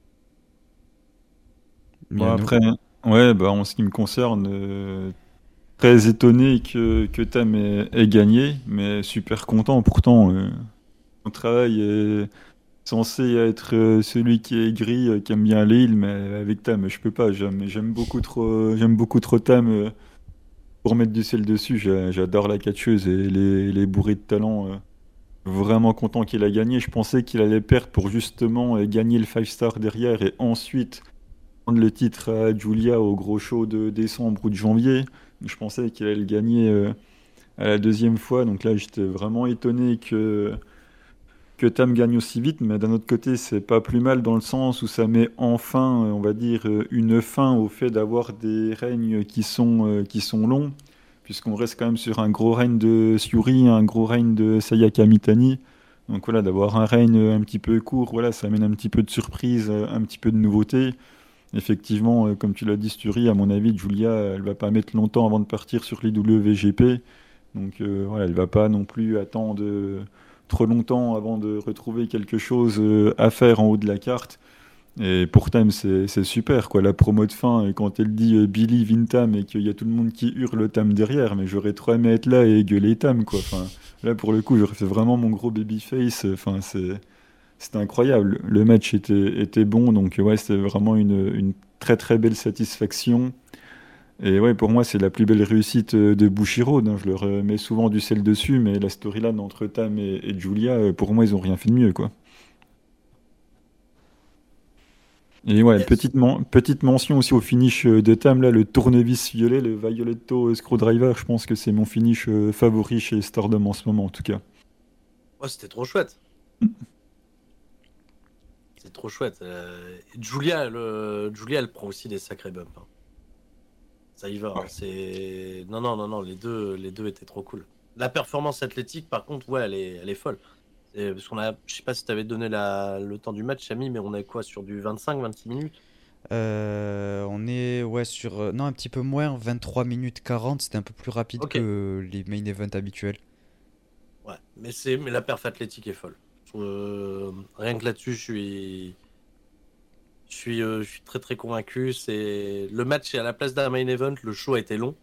Bon, Miano. après, ouais, bah, en ce qui me concerne, euh, très étonné que, que Tam ait, ait gagné, mais super content. Pourtant, euh, mon travail est censé être euh, celui qui est gris, euh, qui aime bien les heals, mais avec Tam, je peux pas. J'aime, j'aime beaucoup trop, j'aime beaucoup trop Tam euh, pour mettre du sel dessus. J'a- J'adore la catcheuse et les, les bourrées de talent. euh. Vraiment content qu'il a gagné. Je pensais qu'il allait perdre pour justement euh, gagner le five star derrière et ensuite prendre le titre à Julia au gros show de décembre ou de janvier. Je pensais qu'il allait le gagner euh, à la deuxième fois. Donc là, j'étais vraiment étonné que, que Tam gagne aussi vite. Mais d'un autre côté, c'est pas plus mal dans le sens où ça met enfin, euh, on va dire, euh, une fin au fait d'avoir des règnes qui sont, euh, qui sont longs. Puisqu'on reste quand même sur un gros règne de Syuri, un gros règne de Sayaka Mitani. Donc voilà, d'avoir un règne un petit peu court, voilà, ça amène un petit peu de surprise, euh, un petit peu de nouveauté. Effectivement, euh, comme tu l'as dit, Sturi, à mon avis, Julia, elle va pas mettre longtemps avant de partir sur l'I W G P. Donc euh, voilà, elle va pas non plus attendre euh, trop longtemps avant de retrouver quelque chose euh, à faire en haut de la carte. Et pour Tam, c'est c'est super, quoi. La promo de fin, et quand elle dit euh, Billy Vintam et qu'il y a tout le monde qui hurle Tam derrière, mais j'aurais trop aimé être là et gueuler Tam, quoi. Enfin, là, pour le coup, j'aurais fait vraiment mon gros babyface. Enfin, c'est. C'était incroyable. Le match était, était bon, donc ouais, c'était vraiment une, une très très belle satisfaction. Et ouais, pour moi, c'est la plus belle réussite euh, de Bushiroad, hein. Je leur euh, mets souvent du sel dessus, mais la storyline entre Tam et, et Julia, euh, pour moi, ils ont rien fait de mieux, quoi. Et ouais, Yes. petite, men- petite mention aussi au finish euh, de Tam, là, le tournevis violet, le Violetto euh, Screwdriver, je pense que c'est mon finish euh, favori chez Stardom en ce moment, en tout cas. Oh, c'était trop chouette. C'est trop chouette. Euh, et Julia, elle, euh, Julia, elle prend aussi des sacrés bumps, hein. Ça y va, hein. Ouais. C'est non, non, non, non. Les deux, les deux étaient trop cool. La performance athlétique, par contre, ouais, elle est, elle est folle. C'est- Parce qu'on a, je sais pas si t'avais donné la, le temps du match, Ami, mais on est quoi sur du vingt-cinq, vingt-six minutes? Euh, on est ouais sur euh, non un petit peu moins vingt-trois minutes quarante, c'était un peu plus rapide Ok, que les main events habituels. ouais. Mais c'est, mais la perf athlétique est folle. Euh, rien que là-dessus, je suis, je suis, euh, je suis très très convaincu. C'est le match est à la place d'un main event. Le show a été long.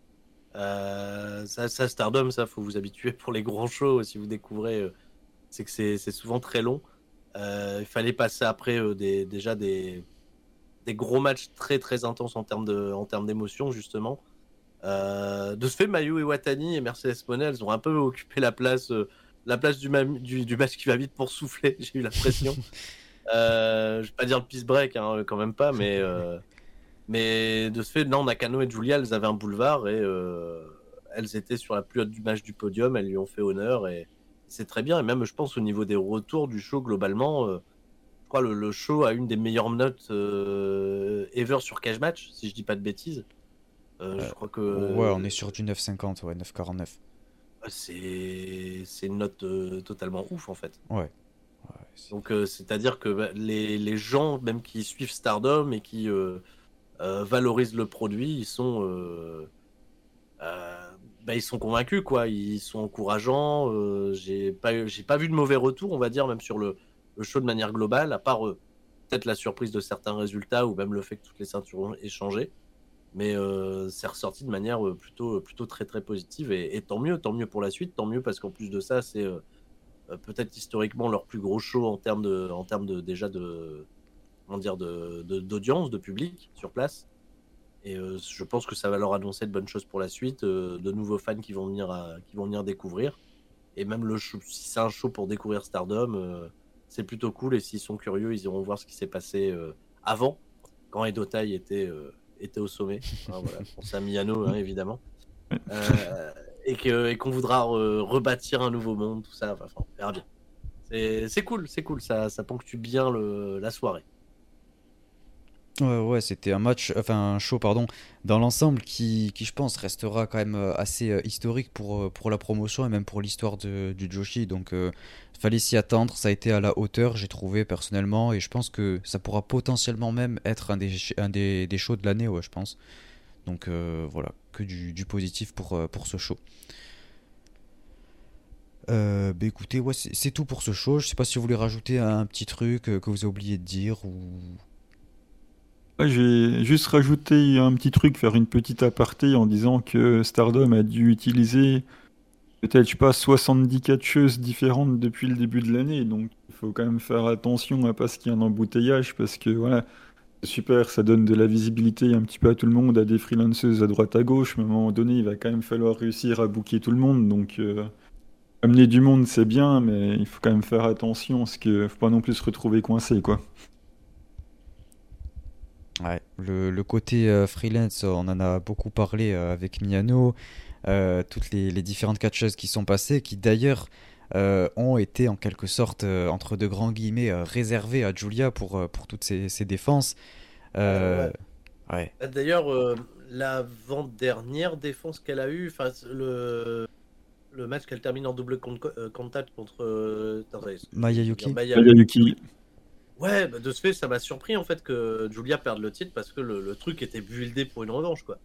Euh, ça, ça, Stardom, ça, faut vous habituer pour les grands shows. Si vous découvrez, euh, c'est que c'est c'est souvent très long. Euh, il fallait passer après euh, des, déjà des, des gros matchs très très intenses en termes de, en termes d'émotion justement. Euh, de ce fait, Mayu Iwatani et Mercedes Moné, elles ont un peu occupé la place, euh, la place du, mam- du, du match qui va vite pour souffler. J'ai eu l'impression. Euh, je vais pas dire le peace break, hein, quand même pas, mais euh, mais de ce fait, non, Nakano et Julia, elles avaient un boulevard et euh, elles étaient sur la plus haute du match du podium. Elles lui ont fait honneur et c'est très bien. Et même, je pense, au niveau des retours du show globalement, euh, je crois le, le show a une des meilleures notes euh, ever sur Cage Match, si je dis pas de bêtises. Euh, Euh, je crois que ouais, on est euh, sur du neuf cinquante, ouais, neuf quarante-neuf. c'est c'est une note euh, totalement ouf en fait. Ouais, ouais, c'est- Donc, euh, c'est-à-dire que bah, les, les gens, même qui suivent Stardom et qui euh, euh, valorisent le produit, ils sont, euh, euh, bah, ils sont convaincus, quoi. Ils sont encourageants. Euh, j'ai pas, j'ai pas vu de mauvais retour, on va dire, même sur le, le show de manière globale, à part euh, peut-être la surprise de certains résultats ou même le fait que toutes les ceintures ont échangé. Mais euh, c'est ressorti de manière euh, plutôt, plutôt très très positive et, et tant mieux, tant mieux pour la suite, tant mieux parce qu'en plus de ça, c'est euh, euh, peut-être historiquement leur plus gros show en termes de, en termes de déjà de, comment dire, de, de- d'audience, de public sur place. Et euh, je pense que ça va leur annoncer de bonnes choses pour la suite, euh, de nouveaux fans qui vont venir, à- qui vont venir découvrir. Et même le show, si c'est un show pour découvrir Stardom, euh, c'est plutôt cool. Et s'ils sont curieux, ils iront voir ce qui s'est passé euh, avant, quand Edo Tai était, euh, était au sommet. Hein, voilà, je pense à Miyano, hein, évidemment. Euh, et que, et qu'on voudra re- rebâtir un nouveau monde, tout ça. Enfin, on verra bien. C'est c'est cool, c'est cool. Ça, ça ponctue bien le, la soirée. ouais, ouais, c'était un match, enfin un show, pardon, dans l'ensemble qui, qui, je pense, restera quand même euh, assez euh, historique pour, euh, pour la promotion et même pour l'histoire de- du Joshi. Donc, euh, fallait s'y attendre. Ça a été à la hauteur, j'ai trouvé personnellement, et je pense que ça pourra potentiellement même être un des, ch- un des, des shows de l'année, ouais, je pense. Donc, euh, voilà, que du, du positif pour, euh, pour ce show. Euh, bah écoutez, ouais, c'est c'est tout pour ce show. Je sais pas si vous voulez rajouter un petit truc euh, que vous avez oublié de dire ou. Ouais, j'ai juste rajouté un petit truc, faire une petite aparté en disant que Stardom a dû utiliser peut-être, je sais pas, soixante-dix catcheuses différentes depuis le début de l'année. Donc, il faut quand même faire attention à pas ce qu'il y a un embouteillage parce que voilà, c'est super, ça donne de la visibilité un petit peu à tout le monde, à des freelanceuses à droite à gauche. Mais à un moment donné, il va quand même falloir réussir à booker tout le monde. Donc, euh, amener du monde, c'est bien, mais il faut quand même faire attention parce que faut pas non plus se retrouver coincé, quoi. Ouais, le, le côté euh, freelance, on en a beaucoup parlé euh, avec Miano, euh, toutes les, les différentes catcheuses qui sont passées, qui d'ailleurs euh, ont été en quelque sorte, euh, entre de grands guillemets, euh, réservées à Julia pour, euh, pour toutes ses, ses défenses. Euh, Euh, ouais. ouais, Ah, D'ailleurs, euh, l'avant-dernière défense qu'elle a eue, enfin le, le match qu'elle termine en double con- euh, contact contre euh, attendez, ce que je Maya veux dire, Yuki. Maya Mayayuki. Yuki. Ouais, bah, de ce fait, ça m'a surpris en fait que Julia perde le titre parce que le, le truc était buildé pour une revanche, quoi.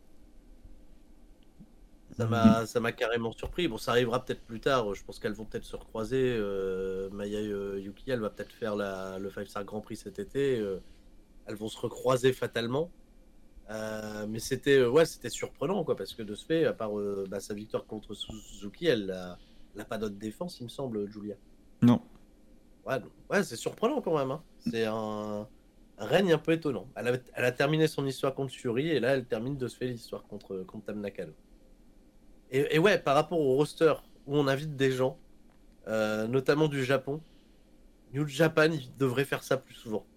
Ça Mhm. m'a, ça m'a carrément surpris. Bon, ça arrivera peut-être plus tard. Je pense qu'elles vont peut-être se recroiser. Euh, Maya euh, Yuki, elle va peut-être faire la, le five Star Grand Prix cet été. Euh, elles vont se recroiser fatalement. Euh, mais c'était, euh, ouais, c'était surprenant, quoi, parce que de ce fait, à part euh, bah, sa victoire contre Suzuki, elle n'a elle a pas d'autre défense, il me semble, Julia. Non. Ouais, donc, ouais, c'est surprenant quand même. Hein. C'est un, un règne un peu étonnant. Elle a, elle a terminé son histoire contre Shuri et là, elle termine de ce fait l'histoire contre, contre Tam Nakano. Et, et ouais, par rapport au roster où on invite des gens, euh, notamment du Japon, New Japan, il devrait faire ça plus souvent.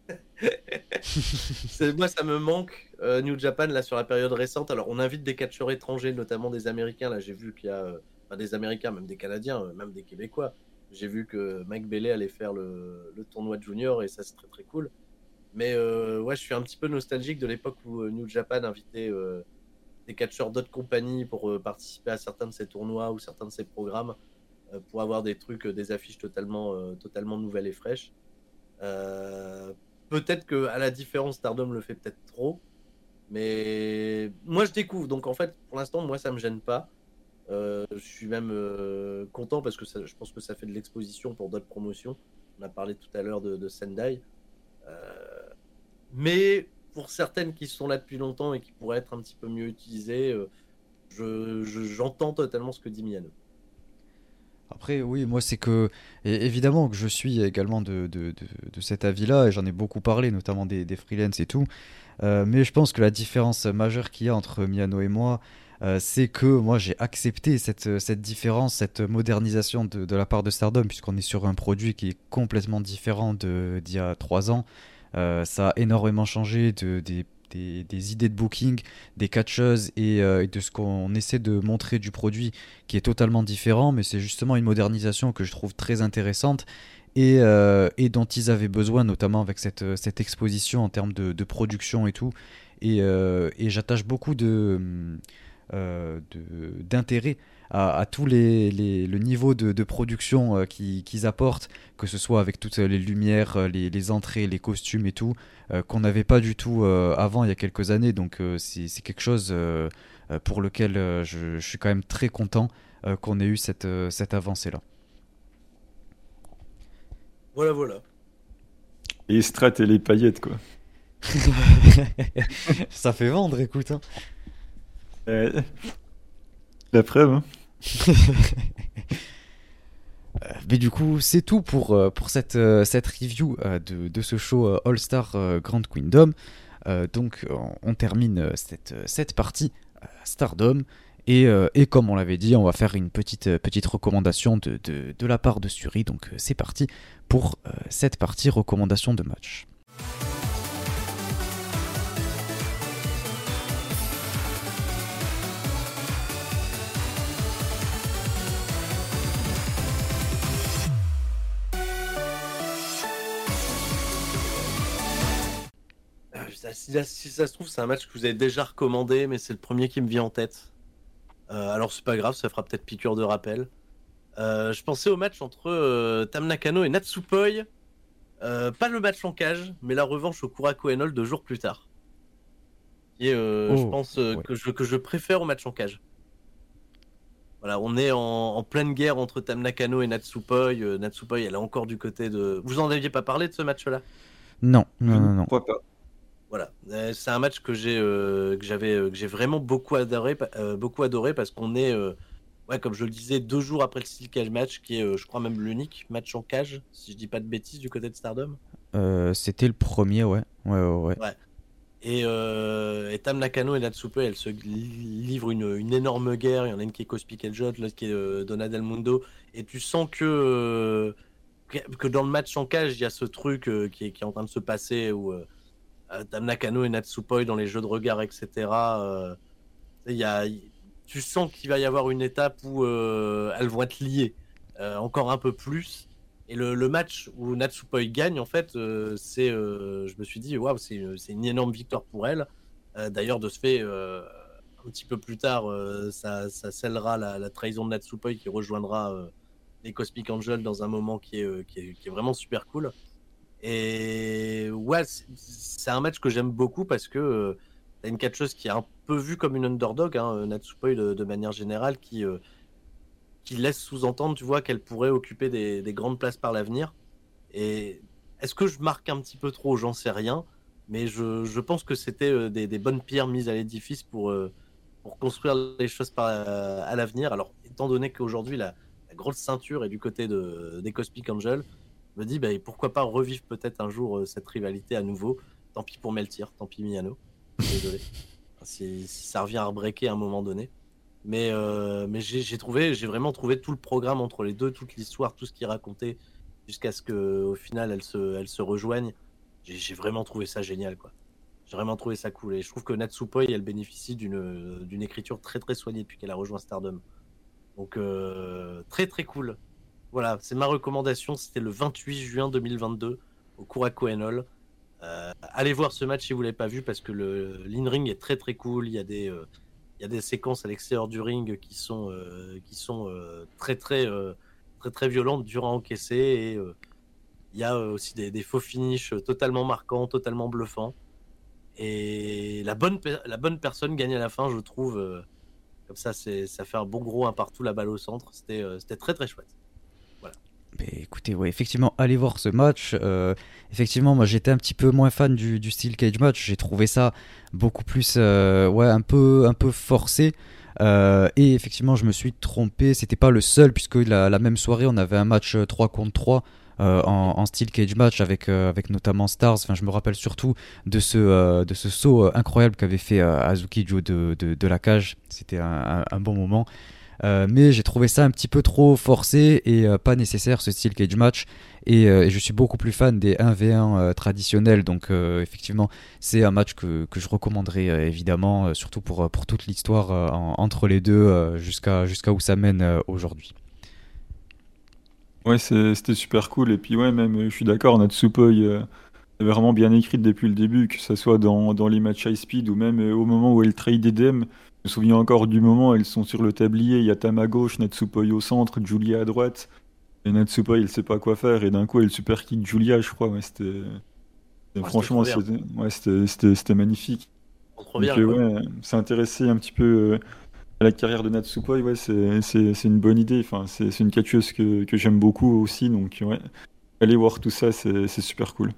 C'est, moi, ça me manque, euh, New Japan, là, sur la période récente. Alors, on invite des catcheurs étrangers, notamment des Américains. Là, j'ai vu qu'il y a euh, enfin, des Américains, même des Canadiens, euh, même des Québécois. J'ai vu que Mike Bailey allait faire le, le tournoi de junior et ça, c'est très très cool. Mais euh, ouais, je suis un petit peu nostalgique de l'époque où euh, New Japan invitait euh, des catcheurs d'autres compagnies pour euh, participer à certains de ces tournois ou certains de ces programmes euh, pour avoir des trucs, euh, des affiches totalement, euh, totalement nouvelles et fraîches. Euh, Peut-être que à la différence, Stardom le fait peut-être trop, mais moi je découvre. Donc en fait, pour l'instant, moi ça me gêne pas. Euh, je suis même euh, content parce que ça, je pense que ça fait de l'exposition pour d'autres promotions. On a parlé tout à l'heure de, de Sendai. Euh, mais pour certaines qui sont là depuis longtemps et qui pourraient être un petit peu mieux utilisées, euh, je, je- j'entends totalement ce que dit Miano. Après, oui, moi c'est que, et évidemment que je suis également de, de, de, de cet avis-là, et j'en ai beaucoup parlé, notamment des, des freelance et tout. Euh, mais je pense que la différence majeure qu'il y a entre Miano et moi, euh, c'est que moi j'ai accepté cette, cette différence, cette modernisation de, de la part de Stardom, puisqu'on est sur un produit qui est complètement différent de, d'il y a trois ans. Euh, ça a énormément changé de, des, des, des idées de booking, des catcheuses et, euh, et de ce qu'on essaie de montrer du produit qui est totalement différent, mais c'est justement une modernisation que je trouve très intéressante et, euh, et dont ils avaient besoin, notamment avec cette, cette exposition en termes de, de production et tout. Et, euh, et j'attache beaucoup de, euh, de- d'intérêt à, à tous les, les- le niveau de, de production euh, qui- qu'ils apportent, que ce soit avec toutes les lumières, euh, les, les entrées, les costumes et tout, euh, qu'on n'avait pas du tout euh, avant il y a quelques années. Donc euh, c'est, c'est quelque chose euh, euh, pour lequel euh, je, je suis quand même très content euh, qu'on ait eu cette, euh, cette avancée-là. Voilà, voilà. Et Strat et les paillettes, quoi. Ça fait vendre, écoute, hein. Euh, la preuve, hein. Mais du coup, c'est tout pour, euh, pour cette, euh, cette review euh, de, de ce show euh, All Star euh, Grand Kingdom. Euh, donc, on, on termine euh, cette, euh, cette partie euh, Stardom. Et, euh, et comme on l'avait dit, on va faire une petite, euh, petite recommandation de, de, de la part de Suri. Donc, euh, c'est parti pour euh, cette partie recommandation de match. Ah, putain, Si, si ça se trouve, c'est un match que vous avez déjà recommandé, mais c'est le premier qui me vient en tête. Euh, alors c'est pas grave, ça fera peut-être piqûre de rappel. Euh, je pensais au match entre euh, Tam Nakano et Natsupoi. Euh, pas le match en cage, mais la revanche au Kurako Enol deux jours plus tard. Et euh, je Oh, pense euh, ouais. que, je, que je préfère au match en cage. Voilà, on est en, en pleine guerre entre Tam Nakano et Natsupoi. Euh, Natsupoi, elle est encore du côté de. Vous en aviez pas parlé de ce match-là? Je Non, non, ne non, non. crois pas. Voilà, Euh, c'est un match que j'ai euh, que j'avais euh, que j'ai vraiment beaucoup adoré, pa- euh, beaucoup adoré parce qu'on est, euh, ouais, comme je le disais, deux jours après le Steel Cage match, qui est, euh, je crois même l'unique match en cage, si je dis pas de bêtises, du côté de Stardom. Euh, c'était le premier, ouais. Ouais, ouais, ouais. Ouais. Et, euh, et Tam Nakano et Natsupe, elles se li- livrent une, une énorme guerre. Il y en a une qui est Cosmic Jot, l'autre qui est euh, Donna Del Mundo. Et tu sens que, euh, que que dans le match en cage, il y a ce truc euh, qui, est, qui est en train de se passer où euh, euh, Tam Nakano et Natsupoi dans les jeux de regard, et cetera euh, il y a, il- tu sens qu'il va y avoir une étape où euh, elles vont être liées euh, encore un peu plus. Et le, le match où Natsupoi gagne, en fait, euh, c'est, euh, je me suis dit, waouh, c'est une, c'est une énorme victoire pour elle. Euh, D'ailleurs, de ce fait, euh, un petit peu plus tard, euh, ça, ça scellera la, la trahison de Natsupoi qui rejoindra euh, les Cosmic Angels dans un moment qui est, euh, qui est, qui est vraiment super cool. Et ouais, c'est c'est un match que j'aime beaucoup parce que euh, t'as une catcheuse qui est un peu vue comme une underdog, hein, Natsupoi de, de manière générale, qui, euh, qui laisse sous-entendre, tu vois, qu'elle pourrait occuper des, des grandes places par l'avenir. Et est-ce que je marque un petit peu trop? J'en sais rien. Mais je, je pense que c'était euh, des, des bonnes pierres mises à l'édifice pour, euh, pour construire les choses par, euh, à l'avenir. Alors, étant donné qu'aujourd'hui, la, la grosse ceinture est du côté de, des Cosmic Angels, je me dis, bah, pourquoi pas revivre peut-être un jour euh, cette rivalité à nouveau. Tant pis pour Meltier, tant pis Miyano. Désolé. Si, si ça revient à rebreaker à un moment donné. Mais, euh, mais j'ai j'ai trouvé, j'ai vraiment trouvé tout le programme entre les deux, toute l'histoire, tout ce qui est raconté, jusqu'à ce qu'au final elles se, elles se rejoignent. J'ai j'ai vraiment trouvé ça génial, quoi. J'ai vraiment trouvé ça cool. Et je trouve que Natsupoi, elle bénéficie d'une d'une écriture très très soignée depuis qu'elle a rejoint Stardom. Donc euh, très très cool. Voilà, c'est ma recommandation. C'était le vingt-huit juin deux mille vingt-deux au Kurako Hall. Euh, allez voir ce match si vous l'avez pas vu parce que le l'in-ring est très très cool. Il y a des euh, il y a des séquences à l'extérieur du ring qui sont euh, qui sont euh, très très euh, très très violentes, dures à encaisser et euh, il y a euh, aussi des, des faux finishes totalement marquants, totalement bluffants. Et la bonne pe- la bonne personne gagne à la fin, je trouve. euh, comme ça, c'est ça fait un bon gros un partout, la balle au centre. C'était euh, c'était très très chouette. Voilà. Mais écoutez, ouais, effectivement, allez voir ce match. Euh, effectivement, moi j'étais un petit peu moins fan du, du Steel Cage match. J'ai trouvé ça beaucoup plus, euh, ouais, un peu, un peu forcé. Euh, et effectivement, je me suis trompé. C'était pas le seul, puisque la, la même soirée, on avait un match euh, trois contre trois euh, en, en Steel Cage match avec, euh, avec notamment Stars. Enfin, je me rappelle surtout de ce, euh, de ce saut euh, incroyable qu'avait fait euh, Azuki Joe de, de, de la cage. C'était un, un, un bon moment. Euh, mais j'ai trouvé ça un petit peu trop forcé et euh, pas nécessaire ce style cage match et, euh, et je suis beaucoup plus fan des un v un euh, traditionnels donc euh, effectivement c'est un match que, que je recommanderais euh, évidemment euh, surtout pour, pour toute l'histoire euh, en, entre les deux euh, jusqu'à, jusqu'à où ça mène euh, aujourd'hui. Ouais, c'est- c'était super cool. Et puis, ouais, même, euh, je suis d'accord, Natsupoi euh, est vraiment bien écrite depuis le début, que ce soit dans, dans les matchs high speed ou même euh, au moment où elle trade Edem. Je me souviens encore du moment où elles sont sur le tablier. Il y a Tam à gauche, Natsupoi au centre, Julia à droite. Et Natsupoi, il sait pas quoi faire. Et d'un coup, elle super kick Julia, je crois. Ouais, c'était, c'était- Ouais, c'était trop franchement, bien. c'était ouais, c'était- c'était- c'était magnifique. Trop Donc, bien euh, quoi. ouais, s'intéresser un petit peu euh, à la carrière de Natsupoi, ouais, c'est c'est- c'est une bonne idée. Enfin, c'est c'est une catcheuse que, que j'aime beaucoup aussi. Donc, ouais, aller voir tout ça, c'est c'est super cool.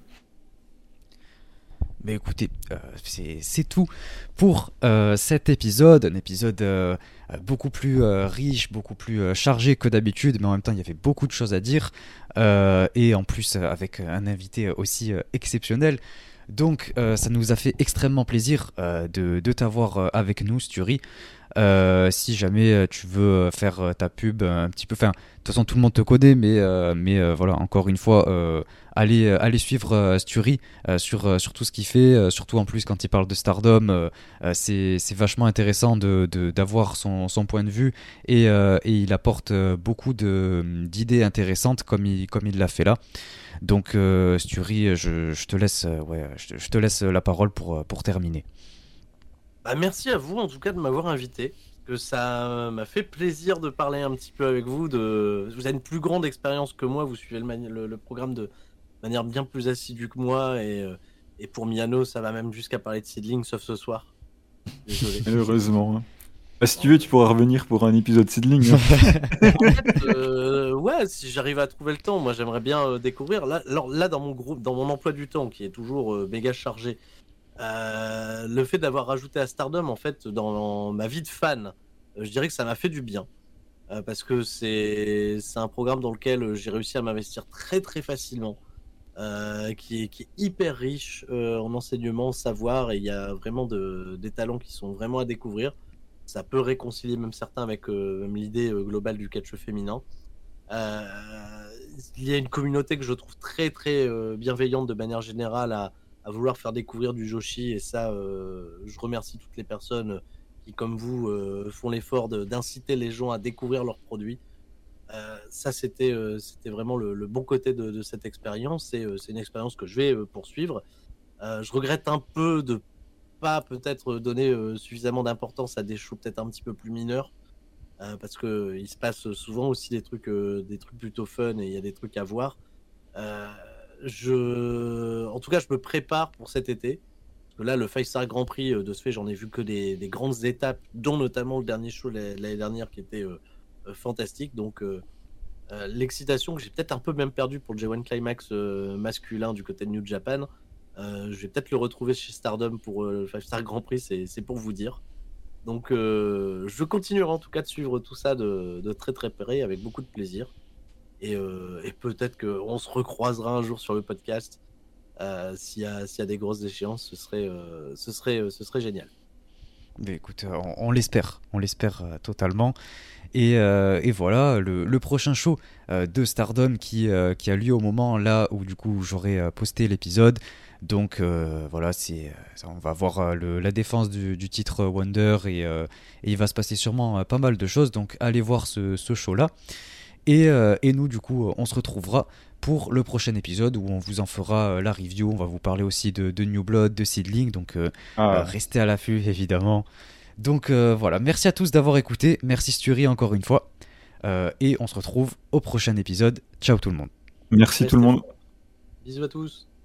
Mais écoutez, euh, c'est, c'est tout pour euh, cet épisode, un épisode euh, beaucoup plus euh, riche, beaucoup plus euh, chargé que d'habitude, mais en même temps il y avait beaucoup de choses à dire, euh, et en plus euh, avec un invité aussi euh, exceptionnel. Donc euh, ça nous a fait extrêmement plaisir euh, de, de t'avoir euh, avec nous, Sturi. Euh, si jamais euh, tu veux euh, faire euh, ta pub euh, un petit peu, enfin, de toute façon tout le monde te connaît, mais, euh, mais euh, voilà, encore une fois, euh, allez, euh, allez suivre euh, Sturi euh, sur, euh, sur tout ce qu'il fait, euh, surtout en plus quand il parle de Stardom, euh, euh, c'est, c'est vachement intéressant de, de, d'avoir son, son point de vue et, euh, et il apporte euh, beaucoup de, d'idées intéressantes comme il, comme il l'a fait là. Donc euh, Sturi, je, je te laisse, euh, ouais, je, je te laisse la parole pour, pour terminer. Bah, merci à vous en tout cas de m'avoir invité. Que ça m'a fait plaisir de parler un petit peu avec vous. De... Vous avez une plus grande expérience que moi. Vous suivez le, mani- le, le programme de manière bien plus assidue que moi. Et, euh, et pour Miano, ça va même jusqu'à parler de Seedling, sauf ce soir. Désolé. Malheureusement, hein. Ah, si tu veux, tu pourras revenir pour un épisode Seedling, hein. En fait, euh, ouais, si j'arrive à trouver le temps, moi j'aimerais bien euh, découvrir. Là, alors, là dans mon groupe, dans mon emploi du temps, qui est toujours euh, méga chargé, Euh, le fait d'avoir rajouté à Stardom, en fait, dans ma vie de fan, euh, je dirais que ça m'a fait du bien. Euh, parce que c'est c'est un programme dans lequel j'ai réussi à m'investir très très facilement, euh, qui, est, qui est hyper riche euh, en enseignement, en savoir, et il y a vraiment de, des talents qui sont vraiment à découvrir. Ça peut réconcilier même certains avec euh, même l'idée euh, globale du catch féminin. Euh, il y a une communauté que je trouve très très euh, bienveillante de manière générale à, à vouloir faire découvrir du Joshi, et ça, euh, je remercie toutes les personnes qui, comme vous, euh, font l'effort de- d'inciter les gens à découvrir leurs produits. Euh, ça, c'était euh, c'était vraiment le, le bon côté de, de cette expérience, et euh, c'est une expérience que je vais euh, poursuivre. Euh, je regrette un peu de pas peut-être donner euh, suffisamment d'importance à des shows peut-être un petit peu plus mineurs, euh, parce que euh, il se passe souvent aussi des trucs, euh, des trucs plutôt fun, et il y a des trucs à voir. Euh, je, en tout cas, je me prépare pour cet été. Parce que là, le Five Star Grand Prix, euh, de ce fait, j'en ai vu que des, des grandes étapes, dont notamment le dernier show l'année l'année dernière qui était euh, euh, fantastique. Donc, euh, euh, l'excitation que j'ai peut-être un peu même perdu pour le J un Climax euh, masculin du côté de New Japan, euh, je vais peut-être le retrouver chez Stardom pour euh, le Five Star Grand Prix, c'est c'est pour vous dire. Donc, euh, je continuerai en tout cas de suivre tout ça de, de très très près, avec beaucoup de plaisir. Et, euh, et peut-être qu'on se recroisera un jour sur le podcast. Euh, s'il y a, s'il y a des grosses échéances, ce serait, euh, ce serait, euh, ce serait génial. Mais écoute, euh, on, on l'espère, on l'espère euh, totalement. Et, euh, et voilà, le, le prochain show euh, de Stardom qui, euh, qui a lieu au moment là où du coup j'aurai euh, posté l'épisode. Donc euh, voilà, c'est, euh, on va voir euh, le, la défense du, du titre Wonder, et, euh, et il va se passer sûrement euh, pas mal de choses. Donc allez voir ce, ce show là. Et, euh, et nous, du coup, on se retrouvera pour le prochain épisode où on vous en fera euh, la review. On va vous parler aussi de, de New Blood, de Seedling. Donc, euh, Ah, euh, restez à l'affût, évidemment. Donc, euh, voilà. Merci à tous d'avoir écouté. Merci Sturi encore une fois. Euh, et on se retrouve au prochain épisode. Ciao tout le monde. merci tout le monde. Bisous à tous.